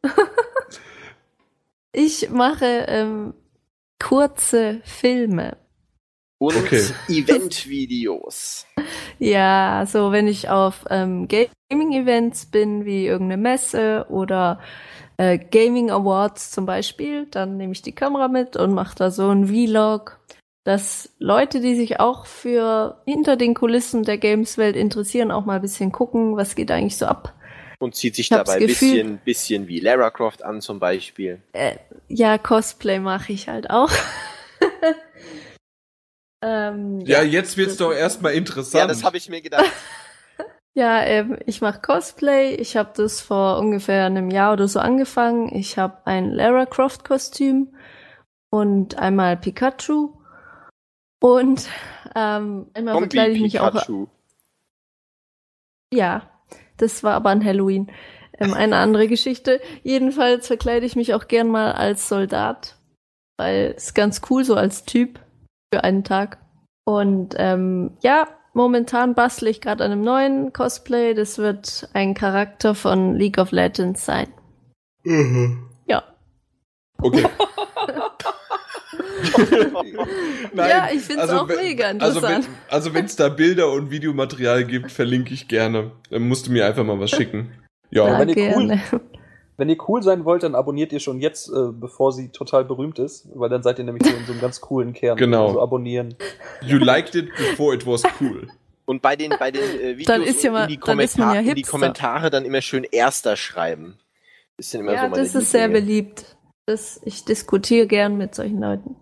S2: Ich mache kurze Filme.
S3: Und
S1: Okay.
S3: Eventvideos.
S2: Ja, so wenn ich auf Gaming-Events bin, wie irgendeine Messe oder Gaming Awards zum Beispiel, dann nehme ich die Kamera mit und mache da so einen Vlog, dass Leute, die sich auch für hinter den Kulissen der Games-Welt interessieren, auch mal ein bisschen gucken, was geht eigentlich so ab.
S3: Und zieht sich
S2: Ich hab's
S3: dabei ein
S2: Gefühl-
S3: bisschen wie Lara Croft an zum Beispiel.
S2: Ja, Cosplay mache ich halt auch.
S1: Ja, jetzt wird's doch erstmal interessant.
S3: Ja, das habe ich mir gedacht.
S2: Ja, ich mache Cosplay. Ich habe das vor ungefähr einem Jahr oder so angefangen. Ich habe ein Lara Croft Kostüm und einmal Pikachu. Und einmal verkleide ich mich auch.
S3: Pikachu.
S2: Ja, das war aber an Halloween. Eine andere Geschichte. Jedenfalls verkleide ich mich auch gern mal als Soldat, weil es ganz cool so als Typ für einen Tag. Und ja, momentan bastle ich gerade an einem neuen Cosplay. Das wird ein Charakter von League of Legends sein. Ja.
S1: Okay. Nein,
S2: Ja, ich find's auch
S1: wenn-
S2: mega interessant.
S1: Also wenn es da Bilder und Videomaterial gibt, verlinke ich gerne. Dann musst du mir einfach mal was schicken. Ja.
S2: Ja,
S4: wenn ihr
S2: gerne.
S4: Wenn ihr cool sein wollt, dann abonniert ihr schon jetzt, bevor sie total berühmt ist, weil dann seid ihr nämlich so in so einem ganz coolen Kern.
S1: Genau.
S4: Also abonnieren.
S1: You liked it before it was cool.
S3: Und bei den Videos
S2: Dann ist ja mal-
S3: in
S2: dann ist man ja
S3: in die
S2: Hipster.
S3: Kommentare dann immer schön Erster schreiben. Das sind immer
S2: Ja,
S3: so meine
S2: das ist sehr
S3: Lieblinge.
S2: beliebt. Ich diskutiere gern mit solchen Leuten.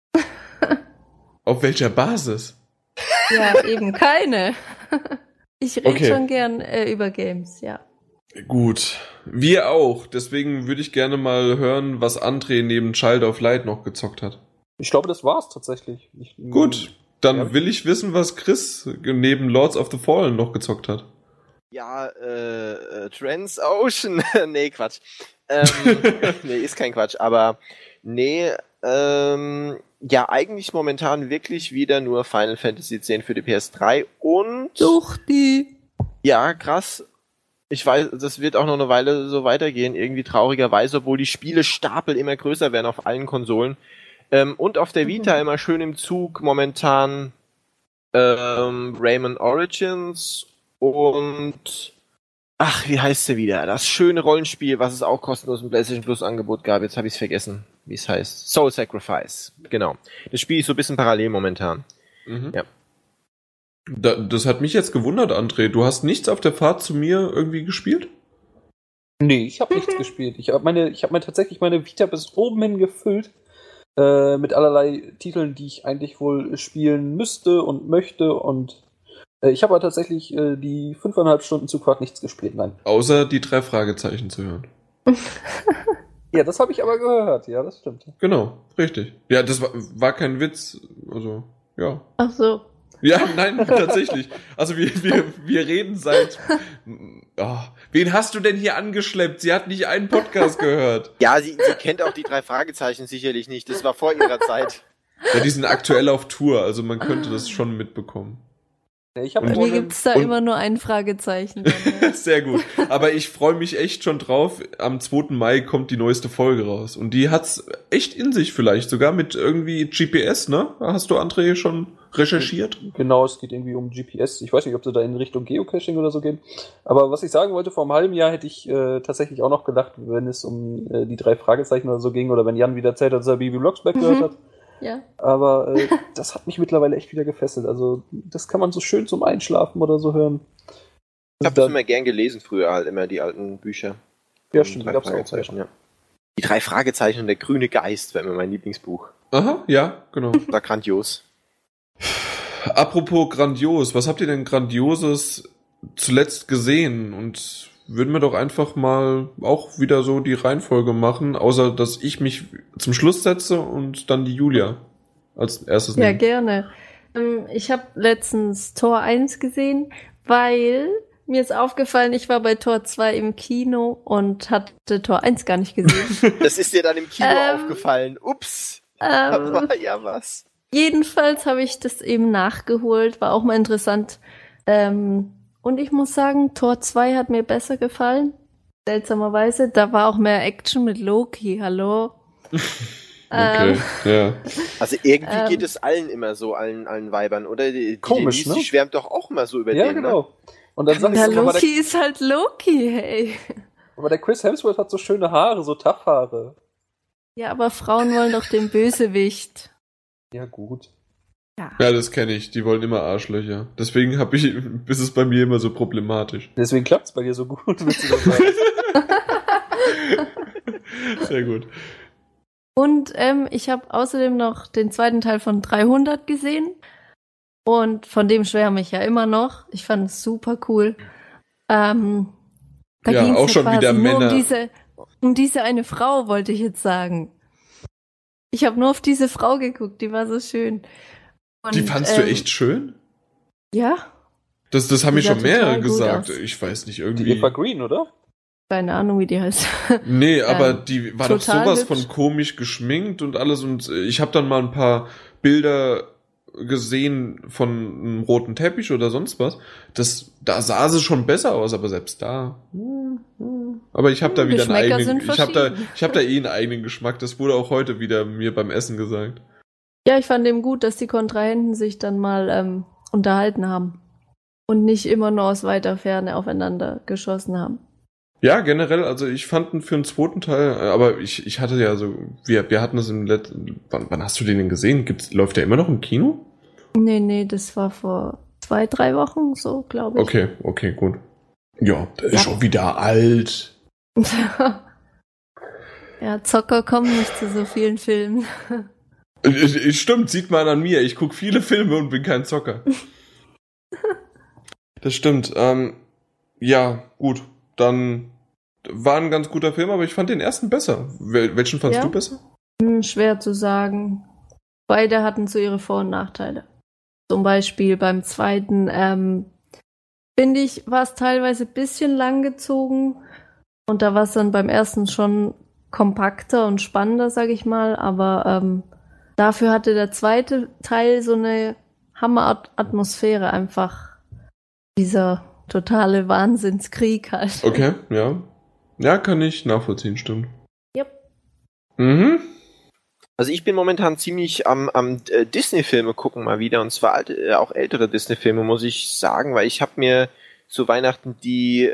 S1: Auf welcher Basis?
S2: Ja, eben keine. Ich rede
S1: Okay.
S2: schon gern über Games, ja.
S1: Gut. Wir auch. Deswegen würde ich gerne mal hören, was André neben Child of Light noch gezockt hat.
S4: Ich glaube, das war's tatsächlich.
S1: Gut. Dann
S4: Ja.
S1: will ich wissen, was Chris neben Lords of the Fallen noch gezockt hat.
S3: Ja, Transocean. Nee, Quatsch. Nee, ist kein Quatsch, aber nee, ja, eigentlich momentan wirklich wieder nur Final Fantasy X für die PS3 und
S2: Durch die.
S3: ja, krass. Ich weiß, das wird auch noch eine Weile so weitergehen, irgendwie traurigerweise, obwohl die Spielestapel immer größer werden auf allen Konsolen. Und auf der Vita immer schön im Zug momentan Rayman Origins und ach, wie heißt sie wieder? Das schöne Rollenspiel, was es auch kostenlos im PlayStation Plus Angebot gab. Jetzt habe ich es vergessen, wie es heißt. Soul Sacrifice. Genau. Das Spiel ist so ein bisschen parallel momentan.
S1: Mhm.
S3: Ja.
S1: Das hat mich jetzt gewundert, André. Du hast nichts auf der Fahrt zu mir irgendwie gespielt?
S4: Nee, ich habe nichts gespielt. Ich habe mir tatsächlich meine Vita bis oben hin gefüllt mit allerlei Titeln, die ich eigentlich wohl spielen müsste und möchte. Und ich habe aber tatsächlich die 5,5 Stunden Zugfahrt nichts gespielt. Nein.
S1: Außer die 3 Fragezeichen zu hören.
S4: Ja, das habe ich aber gehört. Ja, das stimmt.
S1: Genau, richtig. Ja, das war kein Witz. Also, ja.
S2: Ach so.
S1: Ja, nein, tatsächlich. Also wir reden seit... Oh, wen hast du denn hier angeschleppt? Sie hat nicht einen Podcast gehört.
S3: Ja, sie kennt auch die 3 Fragezeichen sicherlich nicht. Das war vor ihrer Zeit.
S1: Ja, die sind aktuell auf Tour, also man könnte das schon mitbekommen.
S4: Nee, ich habe
S1: Und-
S2: Bei mir gibt's da
S1: und-
S2: immer nur ein Fragezeichen. Dann, ja.
S1: Sehr gut. Aber ich freue mich echt schon drauf. Am 2. Mai kommt die neueste Folge raus. Und die hat's echt in sich vielleicht. Sogar mit irgendwie GPS, ne? Hast du, André, schon recherchiert?
S4: Genau, es geht irgendwie um GPS. Ich weiß nicht, ob sie da in Richtung Geocaching oder so gehen. Aber was ich sagen wollte, vor einem halben Jahr hätte ich tatsächlich auch noch gedacht, wenn es um die 3 Fragezeichen oder so ging, oder wenn Jan wieder erzählt hat, dass er Bibi Blocksberg gehört hat.
S2: Ja.
S4: Aber das hat mich mittlerweile echt wieder gefesselt. Also das kann man so schön zum Einschlafen oder so hören.
S3: Ich habe das immer gern gelesen früher halt, immer die alten Bücher.
S4: Ja,
S3: Von
S4: stimmt, die
S3: 3
S4: gab's auch,
S3: Fragezeichen, ja. Die 3 Fragezeichen und der grüne Geist war immer mein Lieblingsbuch.
S1: Aha, ja, genau.
S3: War grandios.
S1: Apropos grandios, was habt ihr denn Grandioses zuletzt gesehen und würden wir doch einfach mal auch wieder so die Reihenfolge machen, außer dass ich mich zum Schluss setze und dann die Julia als erstes
S2: Ja,
S1: nehme.
S2: gerne. Ich habe letztens Tor 1 gesehen, weil mir ist aufgefallen, ich war bei Tor 2 im Kino und hatte Tor 1 gar nicht gesehen.
S3: Das ist dir dann im Kino aufgefallen. Ups. Da war ja was.
S2: Jedenfalls habe ich das eben nachgeholt, war auch mal interessant. Und ich muss sagen, Tor 2 hat mir besser gefallen. Seltsamerweise. Da war auch mehr Action mit Loki, hallo.
S1: Okay, ja.
S3: Also irgendwie geht es allen immer so, allen Weibern, oder? Die
S4: Komisch,
S3: Denise,
S4: ne?
S3: die schwärmt doch auch immer so über
S4: Ja,
S3: den,
S4: genau.
S3: ne?
S4: Und dann sag ich
S2: Ja,
S4: so, aber
S2: Loki ist halt Loki, hey.
S4: der Chris Hemsworth hat so schöne Haare, so Tough-Haare.
S2: Ja, aber Frauen wollen doch den Bösewicht.
S4: Ja, gut.
S2: Ja.
S1: Ja, das kenne ich. Die wollen immer Arschlöcher. Deswegen ist es bei mir immer so problematisch.
S4: Deswegen klappt's bei dir so gut, willst du das sagen?
S1: Sehr gut.
S2: Und ich habe außerdem noch den zweiten Teil von 300 gesehen. Und von dem schwärme ich ja immer noch. Ich fand es super cool. Da
S1: Ja,
S2: ging's
S1: auch schon
S2: quasi
S1: wieder
S2: nur
S1: Männer.
S2: um diese eine Frau, wollte ich jetzt sagen. Ich habe nur auf diese Frau geguckt, die war so schön. Und,
S1: Die fandst du echt schön?
S2: Ja,
S1: Das haben
S2: Die
S1: mir
S2: sah
S1: schon mehrere
S2: total gut
S1: gesagt.
S2: aus.
S1: Ich weiß nicht,
S4: Die
S1: irgendwie.
S4: Eva Green, oder?
S2: keine Ahnung, wie die heißt.
S1: Nee, aber die war doch
S2: total
S1: sowas
S2: hübsch.
S1: von komisch geschminkt und alles. Und ich habe dann mal ein paar Bilder gesehen von einem roten Teppich oder sonst was. Da sah sie schon besser aus, aber selbst da. Aber ich habe da wieder einen
S2: Geschmäcker
S1: eigenen.
S2: sind
S1: Ich habe
S2: verschieden.
S1: da einen eigenen Geschmack. Das wurde auch heute wieder mir beim Essen gesagt.
S2: Ja, ich fand eben gut, dass die Kontrahenten sich dann mal unterhalten haben. Und nicht immer nur aus weiter Ferne aufeinander geschossen haben.
S1: Ja, generell, also ich fand ihn für den zweiten Teil, aber ich hatte ja so, wir hatten das im letzten, wann hast du den denn gesehen? Läuft der immer noch im Kino?
S2: Nee, das war vor 2-3 Wochen so, glaube ich.
S1: Okay, gut. Ja, der ist schon wieder alt.
S2: Ja, Zocker kommen nicht zu so vielen Filmen.
S1: Stimmt, sieht man an mir. Ich gucke viele Filme und bin kein Zocker. Das stimmt. Ja, gut. Dann war ein ganz guter Film, aber ich fand den ersten besser. Welchen fandst
S2: Ja?
S1: du besser?
S2: Schwer zu sagen. Beide hatten so ihre Vor- und Nachteile. Zum Beispiel beim zweiten, finde ich, war es teilweise ein bisschen langgezogen. Und da war es dann beim ersten schon kompakter und spannender, sag ich mal. Aber dafür hatte der zweite Teil so eine Hammer-Atmosphäre einfach. Dieser totale Wahnsinnskrieg halt.
S1: Okay, ja. Ja, kann ich nachvollziehen, stimmt.
S2: Yep.
S1: Mhm.
S3: Also ich bin momentan ziemlich am Disney-Filme gucken mal wieder, und zwar auch ältere Disney-Filme, muss ich sagen, weil ich habe mir zu Weihnachten die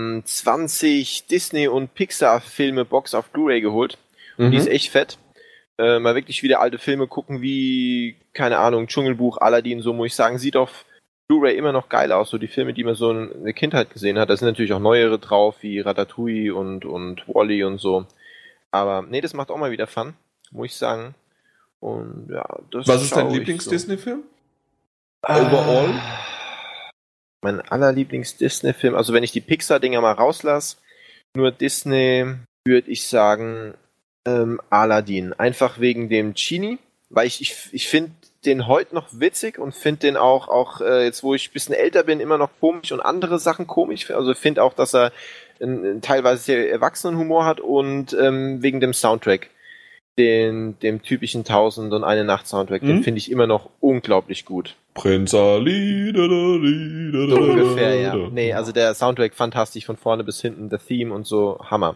S3: 20 Disney- und Pixar-Filme-Box auf Blu-ray geholt. Und die ist echt fett. Mal wirklich wieder alte Filme gucken, wie, keine Ahnung, Dschungelbuch, Aladdin, so muss ich sagen, sieht auf Blu-ray immer noch geil aus, so die Filme, die man so in der Kindheit gesehen hat. Da sind natürlich auch neuere drauf, wie Ratatouille und Wall-E und so. Aber nee, das macht auch mal wieder Fun, muss ich sagen. Und ja, das
S1: Was ist dein
S3: schaue ich
S1: Lieblings-Disney-Film?
S3: so.
S1: Overall?
S3: Mein allerlieblings-Disney-Film, also wenn ich die Pixar-Dinger mal rauslasse, nur Disney, würde ich sagen Aladdin. Einfach wegen dem Genie, weil ich finde den heute noch witzig und finde den auch jetzt, wo ich ein bisschen älter bin, immer noch komisch und andere Sachen komisch. Also finde auch, dass er einen teilweise sehr erwachsenen Humor hat und wegen dem Soundtrack, dem typischen 1001 Nacht Soundtrack, den finde ich immer noch unglaublich gut.
S1: Prinz Ali.
S3: So ungefähr, ja. Nee, also der Soundtrack fantastisch von vorne bis hinten, der Theme und so, Hammer.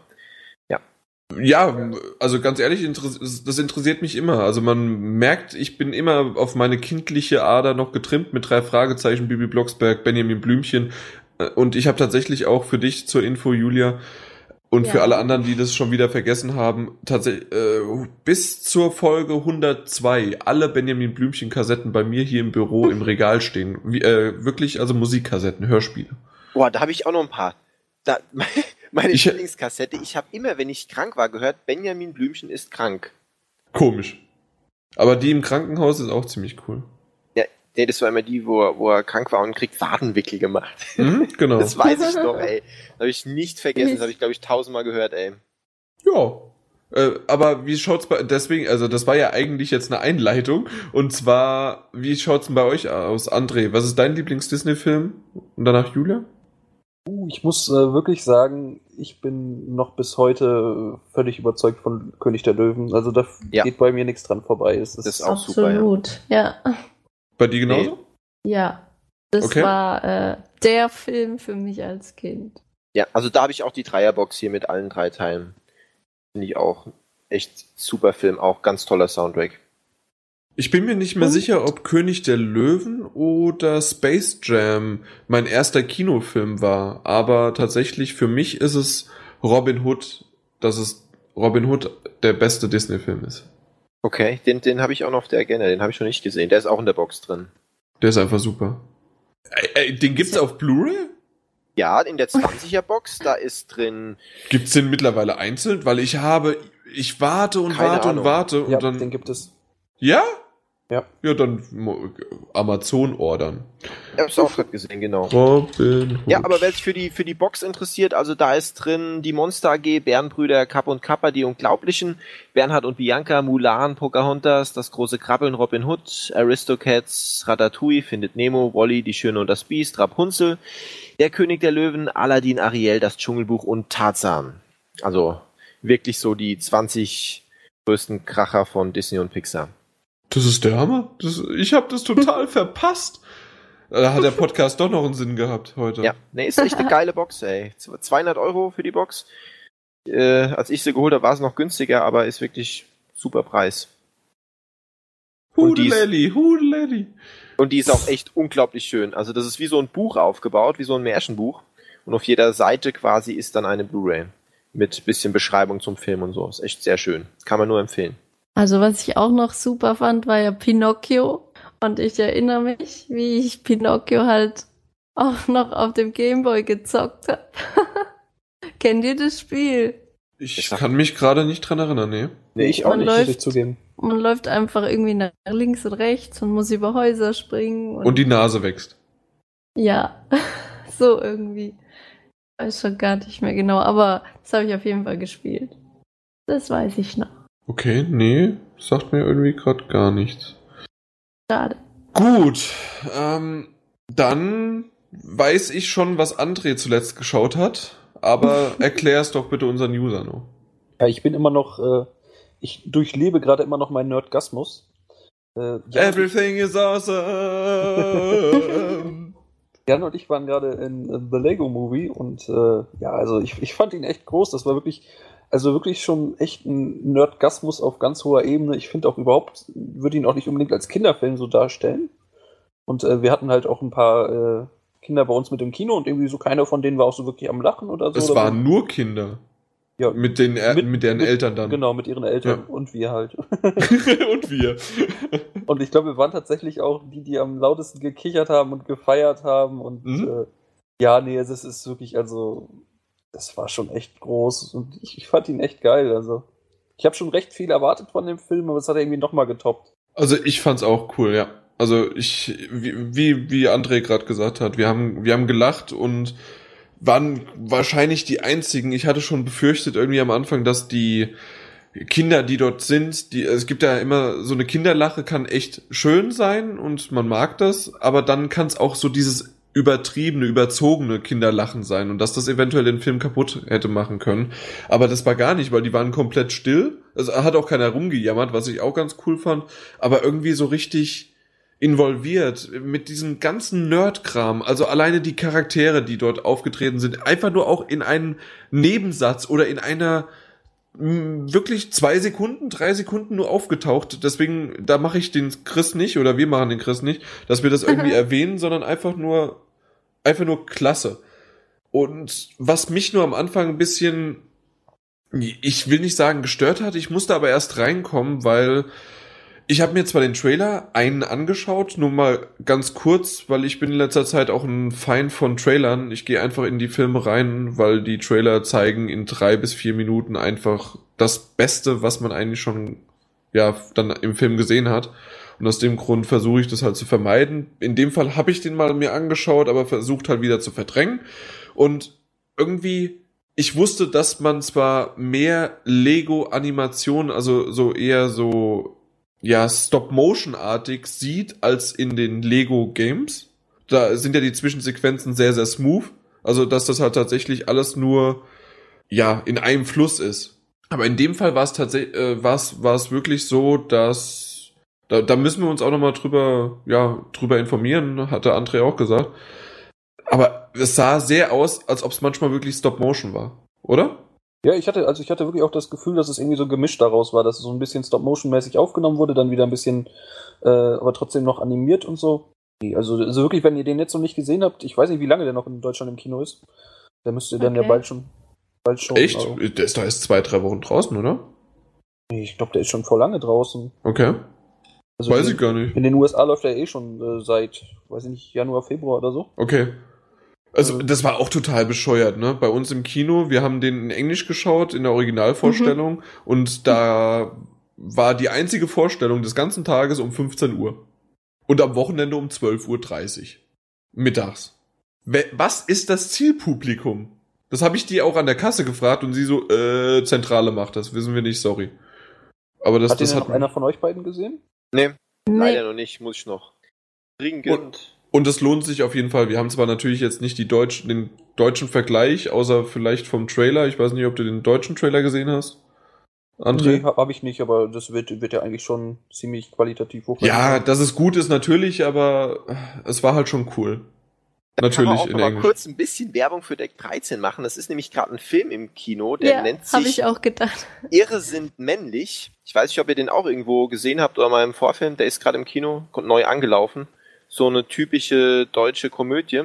S1: Ja, also ganz ehrlich, das interessiert mich immer. Also man merkt, ich bin immer auf meine kindliche Ader noch getrimmt mit 3 Fragezeichen, Bibi Blocksberg, Benjamin Blümchen. Und ich habe tatsächlich auch für dich zur Info, Julia, und für alle anderen, die das schon wieder vergessen haben, tatsächlich bis zur Folge 102 alle Benjamin Blümchen-Kassetten bei mir hier im Büro im Regal stehen. Wirklich, also Musikkassetten, Hörspiele.
S3: Boah, da habe ich auch noch ein paar. Meine Lieblingskassette, ich habe immer, wenn ich krank war, gehört, Benjamin Blümchen ist krank.
S1: Komisch. Aber die im Krankenhaus ist auch ziemlich cool.
S3: Ja, Nee, das war immer die, wo er krank war und kriegt Wadenwickel gemacht.
S1: Genau.
S3: Das weiß ich noch, ey. Das habe ich nicht vergessen. Das habe ich, glaube ich, 1000-mal gehört, ey.
S1: Ja. Aber wie schaut's deswegen, also das war ja eigentlich jetzt eine Einleitung. Und zwar, wie schaut's denn bei euch aus, André? Was ist dein Lieblings-Disney-Film? Und danach Julia?
S4: Ich muss wirklich sagen, ich bin noch bis heute völlig überzeugt von König der Löwen. Also da geht bei mir nichts dran vorbei. Das ist
S3: auch
S2: absolut,
S3: super,
S2: ja.
S1: Bei dir genauso?
S2: Ja. Das war der Film für mich als Kind.
S3: Ja, also da habe ich auch die Dreierbox hier mit allen 3 Teilen. Finde ich auch echt super Film, auch ganz toller Soundtrack.
S1: Ich bin mir nicht mehr sicher, ob König der Löwen oder Space Jam mein erster Kinofilm war, aber tatsächlich für mich ist es Robin Hood, dass es Robin Hood der beste Disney-Film ist.
S3: Okay, den habe ich auch noch auf der Agenda, den habe ich noch nicht gesehen. Der ist auch in der Box drin.
S1: Der ist einfach super. Den gibt's auf Blu-ray?
S3: Ja, in der 20er-Box, da ist drin...
S1: Gibt's den mittlerweile einzeln? Weil ich warte und
S3: Keine
S1: warte
S3: Ahnung.
S1: und warte und
S4: ja,
S1: dann...
S4: den gibt es.
S1: Ja?
S4: Ja.
S1: Ja, dann Amazon ordern.
S3: Ich habe es auch gerade gesehen, genau.
S1: Robin Hood.
S3: Ja, aber wer sich für die Box interessiert, also da ist drin die Monster AG, Bärenbrüder, Kapp und Kappa, die Unglaublichen, Bernhard und Bianca, Mulan, Pocahontas, das große Krabbeln, Robin Hood, Aristocats, Ratatouille, Findet Nemo, Wall-E, Die Schöne und das Biest, Rapunzel, Der König der Löwen, Aladdin, Ariel, das Dschungelbuch und Tarzan. Also wirklich so die 20 größten Kracher von Disney und Pixar.
S1: Das ist der Hammer. Ich habe das total verpasst. Da hat der Podcast doch noch einen Sinn gehabt heute.
S3: Ja, nee, ist echt eine geile Box, ey. 200 € für die Box. Als ich sie geholt habe, war es noch günstiger, aber ist wirklich super Preis.
S1: Hudelelli.
S3: Und die ist auch echt unglaublich schön. Also das ist wie so ein Buch aufgebaut, wie so ein Märchenbuch. Und auf jeder Seite quasi ist dann eine Blu-ray. Mit bisschen Beschreibung zum Film und so. Ist echt sehr schön. Kann man nur empfehlen.
S2: Also was ich auch noch super fand, war ja Pinocchio. Und ich erinnere mich, wie ich Pinocchio halt auch noch auf dem Gameboy gezockt habe. Kennt ihr das Spiel?
S1: Ich kann mich gerade nicht dran erinnern, nee.
S3: Nee, ich auch nicht,
S4: muss ich zugeben.
S2: Man läuft einfach irgendwie nach links und rechts und muss über Häuser springen.
S1: Und die Nase wächst.
S2: Ja, so irgendwie. Ich weiß schon gar nicht mehr genau, aber das habe ich auf jeden Fall gespielt. Das weiß ich noch.
S1: Okay, nee, sagt mir irgendwie gerade gar nichts.
S2: Schade.
S1: Gut, dann weiß ich schon, was André zuletzt geschaut hat, aber erklär's doch bitte unseren User noch.
S4: Ja, ich bin immer noch, ich durchlebe gerade immer noch meinen Nerdgasmus.
S1: Everything is awesome!
S4: Jan und ich waren gerade in The Lego Movie und also ich fand ihn echt groß. Das war wirklich schon echt ein Nerdgasmus auf ganz hoher Ebene. Ich finde auch überhaupt, würde ihn auch nicht unbedingt als Kinderfilm so darstellen. Und wir hatten halt auch ein paar Kinder bei uns mit im Kino und irgendwie so keiner von denen war auch so wirklich am Lachen oder so.
S1: Es waren nur Kinder.
S4: Ja,
S1: mit deren Eltern dann.
S4: Genau, mit ihren Eltern und wir halt.
S1: Und wir.
S4: Und ich glaube, wir waren tatsächlich auch die am lautesten gekichert haben und gefeiert haben. Und es ist wirklich, also, das war schon echt groß. Und ich fand ihn echt geil. Also, ich habe schon recht viel erwartet von dem Film, aber es hat er irgendwie nochmal getoppt.
S1: Also, ich fand's auch cool, ja. Also, wie André gerade gesagt hat, wir haben gelacht und waren wahrscheinlich die einzigen. Ich hatte schon befürchtet irgendwie am Anfang, dass die Kinder, die dort sind, es gibt ja immer so eine Kinderlache, kann echt schön sein und man mag das, aber dann kann es auch so dieses übertriebene, überzogene Kinderlachen sein und dass das eventuell den Film kaputt hätte machen können. Aber das war gar nicht, weil die waren komplett still. Also hat auch keiner rumgejammert, was ich auch ganz cool fand, aber irgendwie so richtig involviert mit diesem ganzen Nerd-Kram, also alleine die Charaktere, die dort aufgetreten sind, einfach nur auch in einem Nebensatz oder in einer wirklich 2 Sekunden, 3 Sekunden nur aufgetaucht. Deswegen, da mache ich den Chris nicht oder wir machen den Chris nicht, dass wir das irgendwie erwähnen, sondern einfach nur klasse. Und was mich nur am Anfang ein bisschen, ich will nicht sagen gestört hat, ich musste aber erst reinkommen, weil ich habe mir zwar den Trailer einen angeschaut, nur mal ganz kurz, weil ich bin in letzter Zeit auch ein Feind von Trailern. Ich gehe einfach in die Filme rein, weil die Trailer zeigen in 3 bis 4 Minuten einfach das Beste, was man eigentlich schon dann im Film gesehen hat. Und aus dem Grund versuche ich das halt zu vermeiden. In dem Fall habe ich den mal mir angeschaut, aber versucht halt wieder zu verdrängen. Und irgendwie, ich wusste, dass man zwar mehr Lego-Animationen, also so eher so, ja, Stop-Motion-artig sieht als in den Lego-Games. Da sind ja die Zwischensequenzen sehr, sehr smooth. Also, dass das halt tatsächlich alles nur, ja, in einem Fluss ist. Aber in dem Fall war es tatsächlich, war es wirklich so, dass, da müssen wir uns auch nochmal drüber informieren, hatte André auch gesagt. Aber es sah sehr aus, als ob es manchmal wirklich Stop-Motion war, oder?
S4: Ja, ich hatte wirklich auch das Gefühl, dass es irgendwie so gemischt daraus war, dass es so ein bisschen Stop-Motion-mäßig aufgenommen wurde, dann wieder ein bisschen, aber trotzdem noch animiert und so. Also wirklich, wenn ihr den jetzt noch nicht gesehen habt, ich weiß nicht, wie lange der noch in Deutschland im Kino ist. Der müsste dann ja bald schon.
S1: Echt?
S4: Also,
S1: Der ist da erst 2-3 Wochen draußen, oder?
S4: ich glaube, der ist schon vor lange draußen.
S1: Okay.
S4: Also
S1: Weiß ich gar nicht.
S4: In den USA läuft er schon seit, weiß ich nicht, Januar, Februar oder so.
S1: Okay. Also das war auch total bescheuert, ne? Bei uns im Kino, wir haben den in Englisch geschaut, in der Originalvorstellung, und da war die einzige Vorstellung des ganzen Tages um 15 Uhr. Und am Wochenende um 12:30 Uhr. Mittags. Was ist das Zielpublikum? Das habe ich die auch an der Kasse gefragt und sie so, Zentrale macht das, wissen wir nicht, sorry. Aber das
S4: Hat
S3: noch
S4: einer von euch beiden gesehen?
S3: Nee, leider noch nicht, muss ich noch. Dringend.
S1: Und es lohnt sich auf jeden Fall. Wir haben zwar natürlich jetzt nicht den deutschen Vergleich, außer vielleicht vom Trailer. Ich weiß nicht, ob du den deutschen Trailer gesehen hast, André?
S4: Nee, habe ich nicht, aber das wird ja eigentlich schon ziemlich qualitativ hochwertig.
S1: Ja, dass es gut ist natürlich, aber es war halt schon cool. Natürlich
S3: kann man auch
S1: in
S3: mal
S1: Englisch.
S3: Kurz ein bisschen Werbung für Deck 13 machen. Das ist nämlich gerade ein Film im Kino, der nennt
S2: habe
S3: sich
S2: ich auch gedacht.
S3: Irre sind männlich. Ich weiß nicht, ob ihr den auch irgendwo gesehen habt oder mal im Vorfilm. Der ist gerade im Kino, kommt neu angelaufen. So eine typische deutsche Komödie.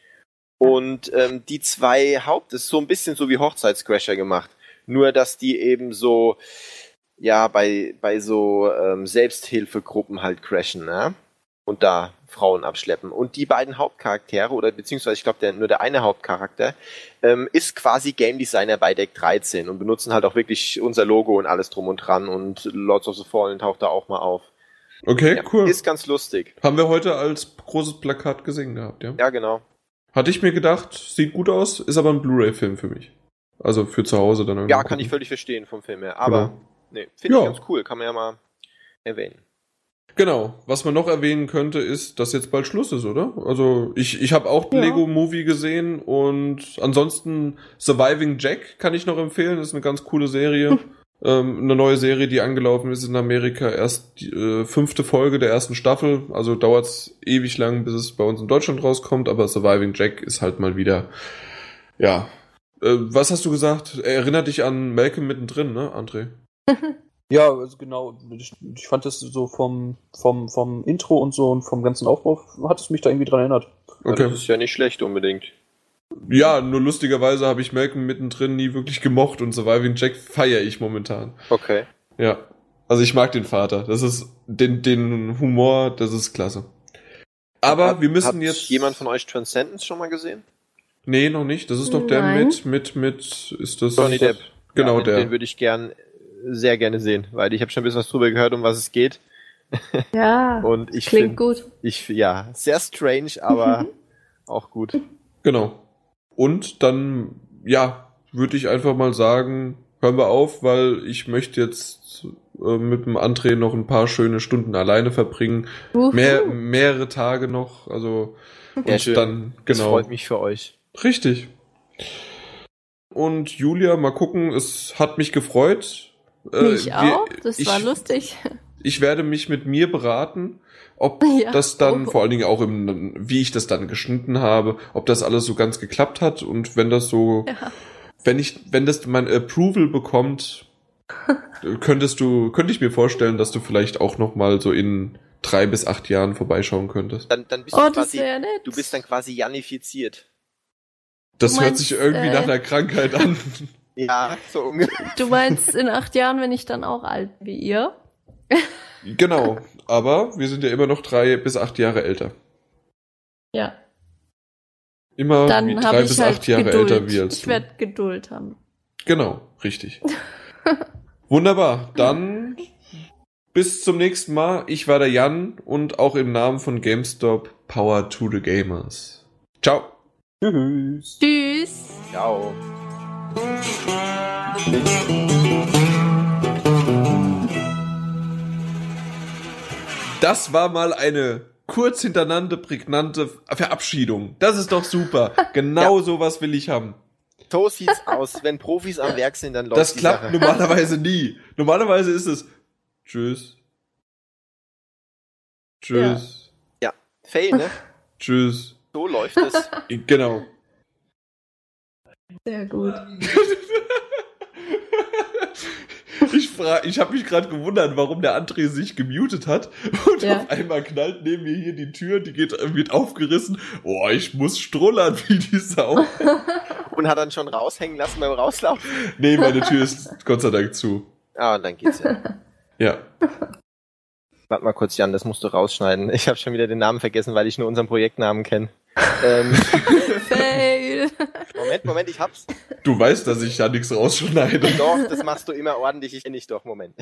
S3: Und die zwei das ist so ein bisschen so wie Hochzeitscrasher gemacht. Nur, dass die eben so, ja, bei so Selbsthilfegruppen halt crashen, ne? Und da Frauen abschleppen. Und die beiden Hauptcharaktere, oder beziehungsweise ich glaube nur der eine Hauptcharakter, ist quasi Game Designer bei Deck 13 und benutzen halt auch wirklich unser Logo und alles drum und dran, und Lords of the Fallen taucht da auch mal auf.
S1: Okay,
S3: Ja,
S1: cool.
S3: Ist ganz lustig.
S1: Haben wir heute als großes Plakat gesehen gehabt, ja?
S3: Ja, genau.
S1: Hatte ich mir gedacht, sieht gut aus, ist aber ein Blu-ray-Film für mich. Also für zu Hause dann irgendwie.
S3: Ja, kann ich völlig verstehen vom Film her. Aber nee, finde ich ganz cool, kann man ja mal erwähnen.
S1: Genau. Was man noch erwähnen könnte, ist, dass jetzt bald Schluss ist, oder? Also ich habe auch Lego Movie gesehen, und ansonsten Surviving Jack kann ich noch empfehlen. Das ist eine ganz coole Serie. Eine neue Serie, die angelaufen ist in Amerika. Erst die 5. Folge der ersten Staffel. Also dauert es ewig lang, bis es bei uns in Deutschland rauskommt. Aber Surviving Jack ist halt mal wieder, ja. Was hast du gesagt? Erinnert dich an Malcolm mittendrin, ne, André?
S4: Ja, also genau. Ich fand das so vom Intro und so und vom ganzen Aufbau hat es mich da irgendwie dran erinnert.
S1: Okay.
S3: Das ist ja nicht schlecht unbedingt.
S1: Ja, nur lustigerweise habe ich Malcolm mittendrin nie wirklich gemocht, und Surviving Jack feiere ich momentan.
S3: Okay.
S1: Ja. Also ich mag den Vater. Das ist den Humor, das ist klasse. Aber wir müssen
S3: hat
S1: jetzt.
S3: Jemand von euch Transcendence schon mal gesehen?
S1: Nee, noch nicht. Das ist doch der mit ist das.
S3: Johnny Depp.
S1: Genau,
S3: ja,
S1: der.
S3: Den würde ich sehr gerne sehen, weil ich habe schon ein bisschen was drüber gehört, um was es geht.
S2: Ja,
S3: und ich
S2: klingt gut.
S3: Ja, sehr strange, aber auch gut.
S1: Genau. Und dann, ja, würde ich einfach mal sagen, hören wir auf, weil ich möchte jetzt mit dem André noch ein paar schöne Stunden alleine verbringen. Mehrere Tage noch, also
S3: Ja,
S1: und
S3: schön.
S1: dann, genau.
S3: Das freut mich für euch.
S1: Richtig. Und Julia, mal gucken, es hat mich gefreut.
S2: Mich auch, das war lustig.
S1: Ich werde mich mit mir beraten, ob das dann, vor allen Dingen auch wie ich das dann geschnitten habe, ob das alles so ganz geklappt hat, und wenn das so, wenn das mein Approval bekommt, könnte ich mir vorstellen, dass du vielleicht auch noch mal so in 3 bis 8 Jahren vorbeischauen könntest.
S3: Dann bist du
S2: das wäre nett.
S3: Du bist dann quasi janifiziert.
S1: Das hört sich irgendwie nach einer Krankheit an.
S3: Ja, so ungefähr.
S2: Du meinst in 8 Jahren, wenn ich dann auch alt wie ihr?
S1: Genau, aber wir sind ja immer noch 3 bis 8 Jahre älter.
S2: Ja.
S1: Immer
S2: Dann
S1: 3 bis 8 Jahre
S2: Geduld.
S1: älter wie als du.
S2: Ich werde Geduld haben.
S1: Genau, richtig. Wunderbar, dann bis zum nächsten Mal. Ich war der Jan und auch im Namen von GameStop, Power to the Gamers. Ciao.
S4: Tschüss.
S2: Tschüss.
S3: Ciao.
S1: Das war mal eine kurz hintereinander prägnante Verabschiedung. Das ist doch super. Genau sowas will ich haben.
S3: So sieht's aus. Wenn Profis am Werk sind, dann läuft
S1: Das
S3: die
S1: klappt
S3: Sache.
S1: normalerweise nie. Normalerweise ist es Tschüss. Tschüss.
S3: Fail, ne?
S1: Tschüss.
S3: So läuft es.
S1: Genau.
S2: Sehr gut.
S1: Ich habe mich gerade gewundert, warum der André sich gemutet hat und
S2: Ja.
S1: auf einmal knallt neben mir hier die Tür, die wird aufgerissen. Oh, ich muss strullern wie die Sau.
S3: Und hat dann schon raushängen lassen beim Rauslaufen.
S1: Nee, meine Tür ist Gott sei Dank zu.
S3: Ah, dann geht's ja.
S1: Ja.
S3: Warte mal kurz, Jan, das musst du rausschneiden. Ich habe schon wieder den Namen vergessen, weil ich nur unseren Projektnamen kenne.
S2: Fail.
S3: Moment, ich hab's.
S1: Du weißt, dass ich da nichts rausschneide.
S3: Doch, das machst du immer ordentlich. Ich kenne dich doch. Moment.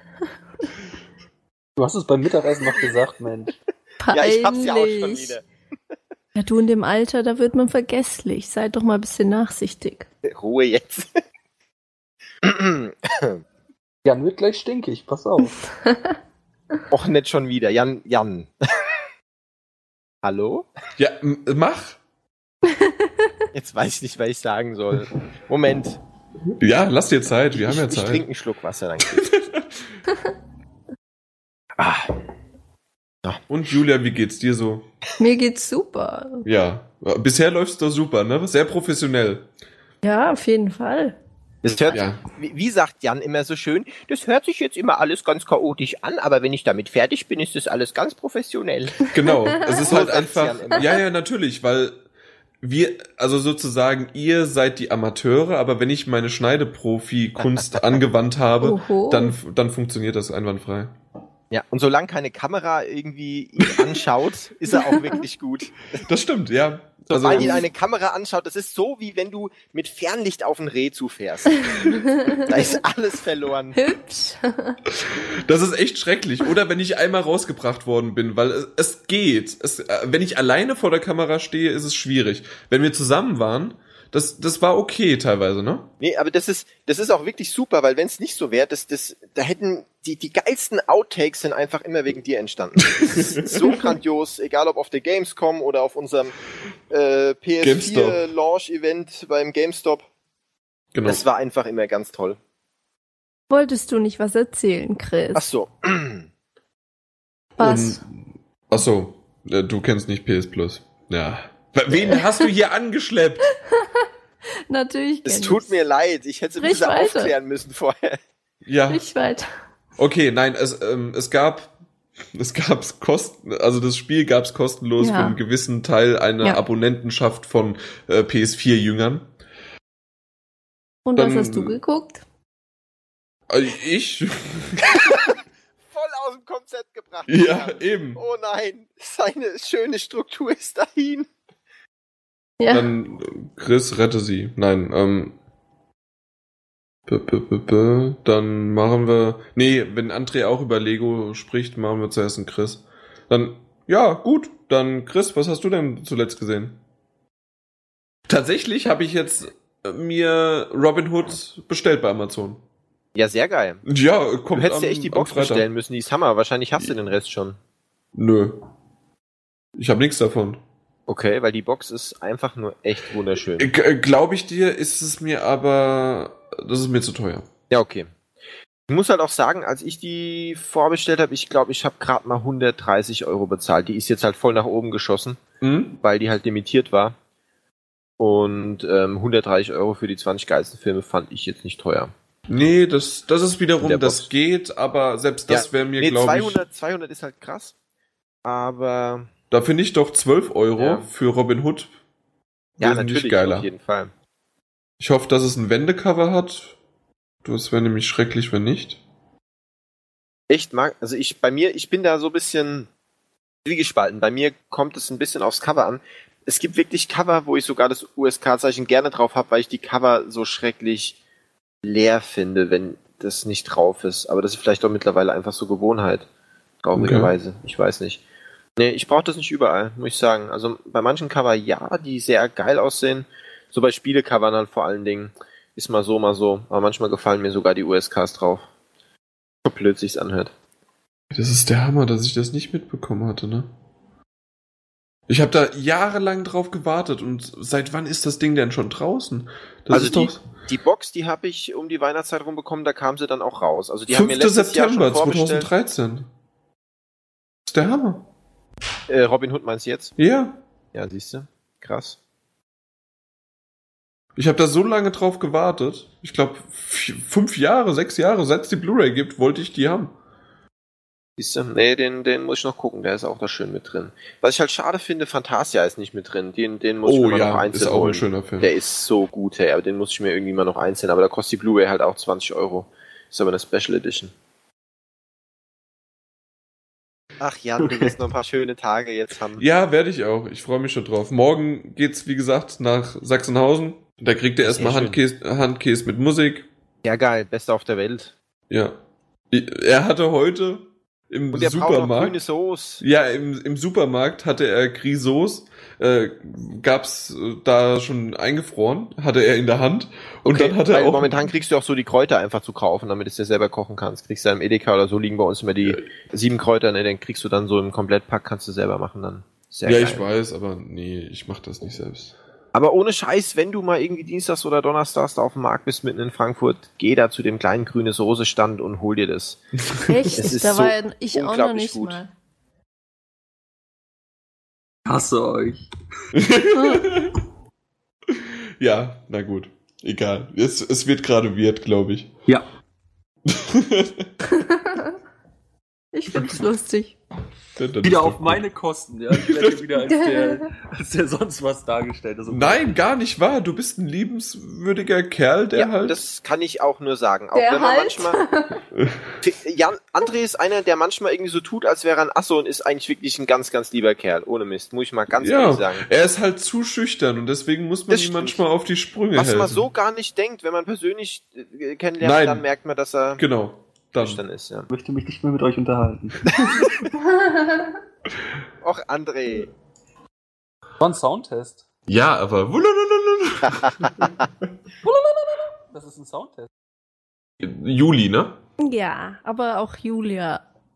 S4: Du hast es beim Mittagessen noch gesagt, Mensch.
S3: Ja, ich hab's ja auch schon
S2: Peinlich.
S3: wieder.
S2: Ja, du in dem Alter, da wird man vergesslich. Sei doch mal ein bisschen nachsichtig.
S3: Ruhe jetzt.
S4: Jan wird gleich stinkig, pass auf.
S3: Och, nicht schon wieder. Jan. Hallo?
S1: Ja, mach.
S3: Jetzt weiß ich nicht, was ich sagen soll. Moment.
S1: Ja, lass dir Zeit, wir haben ja
S3: Ich
S1: Zeit.
S3: trinke einen Schluck Wasser, dann geht's.
S1: Und Julia, wie geht's dir so?
S2: Mir geht's super.
S1: Ja, bisher läuft's doch super, ne? Sehr professionell.
S2: Ja, auf jeden Fall.
S3: Das hört,
S1: Ja.
S3: wie sagt Jan immer so schön, das hört sich jetzt immer alles ganz chaotisch an, aber wenn ich damit fertig bin, ist das alles ganz professionell.
S1: Genau, es ist
S3: So
S1: halt
S3: sagt's
S1: einfach,
S3: Jan immer.
S1: ja, natürlich, weil wir, also sozusagen, ihr seid die Amateure, aber wenn ich meine Schneideprofi-Kunst angewandt habe,
S2: Oho.
S1: dann funktioniert das einwandfrei.
S3: Ja, und solange keine Kamera irgendwie ihn anschaut, ist er auch wirklich gut.
S1: Das stimmt, ja.
S3: Sobald ihn eine Kamera anschaut, das ist so, wie wenn du mit Fernlicht auf ein Reh zufährst. Da ist alles verloren.
S2: Hübsch.
S1: Das ist echt schrecklich. Oder wenn ich einmal rausgebracht worden bin, weil es geht. Wenn ich alleine vor der Kamera stehe, ist es schwierig. Wenn wir zusammen waren, das war okay teilweise, ne?
S3: Nee, aber das ist auch wirklich super, weil wenn es nicht so wäre, da hätten die geilsten Outtakes sind einfach immer wegen dir entstanden. Das ist so grandios, egal ob auf der Gamescom oder auf unserem PS4 Launch-Event beim GameStop.
S1: Genau.
S3: Das war einfach immer ganz toll.
S2: Wolltest du nicht was erzählen, Chris?
S3: Ach so.
S2: Was?
S1: Achso, du kennst nicht PS Plus. Ja. Wen hast du hier angeschleppt?
S2: Natürlich
S3: Es
S2: kenn
S3: tut
S2: ich's.
S3: mir leid, ich hätte
S2: Sprich
S3: sie
S2: weiter.
S3: aufklären müssen vorher.
S1: Ja.
S2: Nicht weiter.
S1: Okay, nein, es gab's also das Spiel gab's kostenlos
S2: Ja.
S1: für einen gewissen Teil einer
S2: Ja.
S1: Abonnentenschaft von PS4-Jüngern.
S2: Und
S1: Dann-
S2: was hast du geguckt?
S1: Ich?
S3: Voll aus dem Konzept gebracht.
S1: Ja, eben.
S3: Oh nein, seine schöne Struktur ist dahin.
S2: Ja.
S1: Dann Chris, rette sie. Nein, dann machen wir... Nee, wenn André auch über Lego spricht, machen wir zuerst einen Chris. Dann, ja, gut. Dann Chris, was hast du denn zuletzt gesehen? Tatsächlich habe ich jetzt mir Robin Hood bestellt bei Amazon.
S3: Ja, sehr geil.
S1: Ja,
S3: Du
S1: kommt
S3: hättest ja echt die
S1: am
S3: Box
S1: Freitag.
S3: bestellen müssen, die ist Hammer. Wahrscheinlich hast du den Rest schon.
S1: Nö. Ich habe nichts davon.
S3: Okay, weil die Box ist einfach nur echt wunderschön.
S1: Glaube ich dir, ist es mir aber... Das ist mir zu teuer.
S3: Ja, okay. Ich muss halt auch sagen, als ich die vorbestellt habe, ich glaube, ich habe gerade mal 130 € bezahlt. Die ist jetzt halt voll nach oben geschossen,
S1: Hm?
S3: weil die halt limitiert war. Und 130 € für die 20 geilsten Filme fand ich jetzt nicht teuer.
S1: Nee, das ist wiederum,
S3: Der
S1: das
S3: Box.
S1: geht, aber selbst das
S3: Ja,
S1: wäre mir,
S3: nee,
S1: glaube ich...
S3: 200 ist halt krass. Aber
S1: Da finde ich doch 12 €
S3: Ja.
S1: für Robin Hood
S3: ja,
S1: wesentlich
S3: natürlich,
S1: geiler.
S3: auf jeden Fall.
S1: Ich hoffe, dass es ein Wendecover hat. Das wäre nämlich schrecklich, wenn nicht.
S3: Echt, also ich bin da so ein bisschen zwiegespalten. Bei mir kommt es ein bisschen aufs Cover an. Es gibt wirklich Cover, wo ich sogar das USK-Zeichen gerne drauf habe, weil ich die Cover so schrecklich leer finde, wenn das nicht drauf ist. Aber das ist vielleicht auch mittlerweile einfach so Gewohnheit. Traurigerweise. Okay. Ich weiß nicht. Nee, ich brauche das nicht überall, muss ich sagen. Also bei manchen Cover ja, die sehr geil aussehen. So bei Spielecovern halt vor allen Dingen. Ist mal so, mal so. Aber manchmal gefallen mir sogar die USKs drauf. So blöd sich's anhört.
S1: Das ist der Hammer, dass ich das nicht mitbekommen hatte, ne? Ich habe da jahrelang drauf gewartet und seit wann ist das Ding denn schon draußen? Das
S3: also
S1: ist doch
S3: die Box, die habe ich um die Weihnachtszeit rumbekommen, da kam sie dann auch raus. Also die
S1: 5.
S3: haben mir letztes
S1: September
S3: Jahr schon
S1: 2013. Das ist der Hammer.
S3: Robin Hood meinst du jetzt?
S1: Ja.
S3: Ja, siehst du. Krass.
S1: Ich habe da so lange drauf gewartet. Ich glaube 5 Jahre, 6 Jahre, seit es die Blu-ray gibt, wollte ich die haben.
S3: Siehst du? Nee, den muss ich noch gucken, der ist auch da schön mit drin. Was ich halt schade finde, Phantasia ist nicht mit drin. Den muss ich mir mal noch einzeln
S1: ist auch
S3: holen.
S1: Ein schöner Film.
S3: Der ist so gut, hey, aber den muss ich mir irgendwie mal noch einzeln. Aber da kostet die Blu-ray halt auch 20 €. Ist aber eine Special Edition. Ach Jan, du wirst noch ein paar schöne Tage jetzt haben.
S1: Ja, werde ich auch. Ich freue mich schon drauf. Morgen geht's, wie gesagt, nach Sachsenhausen. Da kriegt er erstmal Handkäse mit Musik.
S3: Ja, geil. Beste auf der Welt.
S1: Ja. Er hatte heute im
S3: und der
S1: Supermarkt.
S3: Braucht noch grüne Sauce.
S1: Ja, im Supermarkt hatte er Grisauce. Gab's da schon eingefroren, hatte er in der Hand. Und
S3: Okay,
S1: dann hat er
S3: weil
S1: auch.
S3: momentan kriegst du auch so die Kräuter einfach zu kaufen, damit du es dir selber kochen kannst. Kriegst du im Edeka oder so, liegen bei uns immer die 7 Kräuter, ne, den kriegst du dann so im Komplettpack, kannst du selber machen dann. Sehr
S1: ja,
S3: geil.
S1: ich weiß, aber nee, ich mach das nicht selbst.
S3: Aber ohne Scheiß, wenn du mal irgendwie dienstags oder donnerstags da auf dem Markt bist mitten in Frankfurt, geh da zu dem kleinen grüne Soße Stand und hol dir das.
S2: Echt?
S3: Es ist
S2: Da
S3: so
S2: war ich auch noch
S3: unglaublich
S2: nicht
S3: gut.
S2: mal.
S4: Hasse euch.
S1: Ja, na gut. Egal. Es wird gerade weird, glaube ich.
S4: Ja.
S2: Ich find's lustig.
S4: Wieder auf meine Kosten, ja. Ich werde hier wieder als der sonst was dargestellt. Also
S1: Nein, gar nicht wahr. Du bist ein liebenswürdiger Kerl, der
S3: Ja,
S1: halt.
S3: das kann ich auch nur sagen. Auch
S2: Der
S3: wenn man
S2: halt?
S3: manchmal. André ist einer, der manchmal irgendwie so tut, als wäre er ein Asso und ist eigentlich wirklich ein ganz, ganz lieber Kerl. Ohne Mist. Muss ich mal ganz ehrlich sagen.
S1: Er ist halt zu schüchtern und deswegen muss man
S3: Das
S1: ihm
S3: stimmt.
S1: manchmal auf die Sprünge
S3: Was
S1: helfen.
S3: man so gar nicht denkt, wenn man persönlich kennenlernt,
S1: Nein.
S3: dann merkt man, dass er
S1: Genau. Dann.
S3: schüchtern ist. Ja.
S4: ich möchte mich nicht mehr mit euch unterhalten.
S3: Och, André.
S4: War ein Soundtest.
S1: Ja, aber.
S4: Das ist ein Soundtest.
S1: Juli, ne?
S2: Ja, aber auch Julia.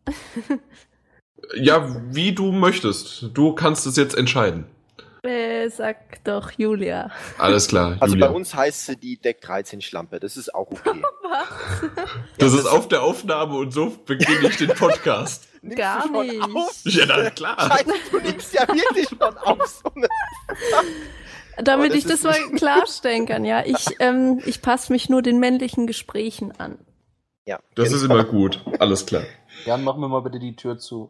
S1: Ja, wie du möchtest. Du kannst es jetzt entscheiden.
S2: Sag doch Julia.
S1: Alles klar,
S3: Also
S1: Julia.
S3: bei uns heißt sie die Deck 13 Schlampe. Das ist auch okay.
S2: Was?
S1: Das ist auf der Aufnahme und so beginne ich den Podcast.
S3: Nimmst
S2: Gar
S3: du schon
S2: nicht.
S3: auf?
S1: Ja, na klar.
S3: Scheiße, du nimmst ja wirklich schon auf. So eine
S2: Damit
S3: das
S2: ich das
S3: ist
S2: mal klarstellen kann, ja. Ich passe mich nur den männlichen Gesprächen an.
S3: ja,
S1: Das ist immer gut. Alles klar.
S4: Jan, mach mir mal bitte die Tür zu.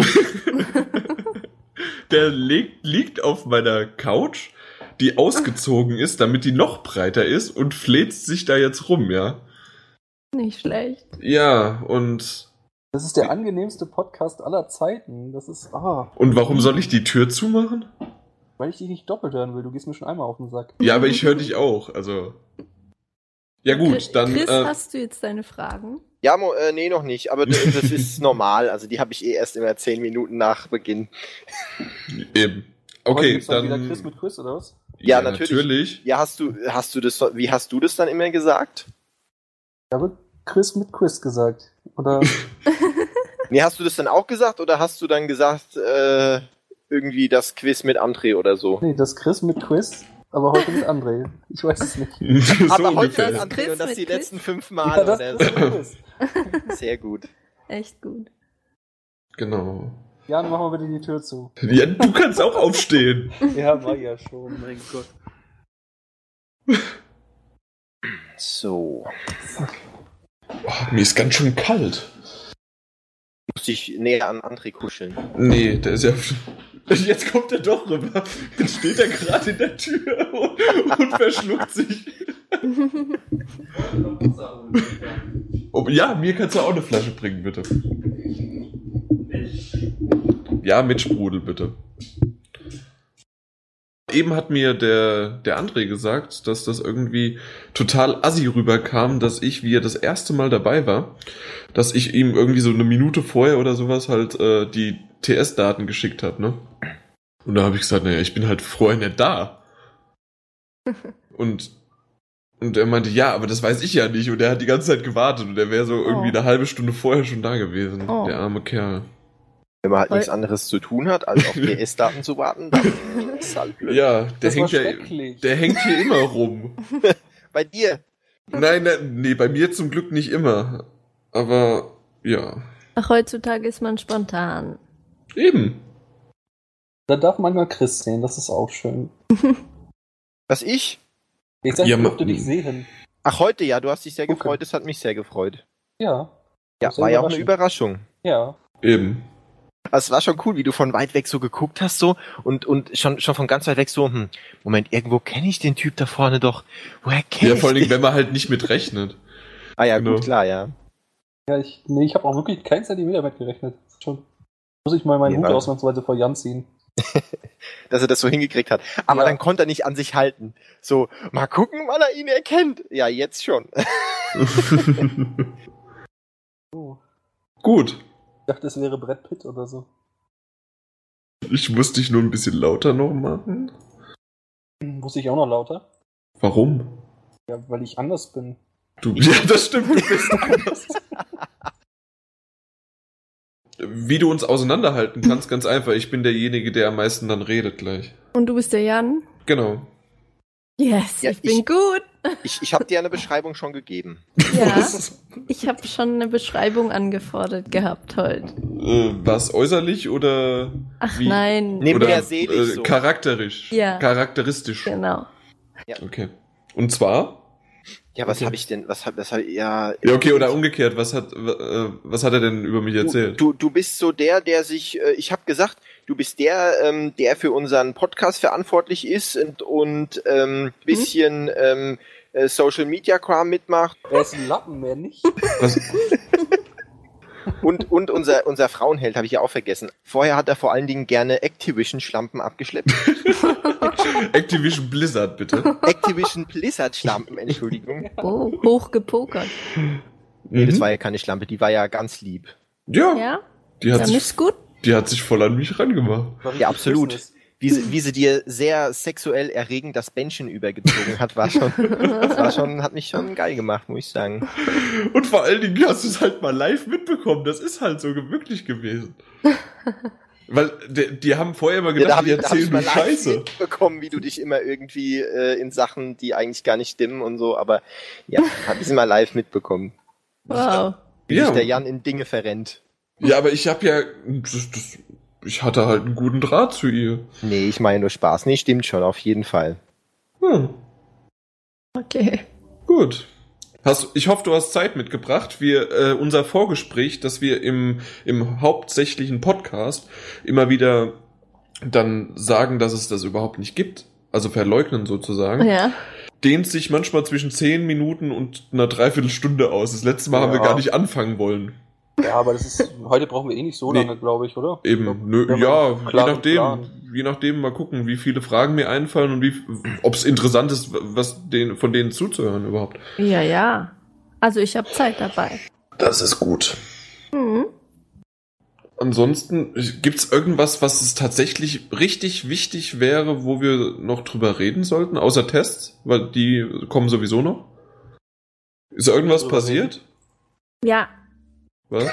S1: Der liegt auf meiner Couch, die ausgezogen ist, damit die noch breiter ist und fläzt sich da jetzt rum, ja.
S2: Nicht schlecht.
S1: Ja, und
S4: Das ist der angenehmste Podcast aller Zeiten. Das ist,
S1: und warum soll ich die Tür zumachen?
S4: weil ich dich nicht doppelt hören will. Du gehst mir schon einmal auf den Sack.
S1: Ja, aber ich höre dich auch, also. Ja gut, dann
S2: Chris, hast du jetzt deine Fragen?
S3: Ja, nee, noch nicht, aber das ist normal. Also die habe ich erst immer 10 Minuten nach Beginn.
S1: eben.
S4: Heute
S1: Okay,
S4: gibt's dann wieder
S1: dann
S4: Chris mit Quiz, oder was?
S3: Ja, natürlich. Ja, wie hast du das dann immer gesagt?
S4: Ich habe Chris mit Quiz gesagt. Oder
S3: Nee, hast du das dann auch gesagt oder hast du dann gesagt, irgendwie das Quiz mit André oder so?
S4: nee, das Chris mit Quiz, aber heute mit André. Ich weiß es nicht.
S1: so
S3: Aber heute
S1: ungefähr.
S3: mit
S2: Das
S3: André
S2: Quiz
S3: und das
S2: mit
S3: die
S2: Quiz?
S3: letzten 5
S4: Ja,
S3: Mal
S4: das
S3: oder
S4: Chris
S3: so.
S4: mit Quiz.
S3: Sehr gut.
S2: Echt gut.
S1: Genau.
S4: Jan, mach mal bitte die Tür zu.
S1: Ja, du kannst auch aufstehen.
S4: Ja, war ja schon, mein Gott.
S3: So.
S1: Oh, mir ist ganz schön kalt.
S3: Muss ich näher an André kuscheln.
S1: Nee, der ist ja. Jetzt kommt er doch rüber. Jetzt steht er gerade in der Tür und verschluckt sich. Oh, ja, mir kannst du auch eine Flasche bringen, bitte. Ja, mit Sprudel, bitte. Eben hat mir der André gesagt, dass das irgendwie total assi rüberkam, dass ich, wie er das erste Mal dabei war, dass ich ihm irgendwie so eine Minute vorher oder sowas halt die TS-Daten geschickt habe, ne? Und da habe ich gesagt, naja, ich bin halt vorher nicht da. Und er meinte, ja, aber das weiß ich ja nicht. Und er hat die ganze Zeit gewartet und er wäre so irgendwie eine halbe Stunde vorher schon da gewesen. Der arme Kerl.
S3: Wenn man halt nichts anderes zu tun hat, als auf TS-Daten zu warten, dann ist halt blöd.
S1: Ja, der hängt hier immer rum.
S3: Bei dir?
S1: Nein, nee, bei mir zum Glück nicht immer. Aber, ja.
S2: Ach, heutzutage ist man spontan.
S1: Eben.
S4: Da darf man mal Chris sehen, das ist auch schön.
S3: Was, ich?
S4: Ich sag, ich durfte dich sehen.
S3: Ach, heute, ja, du hast dich sehr gefreut, das hat mich sehr gefreut.
S4: Ja.
S3: Ja, war ja auch eine Überraschung.
S4: Ja.
S1: Eben.
S3: Also es war schon cool, wie du von weit weg so geguckt hast so und schon von ganz weit weg so, Moment, irgendwo kenne ich den Typ da vorne doch. Woher kenne ich den?
S1: Ja, vor allem, wenn man halt nicht mitrechnet.
S3: Ah ja, genau. Gut, klar, ja.
S4: Ja, ich habe auch wirklich keinen Zentimeter mitgerechnet. Schon muss ich mal meinen Hut ausnahmsweise vor Jan ziehen.
S3: Dass er das so hingekriegt hat. Aber dann konnte er nicht an sich halten. So, mal gucken, wann er ihn erkennt. Ja, jetzt schon.
S1: Gut.
S4: Ich dachte, es wäre Brad Pitt oder so.
S1: Ich muss dich nur ein bisschen lauter noch machen.
S4: Muss ich auch noch lauter?
S1: Warum?
S4: Ja, weil ich anders bin.
S1: Ja, das stimmt, du bist anders. Wie du uns auseinanderhalten kannst, ganz einfach. Ich bin derjenige, der am meisten dann redet gleich.
S2: Und du bist der Jan?
S1: Genau.
S2: Yes, ja, ich bin gut.
S3: Ich habe dir eine Beschreibung schon gegeben.
S2: Ja, ich habe schon eine Beschreibung angefordert gehabt heute.
S1: Was, äußerlich oder
S2: Ach wie? Nein.
S3: Neben der seelisch so.
S1: Charakterisch.
S2: Ja.
S1: Charakteristisch.
S2: Genau.
S3: Ja.
S1: Okay. Und zwar?
S3: Ja, was habe ich denn? Was hab ja,
S1: okay, oder umgekehrt, was hat er denn über mich erzählt?
S3: Du bist so der sich, ich habe gesagt, du bist der für unseren Podcast verantwortlich ist und bisschen Social Media Kram mitmacht.
S4: Er ist ein Lappen, mehr nicht.
S1: Was?
S3: Und unser Frauenheld habe ich ja auch vergessen. Vorher hat er vor allen Dingen gerne Activision-Schlampen abgeschleppt.
S1: Activision Blizzard, bitte.
S3: Activision Blizzard-Schlampen, Entschuldigung.
S2: Oh, hochgepokert.
S3: Nee, das war ja keine Schlampe, die war ja ganz lieb.
S2: Ja?
S1: Die hat
S2: ist gut.
S1: Die hat sich voll an mich rangemacht.
S3: Ja, absolut. Wie sie dir sehr sexuell erregend das Bändchen übergezogen hat, hat mich schon geil gemacht, muss ich sagen.
S1: Und vor allen Dingen hast du es halt mal live mitbekommen. Das ist halt so wirklich gewesen. Weil die haben vorher immer gedacht, die erzählen nur Scheiße.
S3: Mitbekommen, wie du dich immer irgendwie in Sachen, die eigentlich gar nicht stimmen und so, aber ja, hab ich mal live mitbekommen.
S2: Wow.
S3: Wie sich der Jan in Dinge verrennt.
S1: Ja, aber ich habe ja... Ich hatte halt einen guten Draht zu ihr.
S3: Nee, ich meine nur Spaß. Nee, stimmt schon, auf jeden Fall.
S2: Okay.
S1: Gut. Ich hoffe, du hast Zeit mitgebracht. Unser Vorgespräch, dass wir im hauptsächlichen Podcast immer wieder dann sagen, dass es das überhaupt nicht gibt, also verleugnen sozusagen, dehnt sich manchmal zwischen 10 Minuten und einer Dreiviertelstunde aus. Das letzte Mal haben wir gar nicht anfangen wollen.
S4: Ja, aber heute brauchen wir eh nicht so lange, glaube ich, oder?
S1: Eben, je nachdem, mal gucken, wie viele Fragen mir einfallen und ob es interessant ist, von denen zuzuhören überhaupt.
S2: Ja. Also ich habe Zeit dabei.
S1: Das ist gut.
S2: Mhm.
S1: Ansonsten, gibt's irgendwas, was es tatsächlich richtig wichtig wäre, wo wir noch drüber reden sollten, außer Tests? Weil die kommen sowieso noch. Ist irgendwas passiert?
S2: Ja.
S1: Was?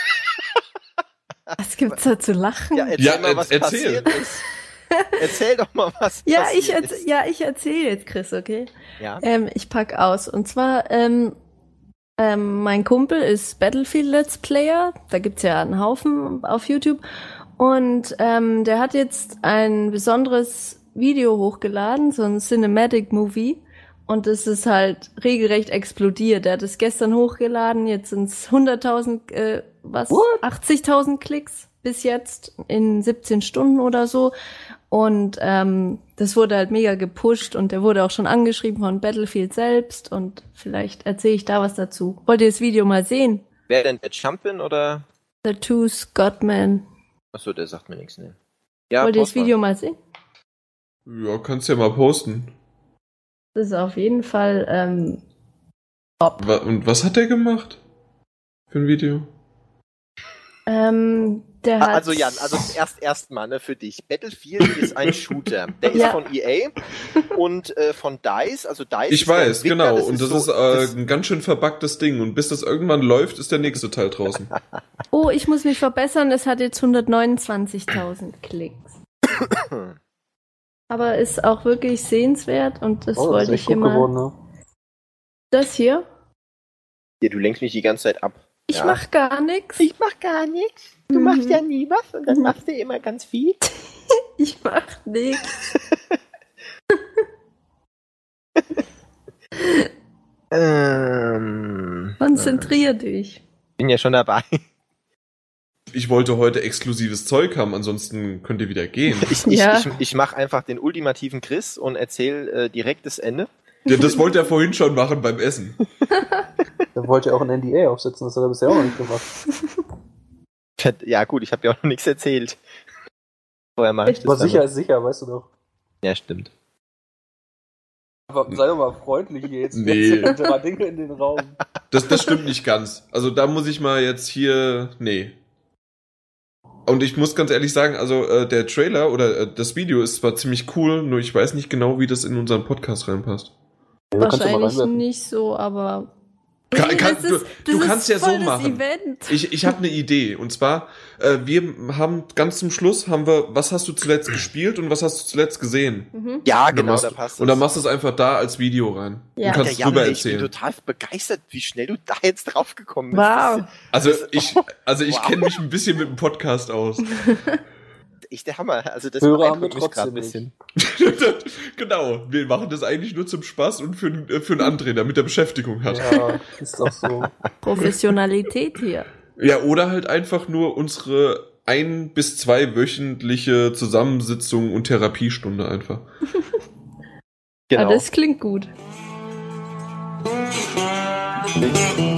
S2: Was gibt's da zu lachen?
S3: Ja, erzähl mal, was passiert ist. Erzähl doch mal, was passiert ist.
S2: Ich erzähle jetzt, Chris, okay?
S3: Ja.
S2: Ich pack aus. Und zwar, mein Kumpel ist Battlefield Let's Player. Da gibt's ja einen Haufen auf YouTube. Und der hat jetzt ein besonderes Video hochgeladen, so ein Cinematic Movie. Und es ist halt regelrecht explodiert. Er hat es gestern hochgeladen, jetzt sind es 100.000, 80.000 Klicks bis jetzt in 17 Stunden oder so. Und das wurde halt mega gepusht und der wurde auch schon angeschrieben von Battlefield selbst. Und vielleicht erzähle ich da was dazu. Wollt ihr das Video mal sehen?
S3: Wer denn, der Champion oder?
S2: The Two Scottman.
S3: Achso, der sagt mir nichts, ne. Ja,
S2: wollt ihr das Video mal sehen?
S1: Ja, kannst ja mal posten.
S2: Das ist auf jeden Fall top.
S1: Und was hat der gemacht? Für ein Video?
S2: Der hat...
S3: Also Jan, also erstmal ne, für dich. Battlefield ist ein Shooter. Der ist von EA und von DICE. Also DICE
S1: ich
S3: ist der
S1: weiß,
S3: Entwickler,
S1: genau. Und das
S3: so,
S1: ist ein ganz schön verbuggtes Ding. Und bis das irgendwann läuft, ist der nächste Teil draußen.
S2: Oh, ich muss mich verbessern. Es hat jetzt 129.000 Klicks. Aber ist auch wirklich sehenswert und das wollte ich hier mal...
S4: geworden, ne?
S2: Das hier?
S3: Ja, du lenkst mich die ganze Zeit ab.
S2: Ich mach gar nichts.
S3: Ich mach gar nichts. Du machst ja nie was und dann machst du immer ganz viel.
S2: Ich mach nichts. Konzentrier dich.
S3: Bin ja schon dabei.
S1: Ich wollte heute exklusives Zeug haben, ansonsten könnt ihr wieder gehen.
S3: Ich mache einfach den ultimativen Chris und erzähle direkt das Ende.
S1: Ja, das wollte er vorhin schon machen beim Essen.
S4: Da wollte er auch ein NDA aufsetzen, das hat er bisher auch noch nicht gemacht.
S3: Ja gut, ich habe ja auch noch nichts erzählt. Vorher mache ich das.
S4: Aber sicher ist sicher, weißt du doch.
S3: Ja, stimmt.
S4: Aber sei doch mal freundlich hier jetzt.
S1: Nee.
S4: Jetzt ein paar Dinge in den Raum.
S1: Das stimmt nicht ganz. Also da muss ich mal jetzt hier... Nee. Und ich muss ganz ehrlich sagen, also der Trailer oder das Video ist zwar ziemlich cool, nur ich weiß nicht genau, wie das in unseren Podcast reinpasst.
S4: Ja,
S2: wahrscheinlich nicht so, aber...
S1: Du kannst ja so machen.
S2: Event.
S1: Ich habe eine Idee. Und zwar, wir haben ganz zum Schluss, was hast du zuletzt gespielt und was hast du zuletzt gesehen?
S3: Ja, genau, da passt es.
S1: Und dann machst du es einfach da als Video rein.
S2: Ja.
S1: Und kannst
S3: Ja,
S1: drüber
S3: Jan,
S1: erzählen.
S3: Ich bin total begeistert, wie schnell du da jetzt drauf gekommen bist.
S2: Wow.
S1: Also ich
S3: Wow.
S1: kenne mich ein bisschen mit dem Podcast aus.
S3: Echt der Hammer. Also das
S4: Hörer haben wir
S3: beeindruckt mich gerade ein
S4: trotzdem
S3: bisschen.
S1: Genau, wir machen das eigentlich nur zum Spaß und für einen André, damit er Beschäftigung hat.
S4: Ja, ist doch so.
S2: Professionalität hier.
S1: Ja, oder halt einfach nur unsere 1 bis 2 wöchentliche Zusammensitzung und Therapiestunde einfach.
S3: Genau.
S2: Ah, das klingt gut.